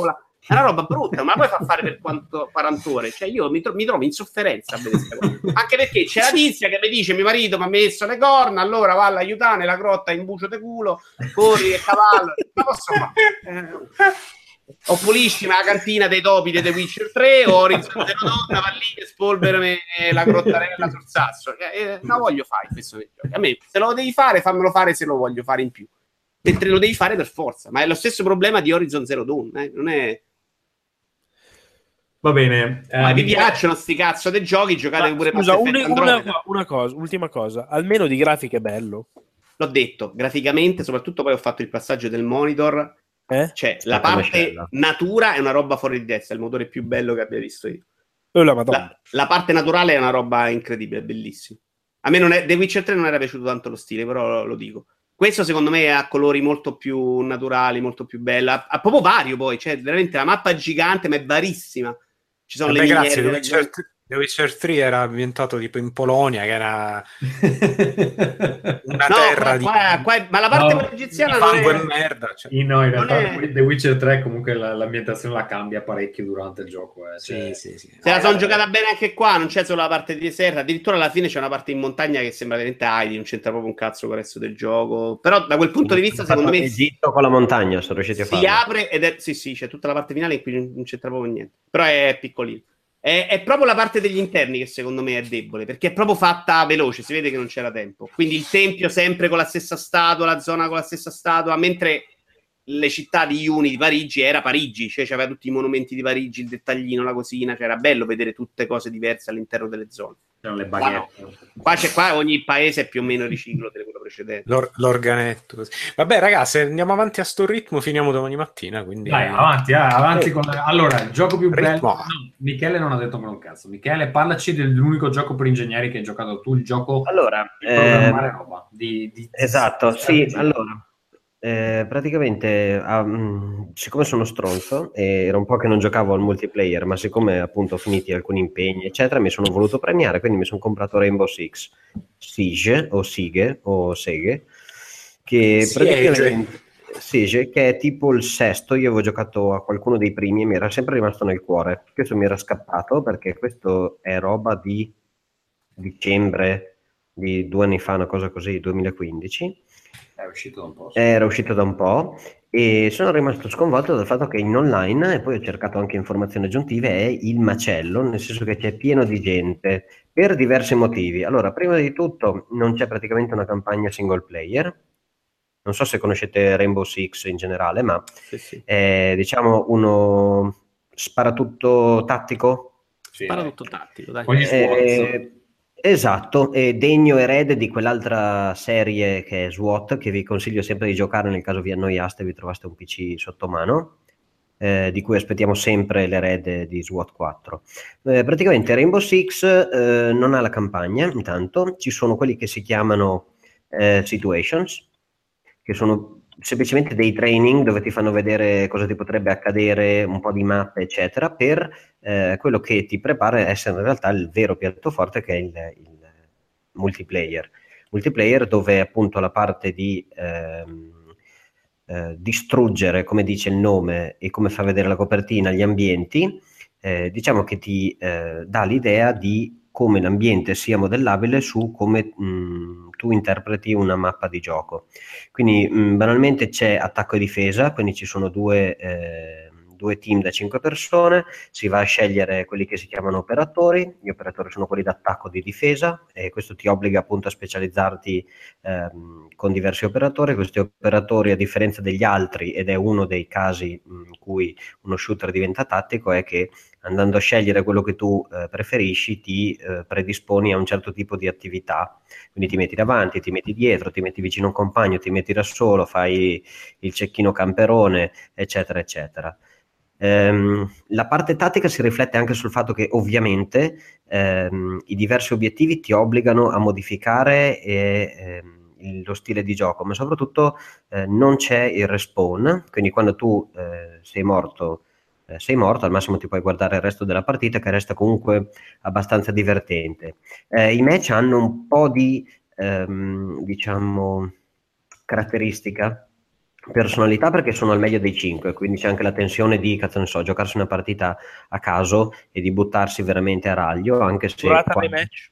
È una roba brutta, ma poi fa fare per 40 ore. Cioè io mi trovo in sofferenza a vedere questa cosa. Anche perché c'è la tizia che mi dice: mio marito mi ha messo le corna, allora va all'aiutare nella grotta in bucio de culo, corri e cavallo. Ma posso fare? O pulisci la cantina dei topi di The Witcher 3 o Horizon Zero Dawn, va lì e spolverami la grottarella sul sasso. Non voglio fare questo gioco. A me, se lo devi fare, fammelo fare se lo voglio fare in più. Mentre lo devi fare per forza. Ma è lo stesso problema di Horizon Zero Dawn. Non è... Va bene. Mi piacciono sti cazzo dei giochi, giocate pure scusa, ultima cosa. Almeno di grafica è bello. L'ho detto, graficamente, soprattutto poi ho fatto il passaggio del monitor. Cioè, la parte natura è una roba fuori di testa, è il motore più bello che abbia visto io. La parte naturale è una roba incredibile, bellissima. A me The Witcher 3 non era piaciuto tanto lo stile, però lo dico. Questo secondo me ha colori molto più naturali, molto più bella. Ha proprio vario poi, cioè veramente la mappa è gigante, ma è varissima. Ci sono le miniere. The Witcher 3 era ambientato tipo in Polonia, che era una terra ma la parte egiziana non fango e merda. Cioè. In realtà The Witcher 3 comunque l'ambientazione la cambia parecchio durante il gioco. Sì. Se la sono giocata bene anche qua, non c'è solo la parte di deserta, addirittura alla fine c'è una parte in montagna che sembra veramente Heidi, non c'entra proprio un cazzo con il resto del gioco. Però da quel punto di vista, secondo me, Egitto con la montagna sono riusciti a farlo. Si apre ed è c'è tutta la parte finale in cui non c'entra proprio niente. Però è piccolino. È proprio la parte degli interni che secondo me è debole, perché è proprio fatta veloce, si vede che non c'era tempo. Quindi il tempio sempre con la stessa statua, la zona con la stessa statua, mentre le città di Uni di Parigi era Parigi, cioè c'aveva tutti i monumenti di Parigi, il dettaglino, la cosina, cioè era bello vedere tutte cose diverse all'interno delle zone. C'erano le baguette. Qua ogni paese è più o meno riciclo di quello precedente. L'organetto così. Vabbè ragazzi, andiamo avanti a sto ritmo, finiamo domani mattina, quindi dai, avanti con allora, il gioco più bello. No, Michele non ha detto ancora un cazzo. Michele, parlaci dell'unico gioco per ingegneri che hai giocato tu, il gioco di programmare roba esatto, sì, allora praticamente siccome sono stronzo e era un po' che non giocavo al multiplayer, ma siccome appunto ho finiti alcuni impegni eccetera, mi sono voluto premiare, quindi mi sono comprato Rainbow Six Siege o Siege o Seghe, che praticamente Siege, che è tipo il sesto. Io avevo giocato a qualcuno dei primi e mi era sempre rimasto nel cuore. Questo mi era scappato perché questo è roba di dicembre di 2 anni fa, una cosa così, 2015. Era uscito da un po'. Era uscito da un po' e sono rimasto sconvolto dal fatto che in online, e poi ho cercato anche informazioni aggiuntive, è il macello, nel senso che c'è pieno di gente per diversi motivi. Allora, prima di tutto non c'è praticamente una campagna single player. Non so se conoscete Rainbow Six in generale, ma sì. È diciamo uno sparatutto tattico. Sparatutto tattico, dai. Con gli sforzi. Esatto, è degno erede di quell'altra serie che è SWAT, che vi consiglio sempre di giocare nel caso vi annoiaste e vi trovaste un PC sotto mano, di cui aspettiamo sempre l'erede di SWAT 4. Praticamente Rainbow Six non ha la campagna, intanto ci sono quelli che si chiamano situations, che sono semplicemente dei training dove ti fanno vedere cosa ti potrebbe accadere, un po' di mappe eccetera, per quello che ti prepara a essere in realtà il vero piatto forte, che è il multiplayer, dove appunto la parte di distruggere, come dice il nome e come fa vedere la copertina, gli ambienti, diciamo che ti dà l'idea di come l'ambiente sia modellabile su come tu interpreti una mappa di gioco. Quindi banalmente c'è attacco e difesa, quindi ci sono due team da 5 persone, si va a scegliere quelli che si chiamano operatori. Gli operatori sono quelli d'attacco e di difesa, e questo ti obbliga appunto a specializzarti con diversi operatori. Questi operatori, a differenza degli altri, ed è uno dei casi in cui uno shooter diventa tattico, è che andando a scegliere quello che tu preferisci ti predisponi a un certo tipo di attività, quindi ti metti davanti, ti metti dietro, ti metti vicino a un compagno, ti metti da solo, fai il cecchino camperone eccetera eccetera. La parte tattica si riflette anche sul fatto che ovviamente i diversi obiettivi ti obbligano a modificare lo stile di gioco, ma soprattutto non c'è il respawn, quindi quando tu sei morto, al massimo ti puoi guardare il resto della partita, che resta comunque abbastanza divertente. I match hanno un po' di diciamo caratteristica, personalità perché sono al meglio dei 5, quindi c'è anche la tensione di, cazzo ne so, giocarsi una partita a caso e di buttarsi veramente a raglio, anche se... Durata dei match?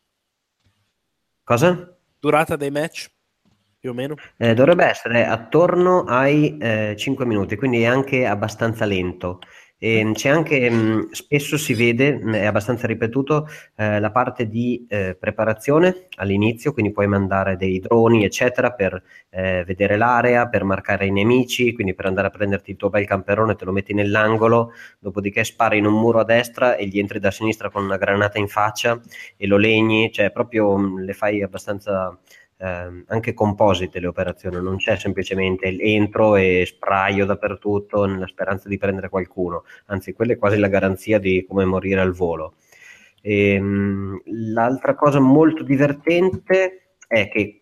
Cosa? Durata dei match? Più o meno? Dovrebbe essere attorno ai 5 minuti, quindi è anche abbastanza lento. E c'è anche, spesso si vede, è abbastanza ripetuto, la parte di preparazione all'inizio, quindi puoi mandare dei droni, eccetera, per vedere l'area, per marcare i nemici, quindi per andare a prenderti il tuo bel camperone, te lo metti nell'angolo, dopodiché spari in un muro a destra e gli entri da sinistra con una granata in faccia e lo legni, cioè proprio le fai abbastanza... anche composite le operazioni, non c'è semplicemente entro e spraio dappertutto nella speranza di prendere qualcuno, anzi quella è quasi la garanzia di come morire al volo. L'altra cosa molto divertente è che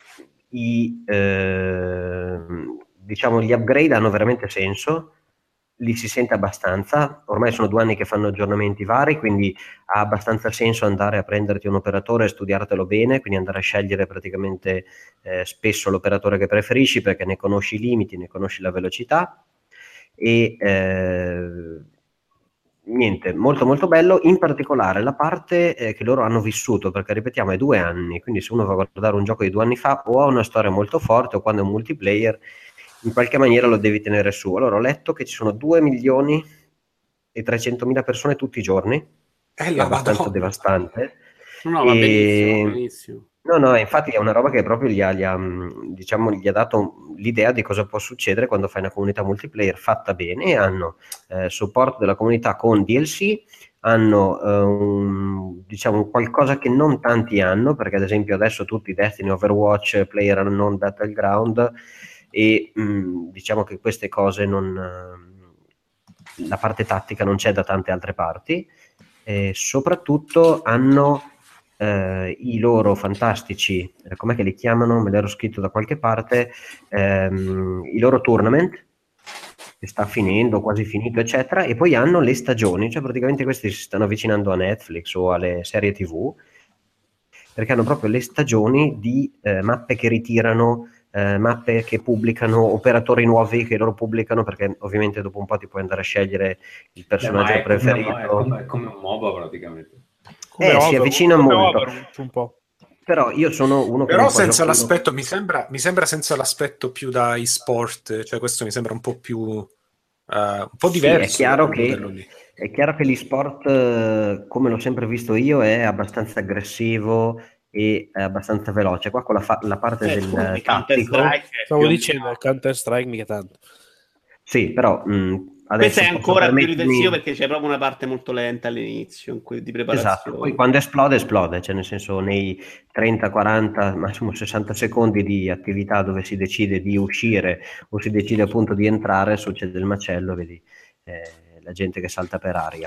diciamo gli upgrade hanno veramente senso, li si sente abbastanza, ormai sono 2 anni che fanno aggiornamenti vari, quindi ha abbastanza senso andare a prenderti un operatore e studiartelo bene, quindi andare a scegliere praticamente spesso l'operatore che preferisci perché ne conosci i limiti, ne conosci la velocità e niente, molto molto bello, in particolare la parte che loro hanno vissuto, perché ripetiamo è 2 anni, quindi se uno va a guardare un gioco di 2 anni fa o ha una storia molto forte o quando è un multiplayer in qualche maniera lo devi tenere su. Allora ho letto che ci sono 2.300.000 persone tutti i giorni, è abbastanza devastante. No, va benissimo, benissimo. No, infatti è una roba che proprio gli ha dato l'idea di cosa può succedere quando fai una comunità multiplayer fatta bene, e hanno supporto della comunità con DLC, hanno diciamo qualcosa che non tanti hanno, perché ad esempio adesso tutti Destiny, Overwatch, PlayerUnknown, Battleground, e diciamo che queste cose la parte tattica non c'è da tante altre parti, soprattutto hanno i loro fantastici, com'è che li chiamano? Me l'ero scritto da qualche parte, i loro tournament, che sta finendo, quasi finito, eccetera, e poi hanno le stagioni, cioè praticamente questi si stanno avvicinando a Netflix o alle serie TV, perché hanno proprio le stagioni di mappe che ritirano, mappe che pubblicano, operatori nuovi che loro pubblicano, perché ovviamente dopo un po' ti puoi andare a scegliere il personaggio preferito. È come un MOBA praticamente. Si avvicina molto. Un po'. Però io sono uno che... Però senza l'aspetto, mi sembra senza l'aspetto più da e-sport, cioè questo mi sembra un po' più... un po' diverso. Sì, è chiaro che l'e-sport, come l'ho sempre visto io, è abbastanza aggressivo e è abbastanza veloce. Qua con la parte del tattico... Stavo dicendo, Counter-Strike mica tanto. Sì, però... questo è ancora più riflessivo perché c'è proprio una parte molto lenta all'inizio di preparazione. Esatto, poi quando esplode, cioè nel senso nei 30, 40, massimo 60 secondi di attività dove si decide di uscire o si decide appunto di entrare, succede il macello, vedi la gente che salta per aria.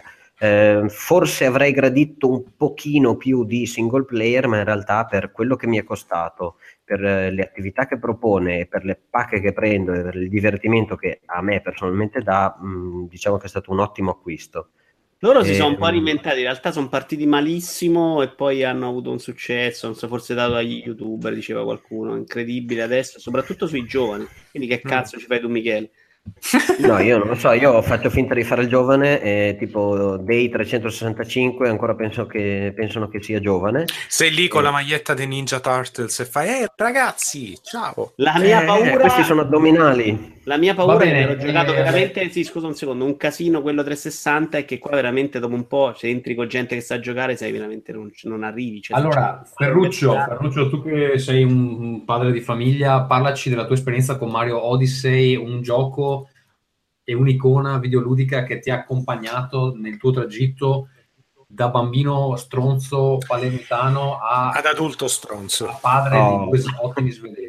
Forse avrei gradito un pochino più di single player, ma in realtà per quello che mi è costato, per le attività che propone, per le pacche che prendo e per il divertimento che a me personalmente dà, diciamo che è stato un ottimo acquisto. Loro si sono un po' reinventati, in realtà sono partiti malissimo e poi hanno avuto un successo, non so, forse dato agli youtuber, diceva qualcuno, incredibile adesso, soprattutto sui giovani. Quindi che cazzo ci fai tu, Michele? No, io non lo so, io faccio finta di fare il giovane, tipo Day 365 ancora pensano che sia giovane. Sei lì con la maglietta dei Ninja Turtles e fai ragazzi, ciao. La mia paura, questi sono addominali. La mia paura è che ho giocato veramente, sì, scusa un secondo, un casino quello 360, e che qua veramente dopo un po', se entri con gente che sa giocare, sai veramente non arrivi. Cioè, allora, Ferruccio, tu che sei un padre di famiglia, parlaci della tua esperienza con Mario Odyssey, un gioco e un'icona videoludica che ti ha accompagnato nel tuo tragitto da bambino stronzo palermitano ad adulto stronzo, a padre di questi ottimi svedesi.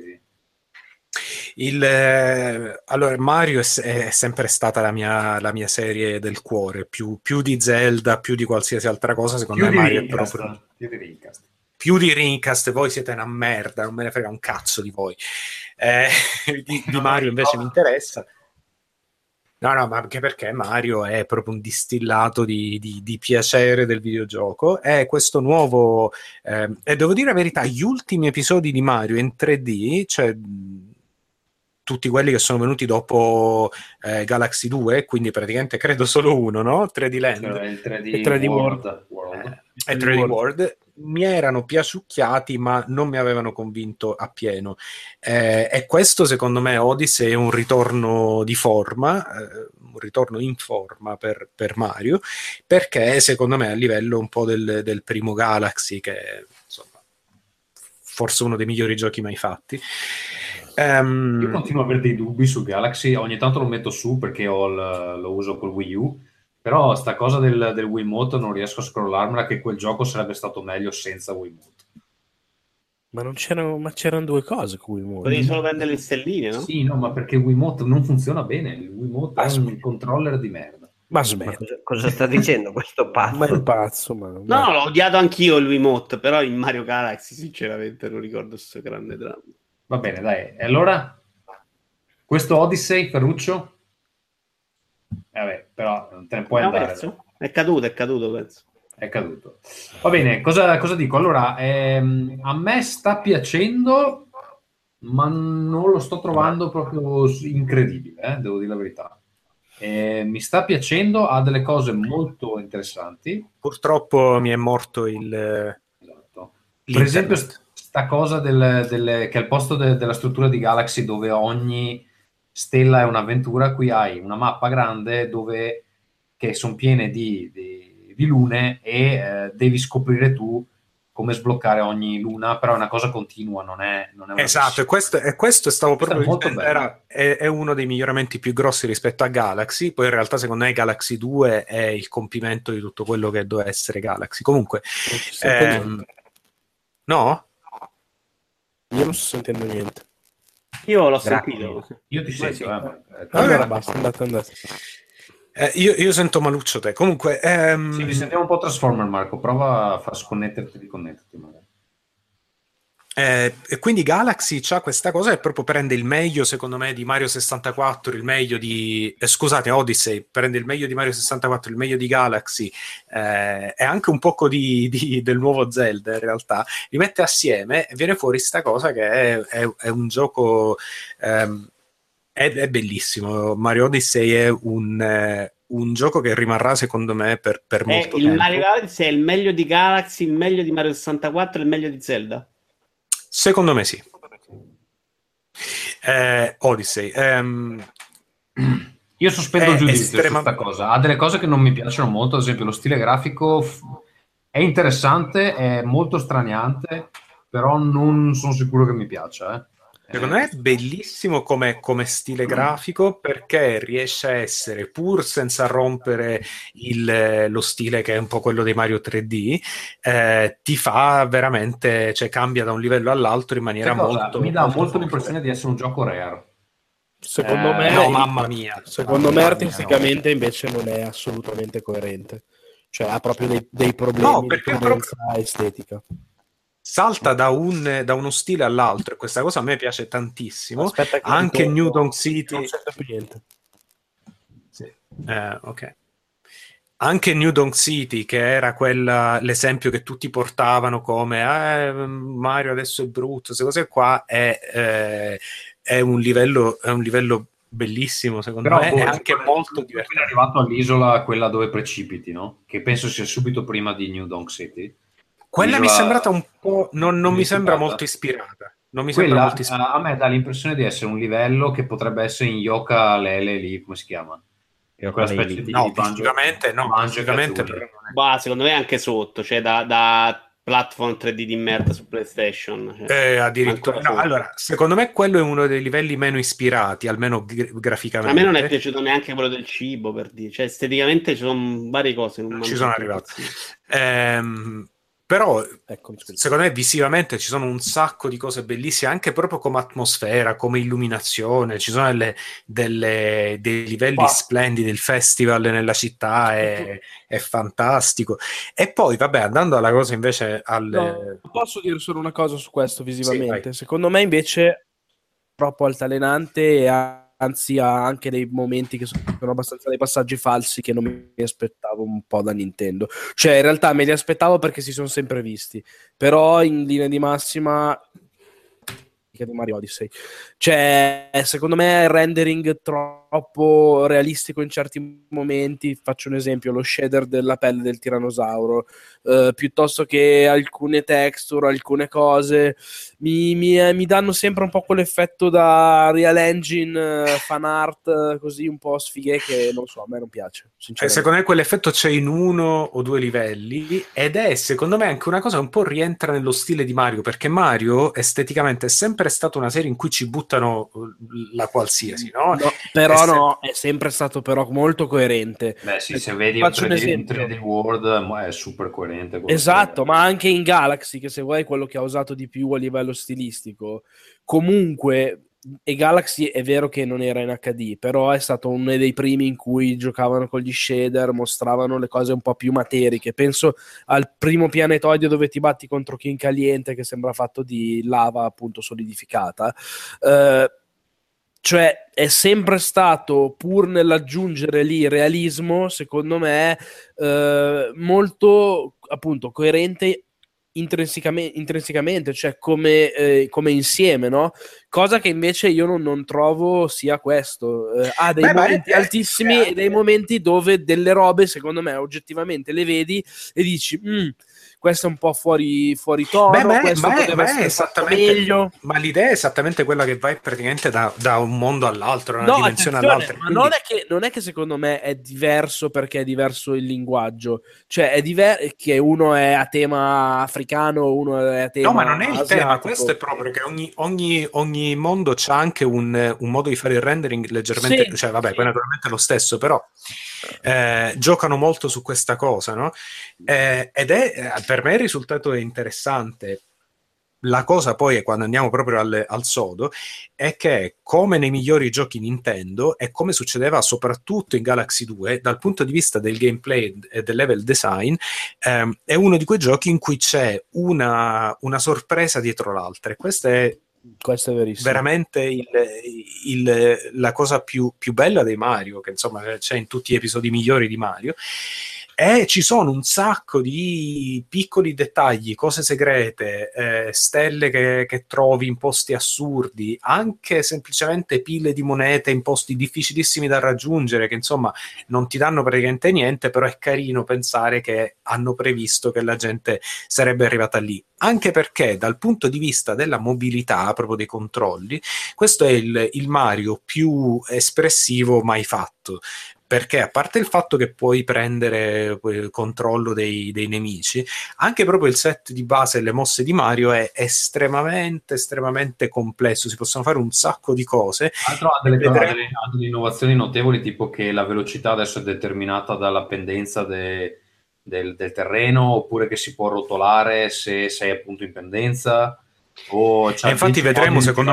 Allora, Mario è sempre stata la mia serie del cuore, più di Zelda, più di qualsiasi altra cosa, secondo me Mario è proprio più di Rincast. Voi siete una merda, non me ne frega un cazzo di voi. Di Mario invece mi interessa. No, ma anche perché Mario è proprio un distillato di piacere del videogioco. È questo nuovo... e devo dire la verità, gli ultimi episodi di Mario in 3D, cioè tutti quelli che sono venuti dopo Galaxy 2, quindi praticamente credo solo uno, no? 3D Land. Il 3D World. E 3D World mi erano piaciucchiati, ma non mi avevano convinto appieno. E questo, secondo me, Odyssey è un ritorno di forma, un ritorno in forma per Mario, perché secondo me a livello un po' del primo Galaxy, che insomma forse uno dei migliori giochi mai fatti. Io continuo a avere dei dubbi su Galaxy, ogni tanto lo metto su perché lo uso col Wii U, però sta cosa del Wiimote non riesco a scrollarmela, che quel gioco sarebbe stato meglio senza Wiimote. Ma c'erano due cose con Wiimote. Potevi solo prendere le stelline, no? Sì, no, ma perché Wiimote non funziona bene, il Wiimote è un controller di merda. Ma cosa sta dicendo questo pazzo? Ma è pazzo, ma no, l'ho odiato anch'io il Wiimote, però in Mario Galaxy sinceramente non ricordo questo grande dramma. Va bene, dai. E allora? Questo Odyssey, Ferruccio? Vabbè, però non te ne puoi andare. Perso? È caduto, penso. È caduto. Va bene, cosa dico? Allora, a me sta piacendo, ma non lo sto trovando proprio incredibile, devo dire la verità. Mi sta piacendo, ha delle cose molto interessanti. Purtroppo mi è morto il... Esatto. Per esempio, sta cosa che al posto della struttura di Galaxy, dove ogni stella è un'avventura, qui hai una mappa grande che sono piene di lune e devi scoprire tu come sbloccare ogni luna, però è una cosa continua, non è una esatto, e questo stavo proprio dicendo, è uno dei miglioramenti più grossi rispetto a Galaxy. Poi in realtà secondo me Galaxy 2 è il compimento di tutto quello che doveva essere Galaxy. Comunque no? Io non sto sentendo niente. Io l'ho sentito. Io ti sento. Sì. Allora basta, andate. Io sento maluccio te. Comunque sì, mi sentiamo un po' Transformer, Marco. Prova a far sconnetterti, riconnetterti magari. E quindi Galaxy c'ha questa cosa e proprio prende il meglio, secondo me, di Mario 64, il meglio di... scusate, Odyssey, prende il meglio di Mario 64, il meglio di Galaxy, e anche un poco del nuovo Zelda, in realtà, li mette assieme e viene fuori sta cosa che è un gioco... è bellissimo. Mario Odyssey è un gioco che rimarrà, secondo me, per molto tempo. Mario Odyssey è il meglio di Galaxy, il meglio di Mario 64 e il meglio di Zelda? Secondo me sì. Odyssey. Io sospendo il giudizio su questa cosa. Ha delle cose che non mi piacciono molto, ad esempio lo stile grafico è interessante, è molto straniante, però non sono sicuro che mi piaccia. Secondo me è bellissimo come stile grafico, perché riesce a essere, pur senza rompere lo stile che è un po' quello dei Mario 3D, ti fa veramente, cioè cambia da un livello all'altro in maniera molto... Mi dà molto l'impressione di essere un gioco rare. Secondo me, no, mamma mia. Secondo me artisticamente invece non è assolutamente coerente. Cioè ha proprio dei problemi di coerenza estetica. Salta da uno stile all'altro e questa cosa a me piace tantissimo. Anche New Donk City non c'è più niente. Sì. Ok. Anche New Donk City, che era l'esempio che tutti portavano come Mario adesso è brutto, queste cose qua, è un livello bellissimo, secondo me, è anche molto divertente. È arrivato all'isola, quella dove precipiti, no? Che penso sia subito prima di New Donk City. Quella mi è sembrata un po'... non mi sembra molto ispirata. Non mi sembra molto ispirata. A me dà l'impressione di essere un livello che potrebbe essere in Yoka Lele lì, come si chiama? Quella specie di fisicamente no, fisicamente secondo me anche sotto, cioè da platform 3D di merda su PlayStation. Addirittura. No, allora, secondo me quello è uno dei livelli meno ispirati, almeno graficamente. A me non è piaciuto neanche quello del cibo, per dire. Cioè, esteticamente ci sono varie cose. Non ci sono arrivati. Però secondo me visivamente ci sono un sacco di cose bellissime, anche proprio come atmosfera, come illuminazione, ci sono dei livelli splendidi, il festival nella città è fantastico. E poi vabbè, andando alla cosa invece posso dire solo una cosa su questo visivamente? Sì, secondo me invece troppo altalenante e anzi ha anche dei momenti che sono abbastanza dei passaggi falsi che non mi aspettavo un po' da Nintendo. Cioè in realtà me li aspettavo perché si sono sempre visti, però in linea di massima di Mario Odyssey. Cioè, secondo me il rendering troppo realistico in certi momenti. Faccio un esempio, lo shader della pelle del tirannosauro, piuttosto che alcune texture, alcune cose mi danno sempre un po' quell'effetto da Real Engine, fan art, così un po' sfighe, che non so, a me non piace. Secondo me quell'effetto c'è in 1 o 2 livelli, ed è secondo me anche una cosa un po' rientra nello stile di Mario, perché Mario esteticamente è sempre stata una serie in cui ci buttano la qualsiasi, no? Però no, è sempre stato però molto coerente. Beh sì, se vedi un 3D World è super coerente. Esatto, ma anche in Galaxy, che se vuoi è quello che ha usato di più a livello stilistico, comunque. E Galaxy è vero che non era in HD, però è stato uno dei primi in cui giocavano con gli shader, mostravano le cose un po' più materiche. Penso al primo planetoide dove ti batti contro King Caliente, che sembra fatto di lava appunto solidificata. Cioè è sempre stato, pur nell'aggiungere lì realismo, secondo me molto appunto coerente intrinsecamente, cioè come insieme, no? Cosa che invece io non trovo sia questo. Ha dei momenti altissimi e dei momenti dove delle robe, secondo me, oggettivamente le vedi e dici questo è un po' fuori tono, questo poteva essere esattamente meglio. Ma l'idea è esattamente quella che vai praticamente da un mondo all'altro, una dimensione all'altra. Ma quindi non è che secondo me è diverso perché è diverso il linguaggio, cioè è che uno è a tema africano, uno è a tema no, ma non è il asiatico. tema, questo è proprio che ogni mondo c'ha anche un modo di fare il rendering leggermente, cioè vabbè, poi naturalmente è lo stesso, però giocano molto su questa cosa, no? Ed è per me il risultato è interessante. La cosa poi è, quando andiamo proprio al sodo, è che come nei migliori giochi Nintendo e come succedeva soprattutto in Galaxy 2, dal punto di vista del gameplay e del level design, è uno di quei giochi in cui c'è una sorpresa dietro l'altra, e questo è verissimo. Veramente la cosa più bella dei Mario, che insomma c'è in tutti gli episodi migliori di Mario. E ci sono un sacco di piccoli dettagli, cose segrete, stelle che trovi in posti assurdi, anche semplicemente pile di monete in posti difficilissimi da raggiungere, che insomma non ti danno praticamente niente, però è carino pensare che hanno previsto che la gente sarebbe arrivata lì. Anche perché dal punto di vista della mobilità, proprio dei controlli, questo è il Mario più espressivo mai fatto. Perché a parte il fatto che puoi prendere controllo dei nemici, anche proprio il set di base e le mosse di Mario è estremamente complesso, si possono fare un sacco di cose. Altro ha delle innovazioni notevoli, tipo che la velocità adesso è determinata dalla pendenza del terreno, oppure che si può rotolare se sei appunto in pendenza, o e infatti vedremo, secondo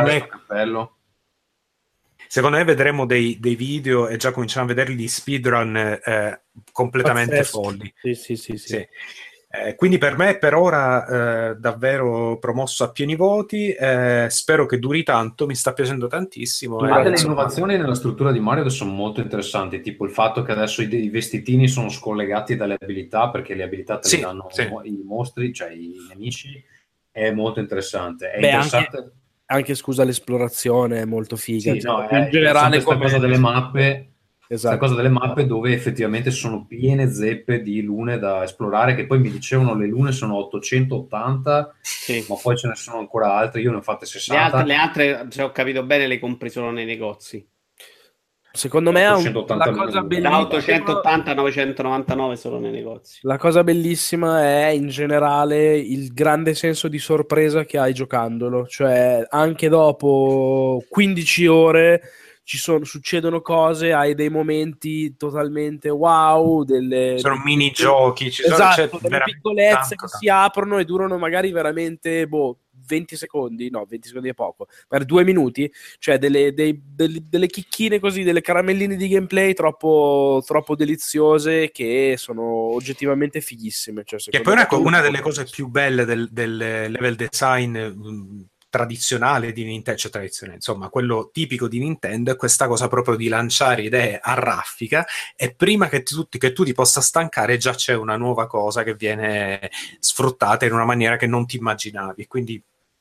me vedremo dei video, e già cominciamo a vederli, di speedrun completamente folli. Sì. Quindi per me per ora davvero promosso a pieni voti, spero che duri tanto, mi sta piacendo tantissimo. Le innovazioni nella struttura di Mario sono molto interessanti, tipo il fatto che adesso i vestitini sono scollegati dalle abilità, perché le abilità te le danno i mostri, cioè i nemici, è molto interessante. È interessante. Anche scusa, l'esplorazione è molto figa. Sì, no, in generale questa cosa delle mappe, questa cosa delle mappe dove effettivamente sono piene zeppe di lune da esplorare, che poi mi dicevano le lune sono 880, ma poi ce ne sono ancora altre, io ne ho fatte 60. Le altre, se ho capito bene, le compri solo nei negozi. Secondo me la cosa bellissima, da 880 a 999 solo nei negozi. La cosa bellissima è in generale il grande senso di sorpresa che hai giocandolo, cioè anche dopo 15 ore succedono cose, hai dei momenti totalmente wow, sono minigiochi, c'è delle piccolezze che si aprono e durano magari veramente 20 secondi è poco, per 2 minuti, cioè delle chicchine così, delle caramelline di gameplay troppo deliziose, che sono oggettivamente fighissime. Cioè, che poi una delle cose più belle del level design tradizionale di Nintendo, cioè tradizionale, insomma, quello tipico di Nintendo, è questa cosa proprio di lanciare idee a raffica, e prima che tu ti possa stancare già c'è una nuova cosa che viene sfruttata in una maniera che non ti immaginavi, quindi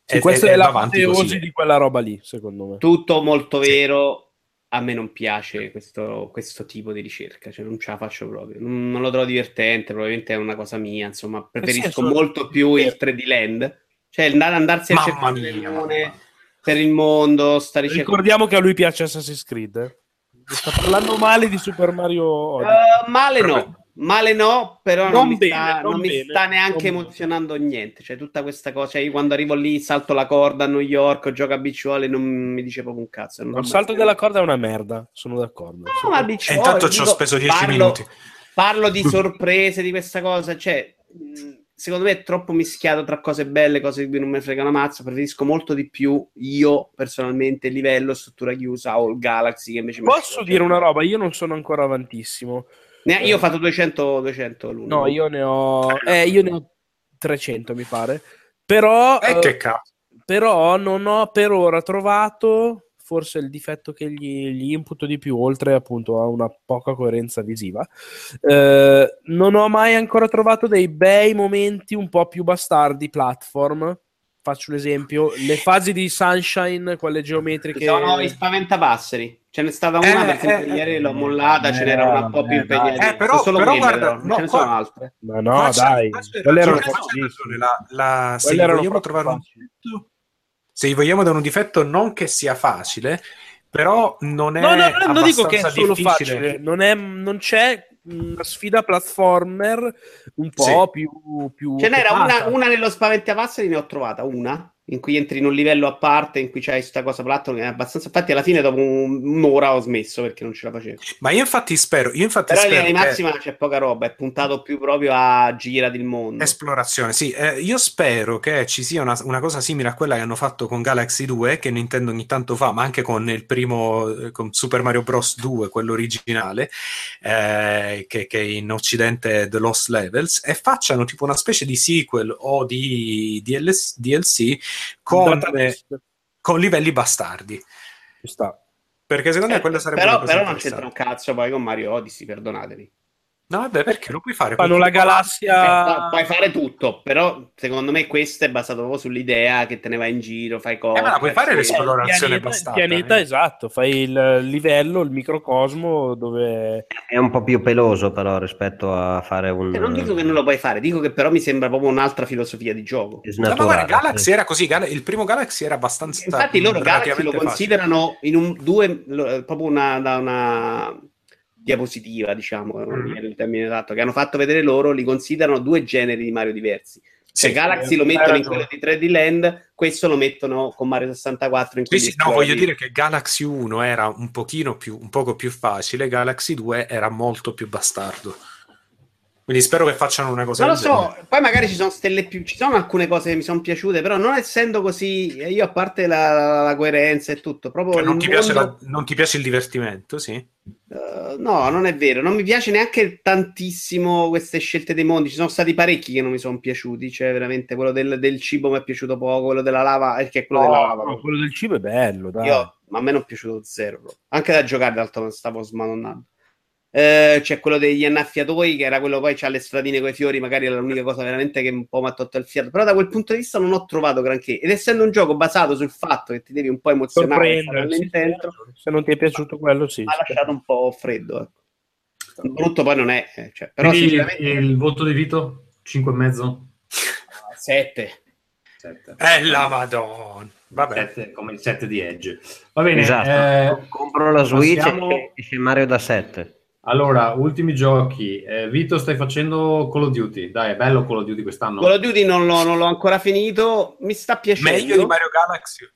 Sì, questa è l'apoteosi di quella roba lì, secondo me. Tutto molto vero. A me non piace questo tipo di ricerca, cioè non ce la faccio proprio. Non lo trovo divertente, probabilmente è una cosa mia, insomma, preferisco molto più il 3D Land, cioè andarsi a cercare le lune per il mondo, Ricordiamo che a lui piace Assassin's Creed. Sta parlando male di Super Mario Odyssey. Male no, però non mi sta neanche emozionando niente. Cioè, tutta questa cosa, cioè, io quando arrivo lì, salto la corda a New York, gioco a beach volley, non mi dice proprio un cazzo. Il salto della corda è una merda, sono d'accordo. No, ma beach volley, intanto ci ho speso 10 minuti. Parlo di sorprese, di questa cosa, cioè, secondo me è troppo mischiato tra cose belle, cose di cui non me frega una mazza. Preferisco molto di più, io, personalmente, livello, struttura chiusa o il Galaxy, che invece posso dire una roba? Io non sono ancora avantissimo. Io ho fatto 200 l'uno. No, io ne ho 300 mi pare. Però che cazzo. Però non ho per ora trovato forse il difetto che gli imputo di più, oltre appunto a una poca coerenza visiva. Non ho mai ancora trovato dei bei momenti un po' più bastardi platform. Faccio un esempio, le fasi di Sunshine, quelle geometriche. Sono i spaventapasseri. Ce n'è stata una, per esempio, ieri l'ho mollata, ce n'era una un po' più impegnativa. Però guarda, ce ne sono altre. Ma no, dai. Quelle erano se vogliamo dare un difetto, non che sia facile, però non è non dico che è solo difficile. facile, non c'è una sfida platformer un po' più ce n'era una nello spaventapasseri, ne ho trovata una in cui entri in un livello a parte in cui c'hai questa cosa platform, è abbastanza, infatti alla fine dopo un'ora ho smesso perché non ce la facevo. Ma io infatti spero però in linea di massima c'è poca roba, è puntato più proprio a girare il mondo, esplorazione, sì. Io spero che ci sia una cosa simile a quella che hanno fatto con Galaxy 2, che Nintendo ogni tanto fa, ma anche con il primo, con Super Mario Bros 2, quello originale, che in occidente è The Lost Levels, e facciano tipo una specie di sequel o di DLC con livelli bastardi. Ci sta. Perché secondo me quello sarebbe però non c'entra un cazzo poi con Mario Odyssey, perdonatemi. No, vabbè, perché lo puoi fare? Fanno la galassia... puoi fare tutto, però secondo me questo è basato proprio sull'idea che te ne vai in giro, fai cose... ma puoi fare l'esplorazione bastarda. Il pianeta, esatto, fai il livello, il microcosmo dove... È un po' più peloso però rispetto a fare un... non dico che non lo puoi fare, dico che però mi sembra proprio un'altra filosofia di gioco. No, ma guarda, Galaxy era così, il primo Galaxy era abbastanza... Infatti loro Galaxy lo considerano in proprio una diapositiva, diciamo, il termine esatto, che hanno fatto vedere loro, li considerano due generi di Mario diversi. Cioè Galaxy lo mettono in quello di 3D Land, questo lo mettono con Mario 64 in sì, no, voglio dire che Galaxy 1 era un poco più facile, Galaxy 2 era molto più bastardo. Quindi spero che facciano una cosa. Non lo so, poi magari ci sono alcune cose che mi sono piaciute, però non essendo così, io a parte la coerenza e tutto, proprio non ti piace il divertimento, sì? No, non è vero, non mi piace neanche tantissimo queste scelte dei mondi, ci sono stati parecchi che non mi sono piaciuti, cioè veramente quello del cibo mi è piaciuto poco, quello della lava, che è quello della lava. No, quello del cibo è bello, dai. Ma a me non è piaciuto zero, bro. Anche da giocare d'altro stavo smadonnando. C'è quello degli annaffiatoi, che era quello, poi c'ha le stradine con i fiori, magari era l'unica cosa veramente che un po' mi ha tolto il fiato, però da quel punto di vista non ho trovato granché, ed essendo un gioco basato sul fatto che ti devi un po' emozionare all'intento, se non ti è piaciuto quello sì, mi ha lasciato un po' freddo, ecco. Brutto poi non è, però sinceramente... il voto di Vito? 5,5? 7. La madonna, vabbè. 7, come il 7 di Edge, va bene. Esatto. Compro la Switch e esce Mario da 7. Allora, ultimi giochi. Vito, stai facendo Call of Duty. Dai, è bello Call of Duty quest'anno. Call of Duty non l'ho ancora finito. Mi sta piacendo. Meglio di Mario Galaxy.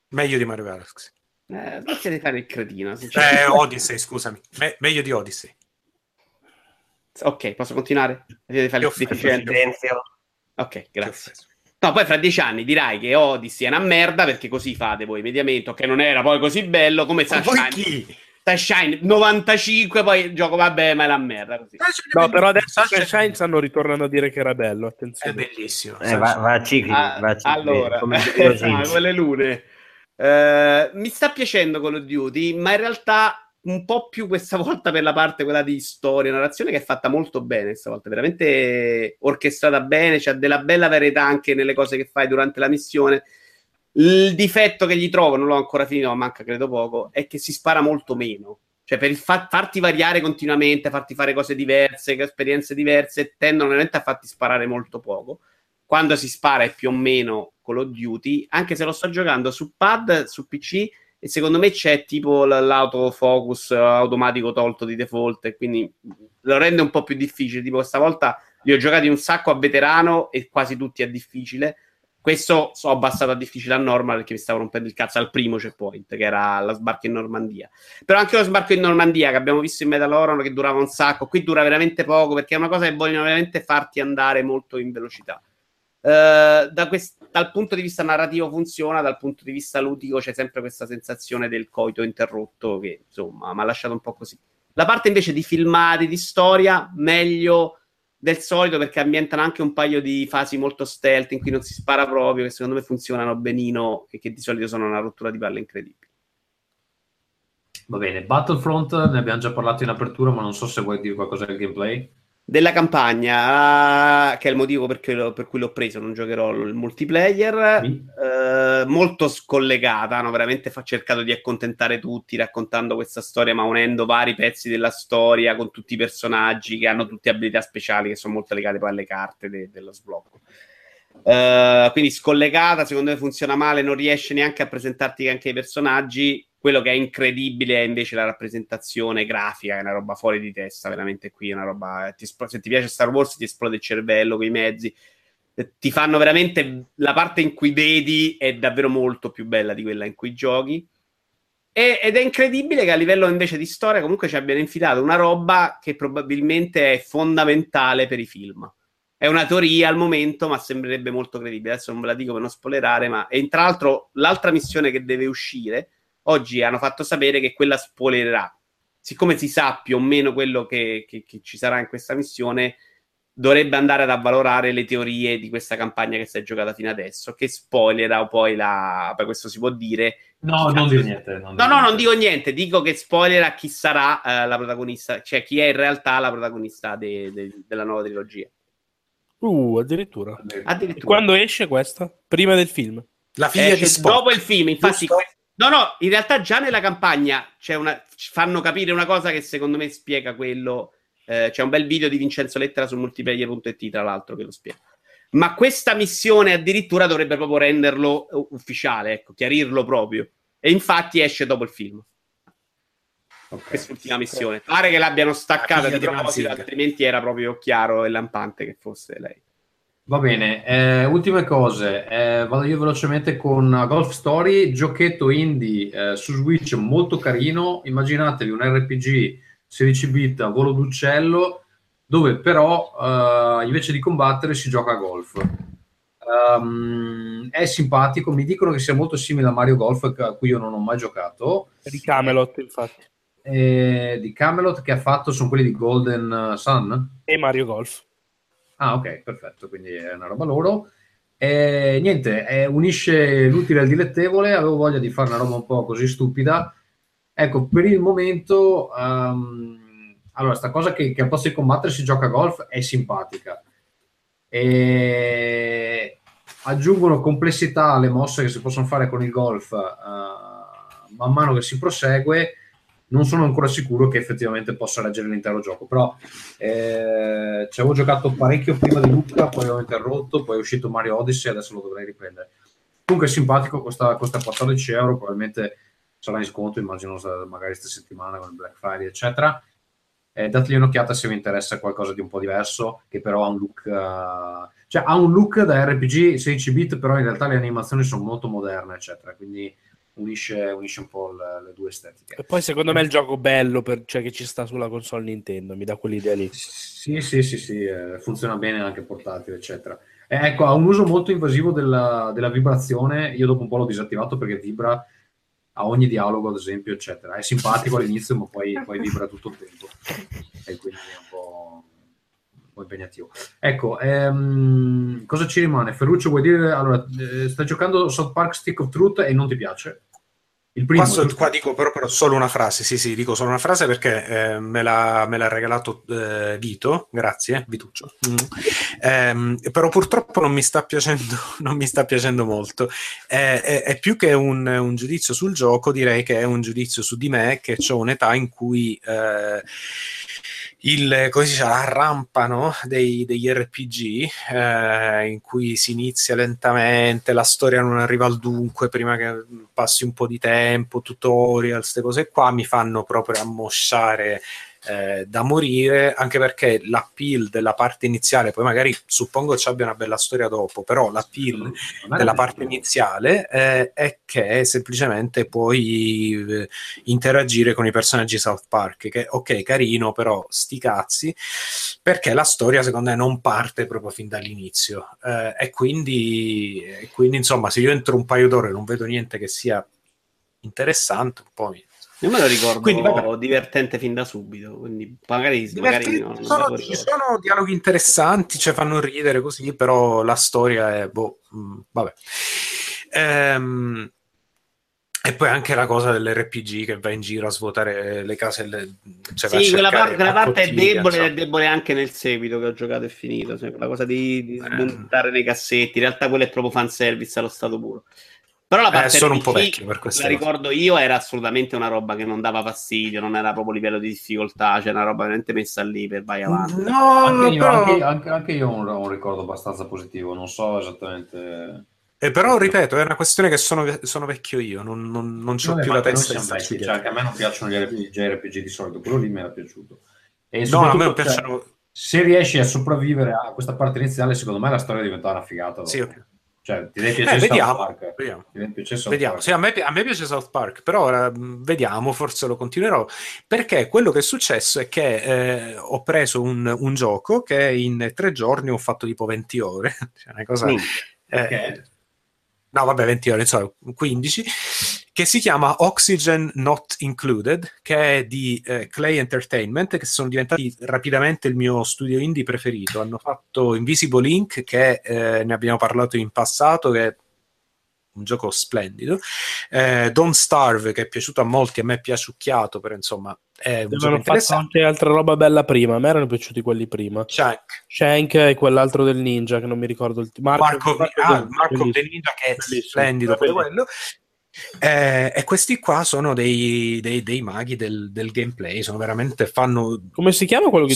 Grazie di fare il cretino. Odyssey, scusami. Meglio di Odyssey. Ok, posso continuare? Di fare il deficiente. Ok, grazie. No, poi fra 10 anni dirai che Odyssey è una merda, perché così fate voi mediamente, che non era poi così bello come Sunshine 95, poi il gioco vabbè, ma è la merda così. No, però adesso Sunshine stanno ritornando a dire che era bello, attenzione. È bellissimo. Va a cicli, allora, quelle lune. Mi sta piacendo Call of Duty, ma in realtà un po' più questa volta per la parte quella di storia, narrazione, che è fatta molto bene questa volta, veramente orchestrata bene, c'è della bella varietà anche nelle cose che fai durante la missione. Il difetto che gli trovo, non l'ho ancora finito, ma manca credo poco, è che si spara molto meno. Cioè, per farti variare continuamente, farti fare cose diverse, esperienze diverse, tendono veramente a farti sparare molto poco. Quando si spara è più o meno Call of Duty, anche se lo sto giocando su pad, su PC, e secondo me c'è tipo l'autofocus automatico tolto di default, e quindi lo rende un po' più difficile. Tipo, stavolta li ho giocati un sacco a veterano e quasi tutti a difficile. Questo ho abbassato a difficile a normal perché mi stavo rompendo il cazzo al primo checkpoint, che era lo sbarco in Normandia. Però anche lo sbarco in Normandia, che abbiamo visto in Medal of Honor, che durava un sacco, qui dura veramente poco, perché è una cosa che vogliono veramente farti andare molto in velocità. Dal punto di vista narrativo funziona, dal punto di vista ludico c'è sempre questa sensazione del coito interrotto che, insomma, mi ha lasciato un po' così. La parte invece di filmati, di storia, meglio del solito, perché ambientano anche un paio di fasi molto stealth in cui non si spara proprio, che secondo me funzionano benino e che di solito sono una rottura di palle incredibile. Va bene, Battlefront ne abbiamo già parlato in apertura, ma non so se vuoi dire qualcosa del gameplay. Della campagna, che è il motivo per cui l'ho preso, non giocherò il multiplayer, molto scollegata, hanno veramente cercato di accontentare tutti raccontando questa storia, ma unendo vari pezzi della storia con tutti i personaggi che hanno tutte abilità speciali che sono molto legate poi alle carte dello sblocco. Quindi scollegata, secondo me funziona male, non riesce neanche a presentarti anche i personaggi. Quello che è incredibile è invece la rappresentazione grafica, è una roba fuori di testa, veramente qui è una roba, se ti piace Star Wars ti esplode il cervello con i mezzi, ti fanno veramente, la parte in cui vedi è davvero molto più bella di quella in cui giochi, ed è incredibile che a livello invece di storia comunque ci abbiano infilato una roba che probabilmente è fondamentale per i film. È una teoria al momento, ma sembrerebbe molto credibile. Adesso non ve la dico per non spoilerare, e tra l'altro l'altra missione che deve uscire oggi hanno fatto sapere che quella spoilerà. Siccome si sa più o meno quello che ci sarà in questa missione, dovrebbe andare ad avvalorare le teorie di questa campagna che si è giocata fino adesso, che spoilerà poi per questo si può dire. No, non dico niente. Non dico niente, dico che spoilerà chi sarà la protagonista, cioè chi è in realtà la protagonista della nuova trilogia. Addirittura. Quando esce questa? Prima del film? La figlia di Spock. Dopo il film, infatti. No, in realtà già nella campagna fanno capire una cosa che secondo me spiega quello. C'è un bel video di Vincenzo Lettera su multiplayer.it, tra l'altro, che lo spiega. Ma questa missione addirittura dovrebbe proprio renderlo ufficiale, ecco, chiarirlo proprio. E infatti esce dopo il film. Quest'ultima missione. Pare che l'abbiano staccata di proposito, altrimenti era proprio chiaro e lampante che fosse lei. Va bene, ultime cose, vado io velocemente con Golf Story, giochetto indie su Switch molto carino, immaginatevi un RPG 16 bit a volo d'uccello, dove però invece di combattere si gioca a golf. È simpatico, mi dicono che sia molto simile a Mario Golf, a cui io non ho mai giocato. Di Camelot, infatti. Di Camelot che ha fatto, sono quelli di Golden Sun? E Mario Golf. Ah, ok, perfetto, quindi è una roba loro. Niente, unisce l'utile al dilettevole, avevo voglia di fare una roba un po' così stupida. Ecco, per il momento, allora, sta cosa che al posto di combattere si gioca a golf è simpatica. Aggiungono complessità alle mosse che si possono fare con il golf man mano che si prosegue. Non sono ancora sicuro che effettivamente possa reggere l'intero gioco, però ci avevo giocato parecchio prima di Luca, poi ho interrotto, poi è uscito Mario Odyssey, adesso lo dovrei riprendere. Comunque è simpatico, costa 14 euro, probabilmente sarà in sconto, immagino magari questa settimana con il Black Friday, eccetera. Dategli un'occhiata se vi interessa qualcosa di un po' diverso, che però ha un look... cioè ha un look da RPG 16 bit, però in realtà le animazioni sono molto moderne, eccetera, quindi... Unisce un po' le due estetiche. E poi secondo me è il gioco bello cioè che ci sta sulla console Nintendo, mi dà quell'idea lì. Sì, funziona bene anche portatile, eccetera. Ecco, ha un uso molto invasivo della vibrazione. Io dopo un po' l'ho disattivato perché vibra a ogni dialogo, ad esempio, eccetera. È simpatico all'inizio, ma poi vibra tutto il tempo. E quindi è un po' impegnativo. Ecco, cosa ci rimane? Ferruccio, vuoi dire? Allora, stai giocando South Park Stick of Truth e non ti piace? Qua dico però solo una frase, sì, dico solo una frase perché me l'ha regalato Vito, grazie, Vituccio. Però purtroppo non mi sta piacendo molto. È più che un giudizio sul gioco, direi che è un giudizio su di me, che ho un'età in cui come si dice, la rampa, no? degli RPG in cui si inizia lentamente, la storia non arriva al dunque prima che passi un po' di tempo, tutorial, queste cose qua mi fanno proprio ammosciare da morire, anche perché l'appeal della parte iniziale, poi magari suppongo ci abbia una bella storia dopo, però l'appeal della parte iniziale è che semplicemente puoi interagire con i personaggi South Park, che ok, carino, però sti cazzi, perché la storia secondo me non parte proprio fin dall'inizio, e quindi insomma, se io entro un paio d'ore e non vedo niente che sia interessante, un po' io me lo ricordo divertente fin da subito, quindi magari no, ci sono dialoghi interessanti, cioè fanno ridere così, però la storia è vabbè. E poi anche la cosa dell'RPG che va in giro a svuotare le case, cioè sì, quella parte è debole anche nel seguito che ho giocato e finito, cioè, la cosa di smontare nei cassetti, in realtà quello è proprio fanservice allo stato puro. Però la parte sono un po' vecchio per questo. La ricordo io, era assolutamente una roba che non dava fastidio, non era proprio livello di difficoltà, cioè una roba veramente messa lì per vai avanti. No, anche io ho un ricordo abbastanza positivo, non so esattamente. Però ripeto, è una questione che sono vecchio io, non c'ho più la testa di starci dietro. Cioè, anche a me non piacciono gli RPG di solito, quello lì mi era piaciuto. E no, a me non piacciono. Se riesci a sopravvivere a questa parte iniziale, secondo me la storia diventa una figata. Sì, ok. Cioè, ti deve piacere South Park? Vediamo. Sì, a me piace South Park, però ora vediamo, forse lo continuerò, perché quello che è successo è che ho preso un gioco che in 3 giorni ho fatto tipo 20 ore, cioè una cosa... no, vabbè, 20 ore, insomma, 15, che si chiama Oxygen Not Included, che è di Clay Entertainment, che sono diventati rapidamente il mio studio indie preferito. Hanno fatto Invisible Ink, che ne abbiamo parlato in passato, che è un gioco splendido. Don't Starve, che è piaciuto a molti, a me è piaciuccito, però insomma è un gioco interessante. Fatto anche altra roba bella prima, a me erano piaciuti quelli prima. Shank e quell'altro del ninja che non mi ricordo il Marco del Ninja, che è splendido poi quello. E questi qua sono dei maghi del gameplay, sono veramente fanno... Come si chiama quello che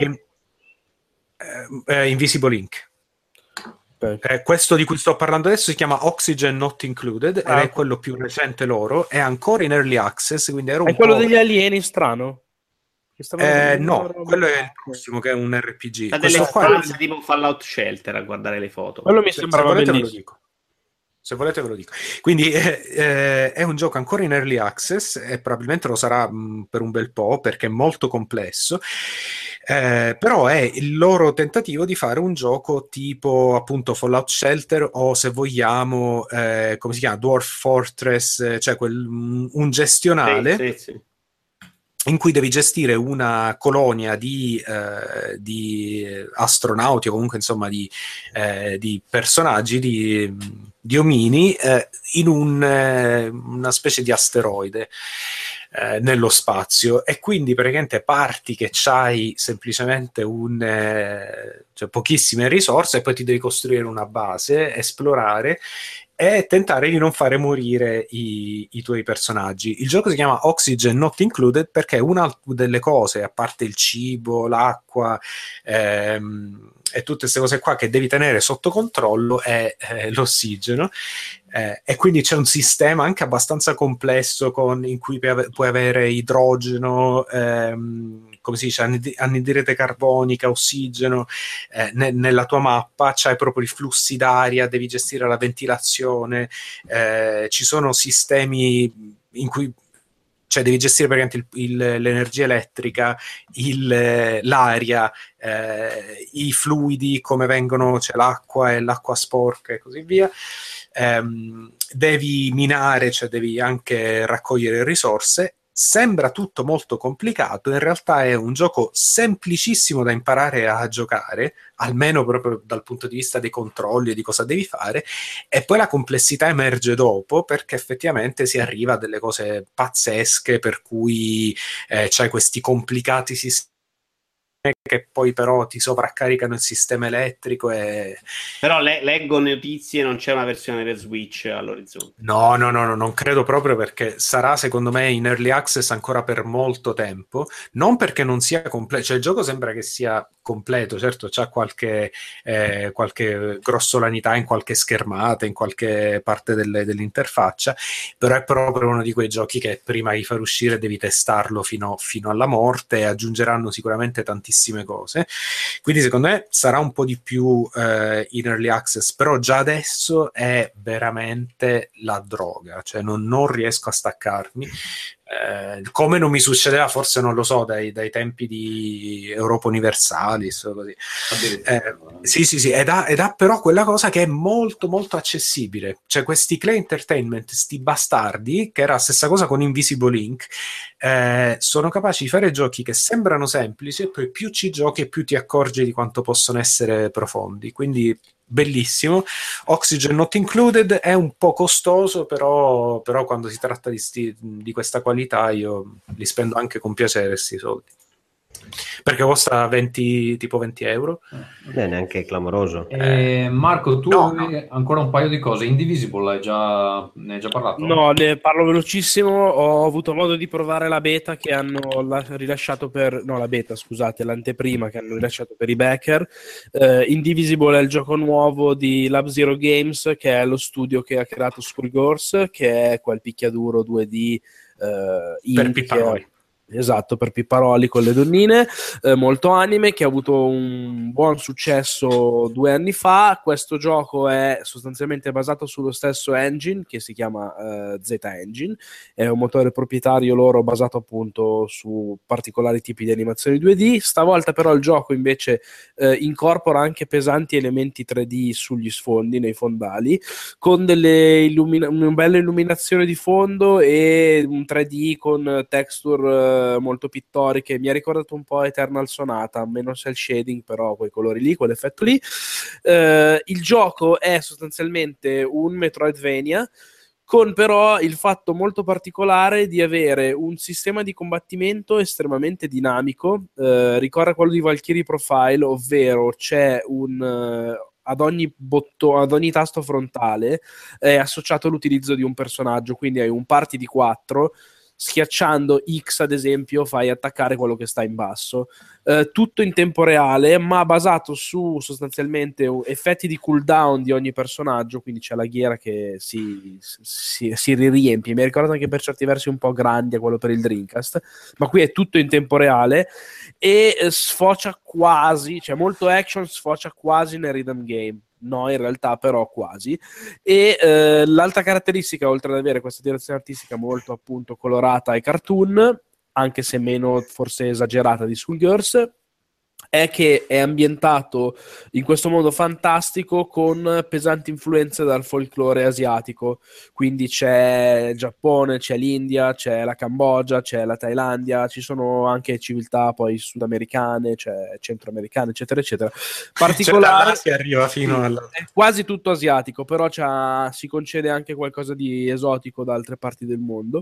Invisible Ink. Questo di cui sto parlando adesso si chiama Oxygen Not Included, ed è quello più recente loro, è ancora in early access, quindi è quello degli alieni strano? No, quello è il prossimo, che è un RPG. Ha delle stanze tipo Fallout Shelter, a guardare le foto. Quello mi sembrava bellissimo. Se volete ve lo dico. Quindi è un gioco ancora in early access e probabilmente lo sarà per un bel po', perché è molto complesso, però è il loro tentativo di fare un gioco tipo appunto Fallout Shelter, o se vogliamo come si chiama, Dwarf Fortress, cioè un gestionale sì. In cui devi gestire una colonia di astronauti, o comunque insomma di personaggi, di omini, in una specie di asteroide nello spazio, e quindi praticamente parti che c'hai semplicemente cioè pochissime risorse, e poi ti devi costruire una base, esplorare e tentare di non fare morire i tuoi personaggi. Il gioco si chiama Oxygen Not Included perché una delle cose, a parte il cibo, l'acqua e tutte queste cose qua che devi tenere sotto controllo, è l'ossigeno, e quindi c'è un sistema anche abbastanza complesso in cui puoi avere idrogeno, come si dice, anidride carbonica, ossigeno nella tua mappa, c'hai proprio i flussi d'aria, devi gestire la ventilazione, ci sono sistemi in cui devi gestire praticamente l'energia elettrica, l'aria, i fluidi, come vengono, c'è l'acqua e l'acqua sporca e così via. Devi minare, cioè devi anche raccogliere risorse, sembra tutto molto complicato, in realtà è un gioco semplicissimo da imparare a giocare, almeno proprio dal punto di vista dei controlli e di cosa devi fare, e poi la complessità emerge dopo, perché effettivamente si arriva a delle cose pazzesche, per cui c'hai questi complicati sistemi che poi però ti sovraccaricano il sistema elettrico e... Però leggo notizie, non c'è una versione per Switch all'orizzonte. No, non credo proprio, perché sarà secondo me in early access ancora per molto tempo, non perché non sia completo, cioè il gioco sembra che sia completo, certo c'ha qualche grossolanità in qualche schermata, in qualche parte dell'interfaccia, però è proprio uno di quei giochi che prima di far uscire devi testarlo fino alla morte, e aggiungeranno sicuramente tantissime cose, quindi secondo me sarà un po' di più in early access, però già adesso è veramente la droga, cioè non riesco a staccarmi, come non mi succedeva, forse non lo so, dai tempi di Europa Universalis o così. Sì, ed ha però quella cosa che è molto molto accessibile, cioè questi Clay Entertainment, sti bastardi, che era la stessa cosa con Invisible Inc., sono capaci di fare giochi che sembrano semplici e poi più ci giochi e più ti accorgi di quanto possono essere profondi, quindi bellissimo. Oxygen Not Included è un po' costoso, però quando si tratta di questa qualità io li spendo anche con piacere questi soldi, perché costa 20 euro. Bene, anche clamoroso. Marco, tu hai ancora un paio di cose. Indivisible ne hai già parlato? No, ne parlo velocissimo. Ho avuto modo di provare la beta che hanno rilasciato l'anteprima che hanno rilasciato per i backer. Indivisible è il gioco nuovo di Lab Zero Games, che è lo studio che ha creato Skullgirls, che è quel picchiaduro 2D per pipparoli. Esatto, per pipparoli con le donnine, molto anime, che ha avuto un buon successo 2 anni fa. Questo gioco è sostanzialmente basato sullo stesso engine che si chiama Z-Engine, è un motore proprietario loro basato appunto su particolari tipi di animazioni 2D. Stavolta però il gioco invece incorpora anche pesanti elementi 3D sugli sfondi, nei fondali, con una bella illuminazione di fondo e un 3D con texture molto pittoriche. Mi ha ricordato un po' Eternal Sonata, meno cel shading, però quei colori lì, quell'effetto lì. Il gioco è sostanzialmente un Metroidvania, con però il fatto molto particolare di avere un sistema di combattimento estremamente dinamico, ricorda quello di Valkyrie Profile, ovvero c'è ad ogni tasto frontale è associato l'utilizzo di un personaggio, quindi hai un party di 4. Schiacciando X ad esempio fai attaccare quello che sta in basso, tutto in tempo reale, ma basato su sostanzialmente effetti di cooldown di ogni personaggio, quindi c'è la ghiera che si riempie. Mi ha ricordato anche per certi versi un po' grandi a quello per il Dreamcast, ma qui è tutto in tempo reale e sfocia quasi, cioè molto action, sfocia quasi nel rhythm game. No, in realtà però quasi. E l'altra caratteristica, oltre ad avere questa direzione artistica molto appunto colorata e cartoon, anche se meno forse esagerata di Skullgirls, è che è ambientato in questo mondo fantastico con pesanti influenze dal folklore asiatico, quindi c'è il Giappone, c'è l'India, c'è la Cambogia, c'è la Thailandia, ci sono anche civiltà poi sudamericane, c'è centroamericane, eccetera eccetera. Particolare, si arriva fino è quasi tutto asiatico, però si concede anche qualcosa di esotico da altre parti del mondo,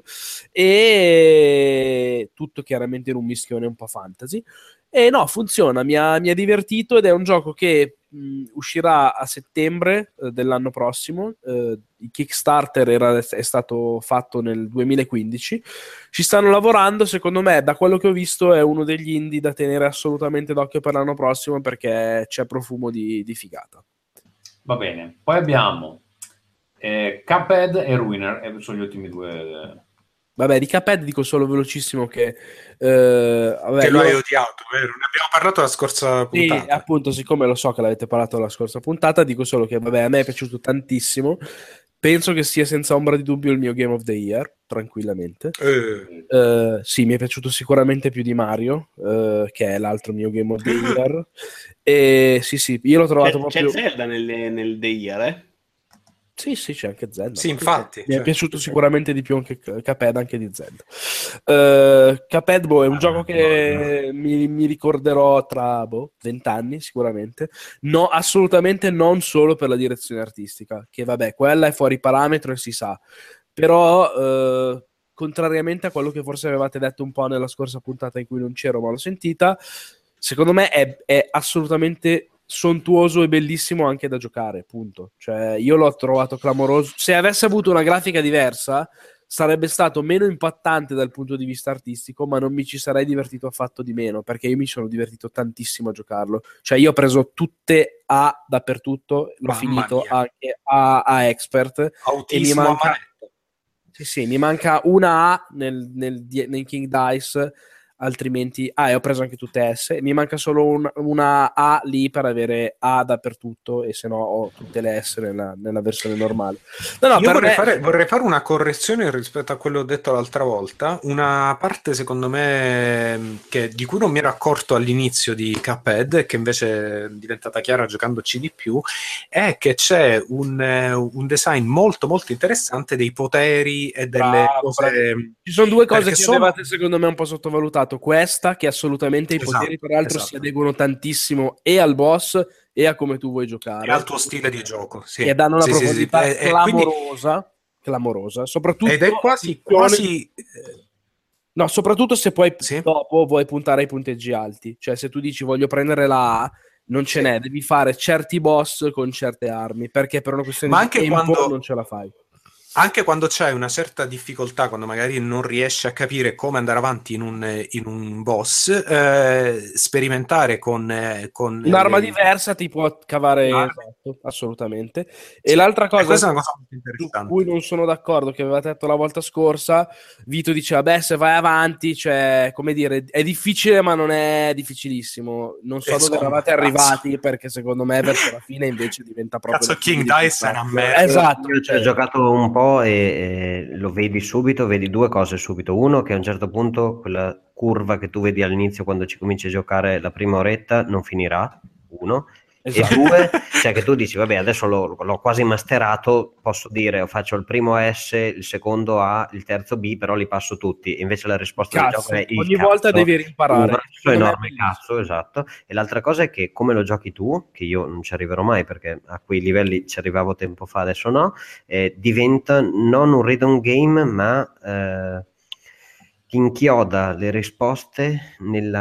e tutto chiaramente in un mischione un po' fantasy. E no, funziona, mi ha divertito, ed è un gioco che uscirà a settembre dell'anno prossimo. Il Kickstarter è stato fatto nel 2015. Ci stanno lavorando, secondo me, da quello che ho visto è uno degli indie da tenere assolutamente d'occhio per l'anno prossimo, perché c'è profumo di figata. Va bene, poi abbiamo Cuphead e Ruiner, sono gli ultimi due. Vabbè, di Cuphead dico solo velocissimo che lo hai odiato, vero? Ne abbiamo parlato la scorsa puntata. Sì, appunto, siccome lo so che l'avete parlato la scorsa puntata, dico solo che vabbè, a me è piaciuto tantissimo. Penso che sia senza ombra di dubbio il mio Game of the Year, tranquillamente. Sì, mi è piaciuto sicuramente più di Mario, che è l'altro mio Game of the Year. E sì, io l'ho trovato proprio... C'è Zelda nel The Year, Sì, c'è anche Zelda. Sì, infatti. Mi è piaciuto sicuramente di più anche Cuphead, anche di Zelda. Cuphead è un gioco che mi ricorderò tra 20 anni sicuramente. No, assolutamente non solo per la direzione artistica, che vabbè, quella è fuori parametro e si sa. Però contrariamente a quello che forse avevate detto un po' nella scorsa puntata in cui non c'ero ma l'ho sentita, secondo me è assolutamente sontuoso e bellissimo anche da giocare, punto. Cioè, io l'ho trovato clamoroso. Se avesse avuto una grafica diversa sarebbe stato meno impattante dal punto di vista artistico, ma non mi ci sarei divertito affatto di meno, perché io mi sono divertito tantissimo a giocarlo. Cioè, io ho preso tutte A dappertutto, l'ho finito anche a Expert. Autismo e mi manca... Sì, mi manca una A nel King Dice, altrimenti e ho preso anche tutte S, mi manca solo una A lì per avere A dappertutto, e se no ho tutte le S nella versione normale. Io vorrei fare una correzione rispetto a quello detto l'altra volta. Una parte secondo me di cui non mi ero accorto all'inizio di Cuphead e che invece è diventata chiara giocandoci di più, è che c'è un design molto molto interessante dei poteri e delle cose. Ci sono due cose che avevate secondo me un po' sottovalutato. Questa, che assolutamente i poteri tra l'altro si adeguano tantissimo e al boss e a come tu vuoi giocare e al tuo stile di gioco, sì. E danno una profondità clamorosa, soprattutto ed è quasi no, soprattutto se poi dopo vuoi puntare ai punteggi alti. Cioè, se tu dici voglio prendere la A, non ce n'è, devi fare certi boss con certe armi, perché per una questione di tempo non ce la fai. Anche quando c'è una certa difficoltà, quando magari non riesci a capire come andare avanti in un boss, sperimentare con un'arma diversa ti può cavare, esatto, assolutamente. E l'altra cosa, questa è una cosa molto interessante, su cui non sono d'accordo, che aveva detto la volta scorsa, Vito diceva, beh, se vai avanti, cioè, come dire, è difficile ma non è difficilissimo. Non so dove eravate arrivati, perché secondo me verso la fine invece diventa proprio... Cazzo, King Dice è una merda. Esatto. Io ci ho giocato un po' e lo vedi subito, vedi due cose subito. Uno, che a un certo punto quella curva che tu vedi all'inizio quando ci cominci a giocare la prima oretta non finirà, uno. Esatto. E due, cioè che tu dici vabbè, adesso l'ho quasi masterato, posso dire faccio il primo S, il secondo A, il terzo B, però li passo tutti. E invece la risposta del gioco è ogni volta devi rimparare. Un grosso enorme cazzo, esatto. E l'altra cosa è che come lo giochi tu, che io non ci arriverò mai perché a quei livelli ci arrivavo tempo fa, adesso no, diventa non un rhythm game, ma inchioda le risposte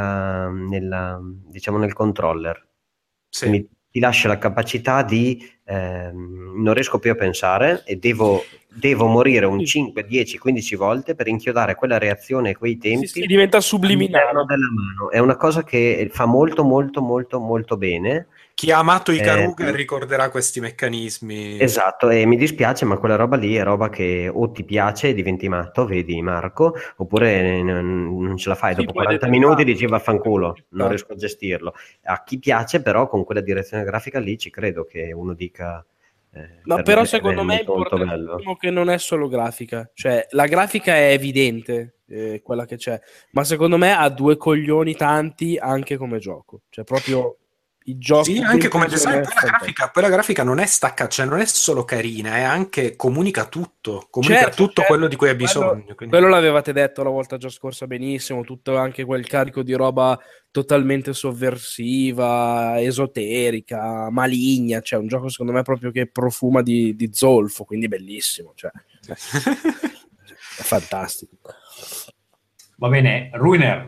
diciamo nel controller. Sì. Ti lascia la capacità di non riesco più a pensare e devo morire un 5, 10, 15 volte per inchiodare quella reazione e quei tempi. Sì, diventa subliminale della mano. È una cosa che fa molto molto molto molto bene. Chi ha amato Ikaruga ricorderà questi meccanismi. Esatto, e mi dispiace, ma quella roba lì è roba che o ti piace e diventi matto, vedi Marco, oppure non ce la fai. Dopo 40 minuti dici vaffanculo, non riesco a gestirlo. A chi piace però con quella direzione grafica lì ci credo che uno dica... no, però secondo me è importante che non è solo grafica. Cioè, la grafica è evidente, quella che c'è, ma secondo me ha due coglioni tanti anche come gioco. Cioè, proprio... i giochi, sì, anche come design, quella grafica non è stacca, cioè non è solo carina, è anche comunica tutto quello di cui hai bisogno. Quello l'avevate detto la volta già scorsa benissimo, tutto anche quel carico di roba totalmente sovversiva, esoterica, maligna, cioè un gioco secondo me proprio che profuma di zolfo, quindi bellissimo, cioè. È fantastico. Va bene, Ruiner,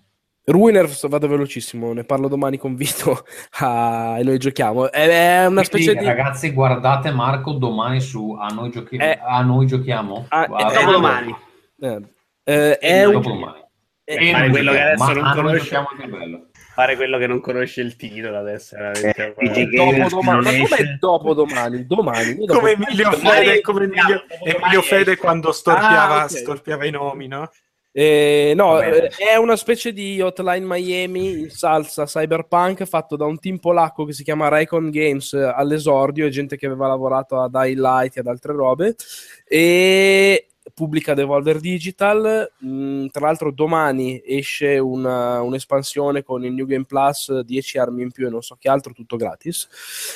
vado velocissimo, ne parlo domani con Vito e noi giochiamo. È una specie di... Ragazzi, guardate Marco domani su A noi giochiamo. Dopodomani. È dopodomani. Fare quello che adesso non conosce. Fare quello che non conosce il titolo adesso. Dopodomani. Ma come dopodomani? Domani. Come Emilio Fede quando storpiava i nomi, no? No, è una specie di Hotline Miami in salsa cyberpunk fatto da un team polacco che si chiama Raycon Games all'esordio, e gente che aveva lavorato ad Highlight e ad altre robe, e pubblica Devolver Digital. Tra l'altro domani esce un'espansione con il New Game Plus, 10 armi in più e non so che altro, tutto gratis,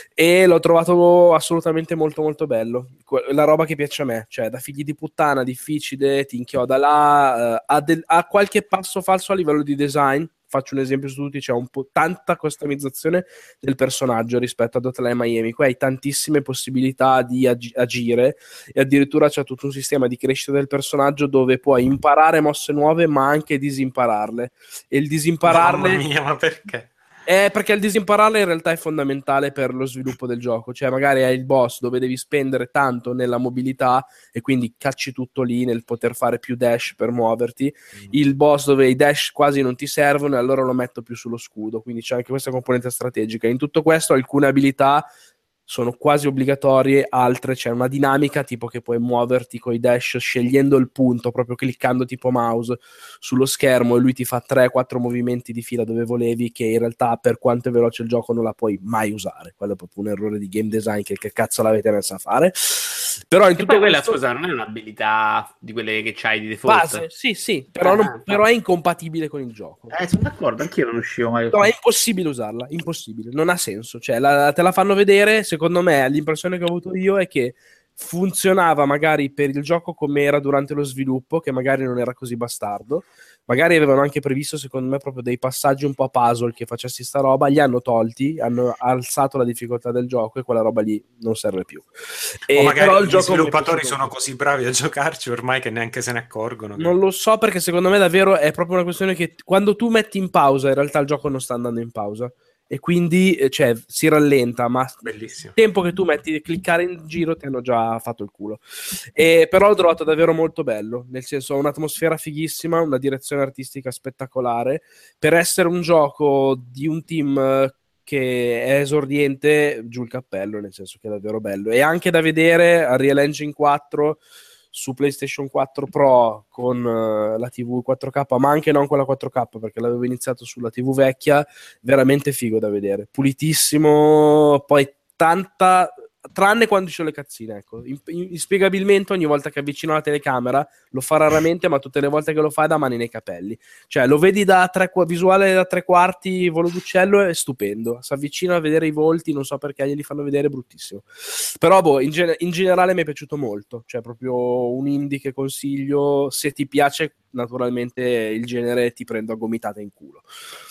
e l'ho trovato assolutamente molto molto bello, la roba che piace a me, cioè da figli di puttana, difficile, ti inchioda là, ha qualche passo falso a livello di design. Faccio un esempio su tutti, c'è un po' tanta customizzazione del personaggio rispetto ad Hotline Miami. Qua hai tantissime possibilità di agire e addirittura c'è tutto un sistema di crescita del personaggio dove puoi imparare mosse nuove ma anche disimpararle, e il disimpararle... Mamma mia, ma perché? Perché il disimpararle in realtà è fondamentale per lo sviluppo del gioco, cioè magari hai il boss dove devi spendere tanto nella mobilità e quindi cacci tutto lì nel poter fare più dash per muoverti, il boss dove i dash quasi non ti servono e allora lo metto più sullo scudo, quindi c'è anche questa componente strategica. In tutto questo alcune abilità sono quasi obbligatorie, altre c'è una dinamica tipo che puoi muoverti coi dash scegliendo il punto, proprio cliccando tipo mouse sullo schermo e lui ti fa 3-4 movimenti di fila dove volevi, che in realtà per quanto è veloce il gioco non la puoi mai usare. Quello è proprio un errore di game design che cazzo l'avete messa a fare. Però in tutto quella, questo... scusa, non è un'abilità di quelle che c'hai di default? Base, sì, però è incompatibile con il gioco. Sono d'accordo, anch'io non uscivo mai. No, è impossibile usarla, impossibile, non ha senso. Cioè, te la fanno vedere, secondo me, l'impressione che ho avuto io è che funzionava magari per il gioco come era durante lo sviluppo, che magari non era così bastardo. Magari avevano anche previsto, secondo me, proprio dei passaggi un po' puzzle che facessi sta roba, li hanno tolti, hanno alzato la difficoltà del gioco e quella roba lì non serve più. O magari però gli sviluppatori sono così bravi a giocarci ormai che neanche se ne accorgono. Non lo so, perché secondo me davvero è proprio una questione che quando tu metti in pausa, in realtà il gioco non sta andando in pausa. E quindi cioè, si rallenta, ma bellissimo. Il tempo che tu metti di cliccare in giro ti hanno già fatto il culo. Però l'ho trovato davvero molto bello, nel senso ha un'atmosfera fighissima, una direzione artistica spettacolare. Per essere un gioco di un team che è esordiente, giù il cappello, nel senso che è davvero bello. E anche da vedere a Real Engine 4 su PlayStation 4 Pro con la TV 4K, ma anche non quella 4K perché l'avevo iniziato sulla TV vecchia, veramente figo da vedere, pulitissimo, poi tanta, tranne quando ci sono le cazzine, ecco, inspiegabilmente ogni volta che avvicino la telecamera, lo fa raramente, ma tutte le volte che lo fa è da mani nei capelli, cioè lo vedi da visuale da 3/4 volo d'uccello, è stupendo, si avvicina a vedere i volti, non so perché glieli fanno vedere, bruttissimo, però in generale mi è piaciuto molto, cioè proprio un indie che consiglio, se ti piace naturalmente il genere ti prendo a gomitate in culo.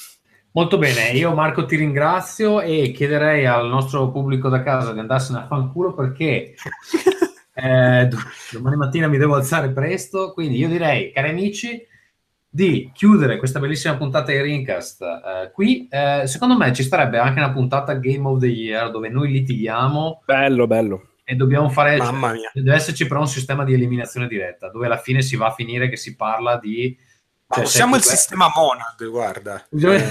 Molto bene, io Marco ti ringrazio e chiederei al nostro pubblico da casa di andarsene a fanculo perché domani mattina mi devo alzare presto, quindi io direi, cari amici, di chiudere questa bellissima puntata di Rincast qui. Secondo me ci starebbe anche una puntata Game of the Year dove noi litighiamo. Bello. E dobbiamo fare, mamma mia, deve esserci però un sistema di eliminazione diretta dove alla fine si va a finire che si parla di... Cioè, siamo il sistema Monad, guarda.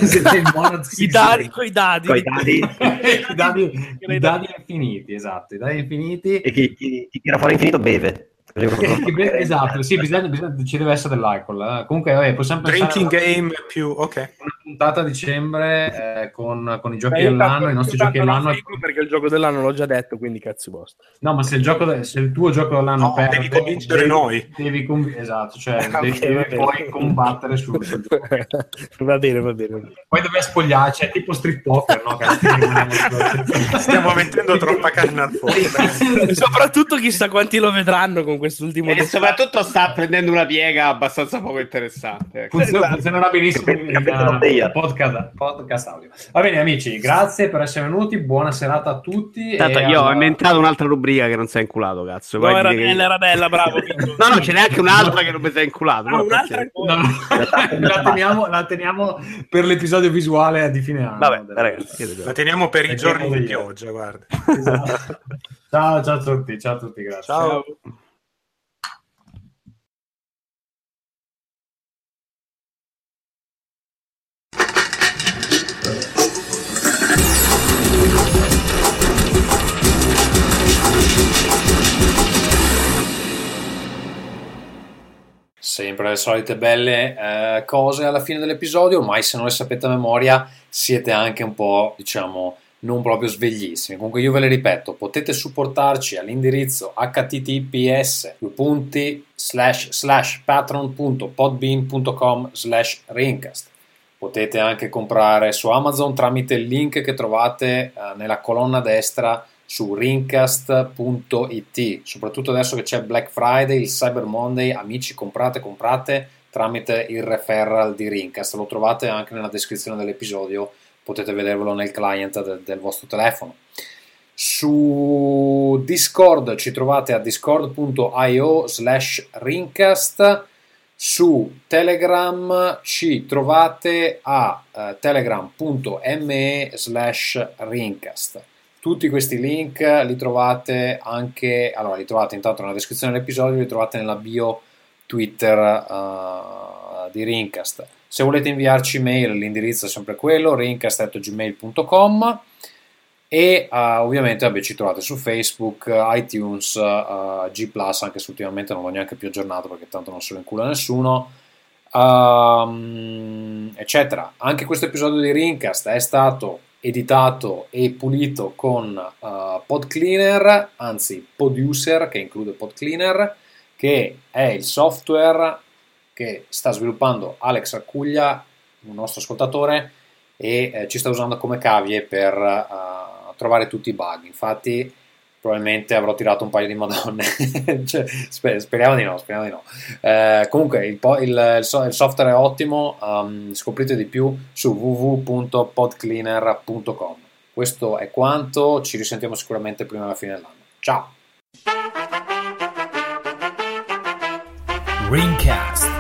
I dadi, coi dadi. I dadi infiniti, esatto, i dadi infiniti. E chi tira fuori infinito beve. Esatto, sì, ci deve essere dell'alcol. Comunque, vabbè, possiamo drinking game più, ok. Una puntata a dicembre con i giochi dell'anno, i nostri giochi dell'anno. Perché il gioco dell'anno l'ho già detto, quindi cazzi vostri. No, ma se il tuo gioco dell'anno perde, devi convincere noi. Esatto, cioè devi poi combattere sul gioco. Va bene. Poi deve spogliarci, è tipo Street Poker, no? Stiamo mettendo troppa carne al fuoco. Soprattutto chissà quanti lo vedranno con quest'ultimo e soprattutto sta prendendo una piega abbastanza poco interessante. Funzionerà benissimo il podcast audio. Va bene amici, grazie per essere venuti, buona serata a tutti. Tanto io ho inventato un'altra rubrica che non si è inculato, cazzo. No, era bella, bravo. No, ce n'è anche un'altra che non mi si è inculato. La teniamo per l'episodio visuale di fine anno. Vabbè, ragazzi, la teniamo per i giorni di pioggia, guarda. Esatto. Ciao a tutti, grazie. Ciao. Sempre le solite belle cose alla fine dell'episodio, ormai se non le sapete a memoria siete anche un po', diciamo, non proprio sveglissimi. Comunque io ve le ripeto, potete supportarci all'indirizzo https://patreon.podbean.com/rincast. Potete anche comprare su Amazon tramite il link che trovate nella colonna destra su rincast.it. Soprattutto adesso che c'è Black Friday, il Cyber Monday, amici, comprate tramite il referral di Rincast. Lo trovate anche nella descrizione dell'episodio, potete vedervelo nel client del vostro telefono. Su Discord ci trovate a discord.io/Rincast. Su Telegram ci trovate a telegram.me/Rincast. Tutti questi link li trovate anche, li trovate intanto nella descrizione dell'episodio, li trovate nella bio Twitter di Rincast. Se volete inviarci mail, l'indirizzo è sempre quello, rincast@gmail.com, e ovviamente ci trovate su Facebook, iTunes, G+, anche se ultimamente non l'ho neanche più aggiornato perché tanto non se lo incula nessuno, eccetera. Anche questo episodio di Rincast è stato editato e pulito con PodCleaner, anzi Poduser, che include PodCleaner, che è il software che sta sviluppando Alex Accuglia, un nostro ascoltatore, e ci sta usando come cavie per trovare tutti i bug. Infatti probabilmente avrò tirato un paio di madonne. Cioè, speriamo di no. Comunque il software è ottimo, scoprite di più su www.podcleaner.com. Questo è quanto, ci risentiamo sicuramente prima della fine dell'anno. Ciao! Rincast.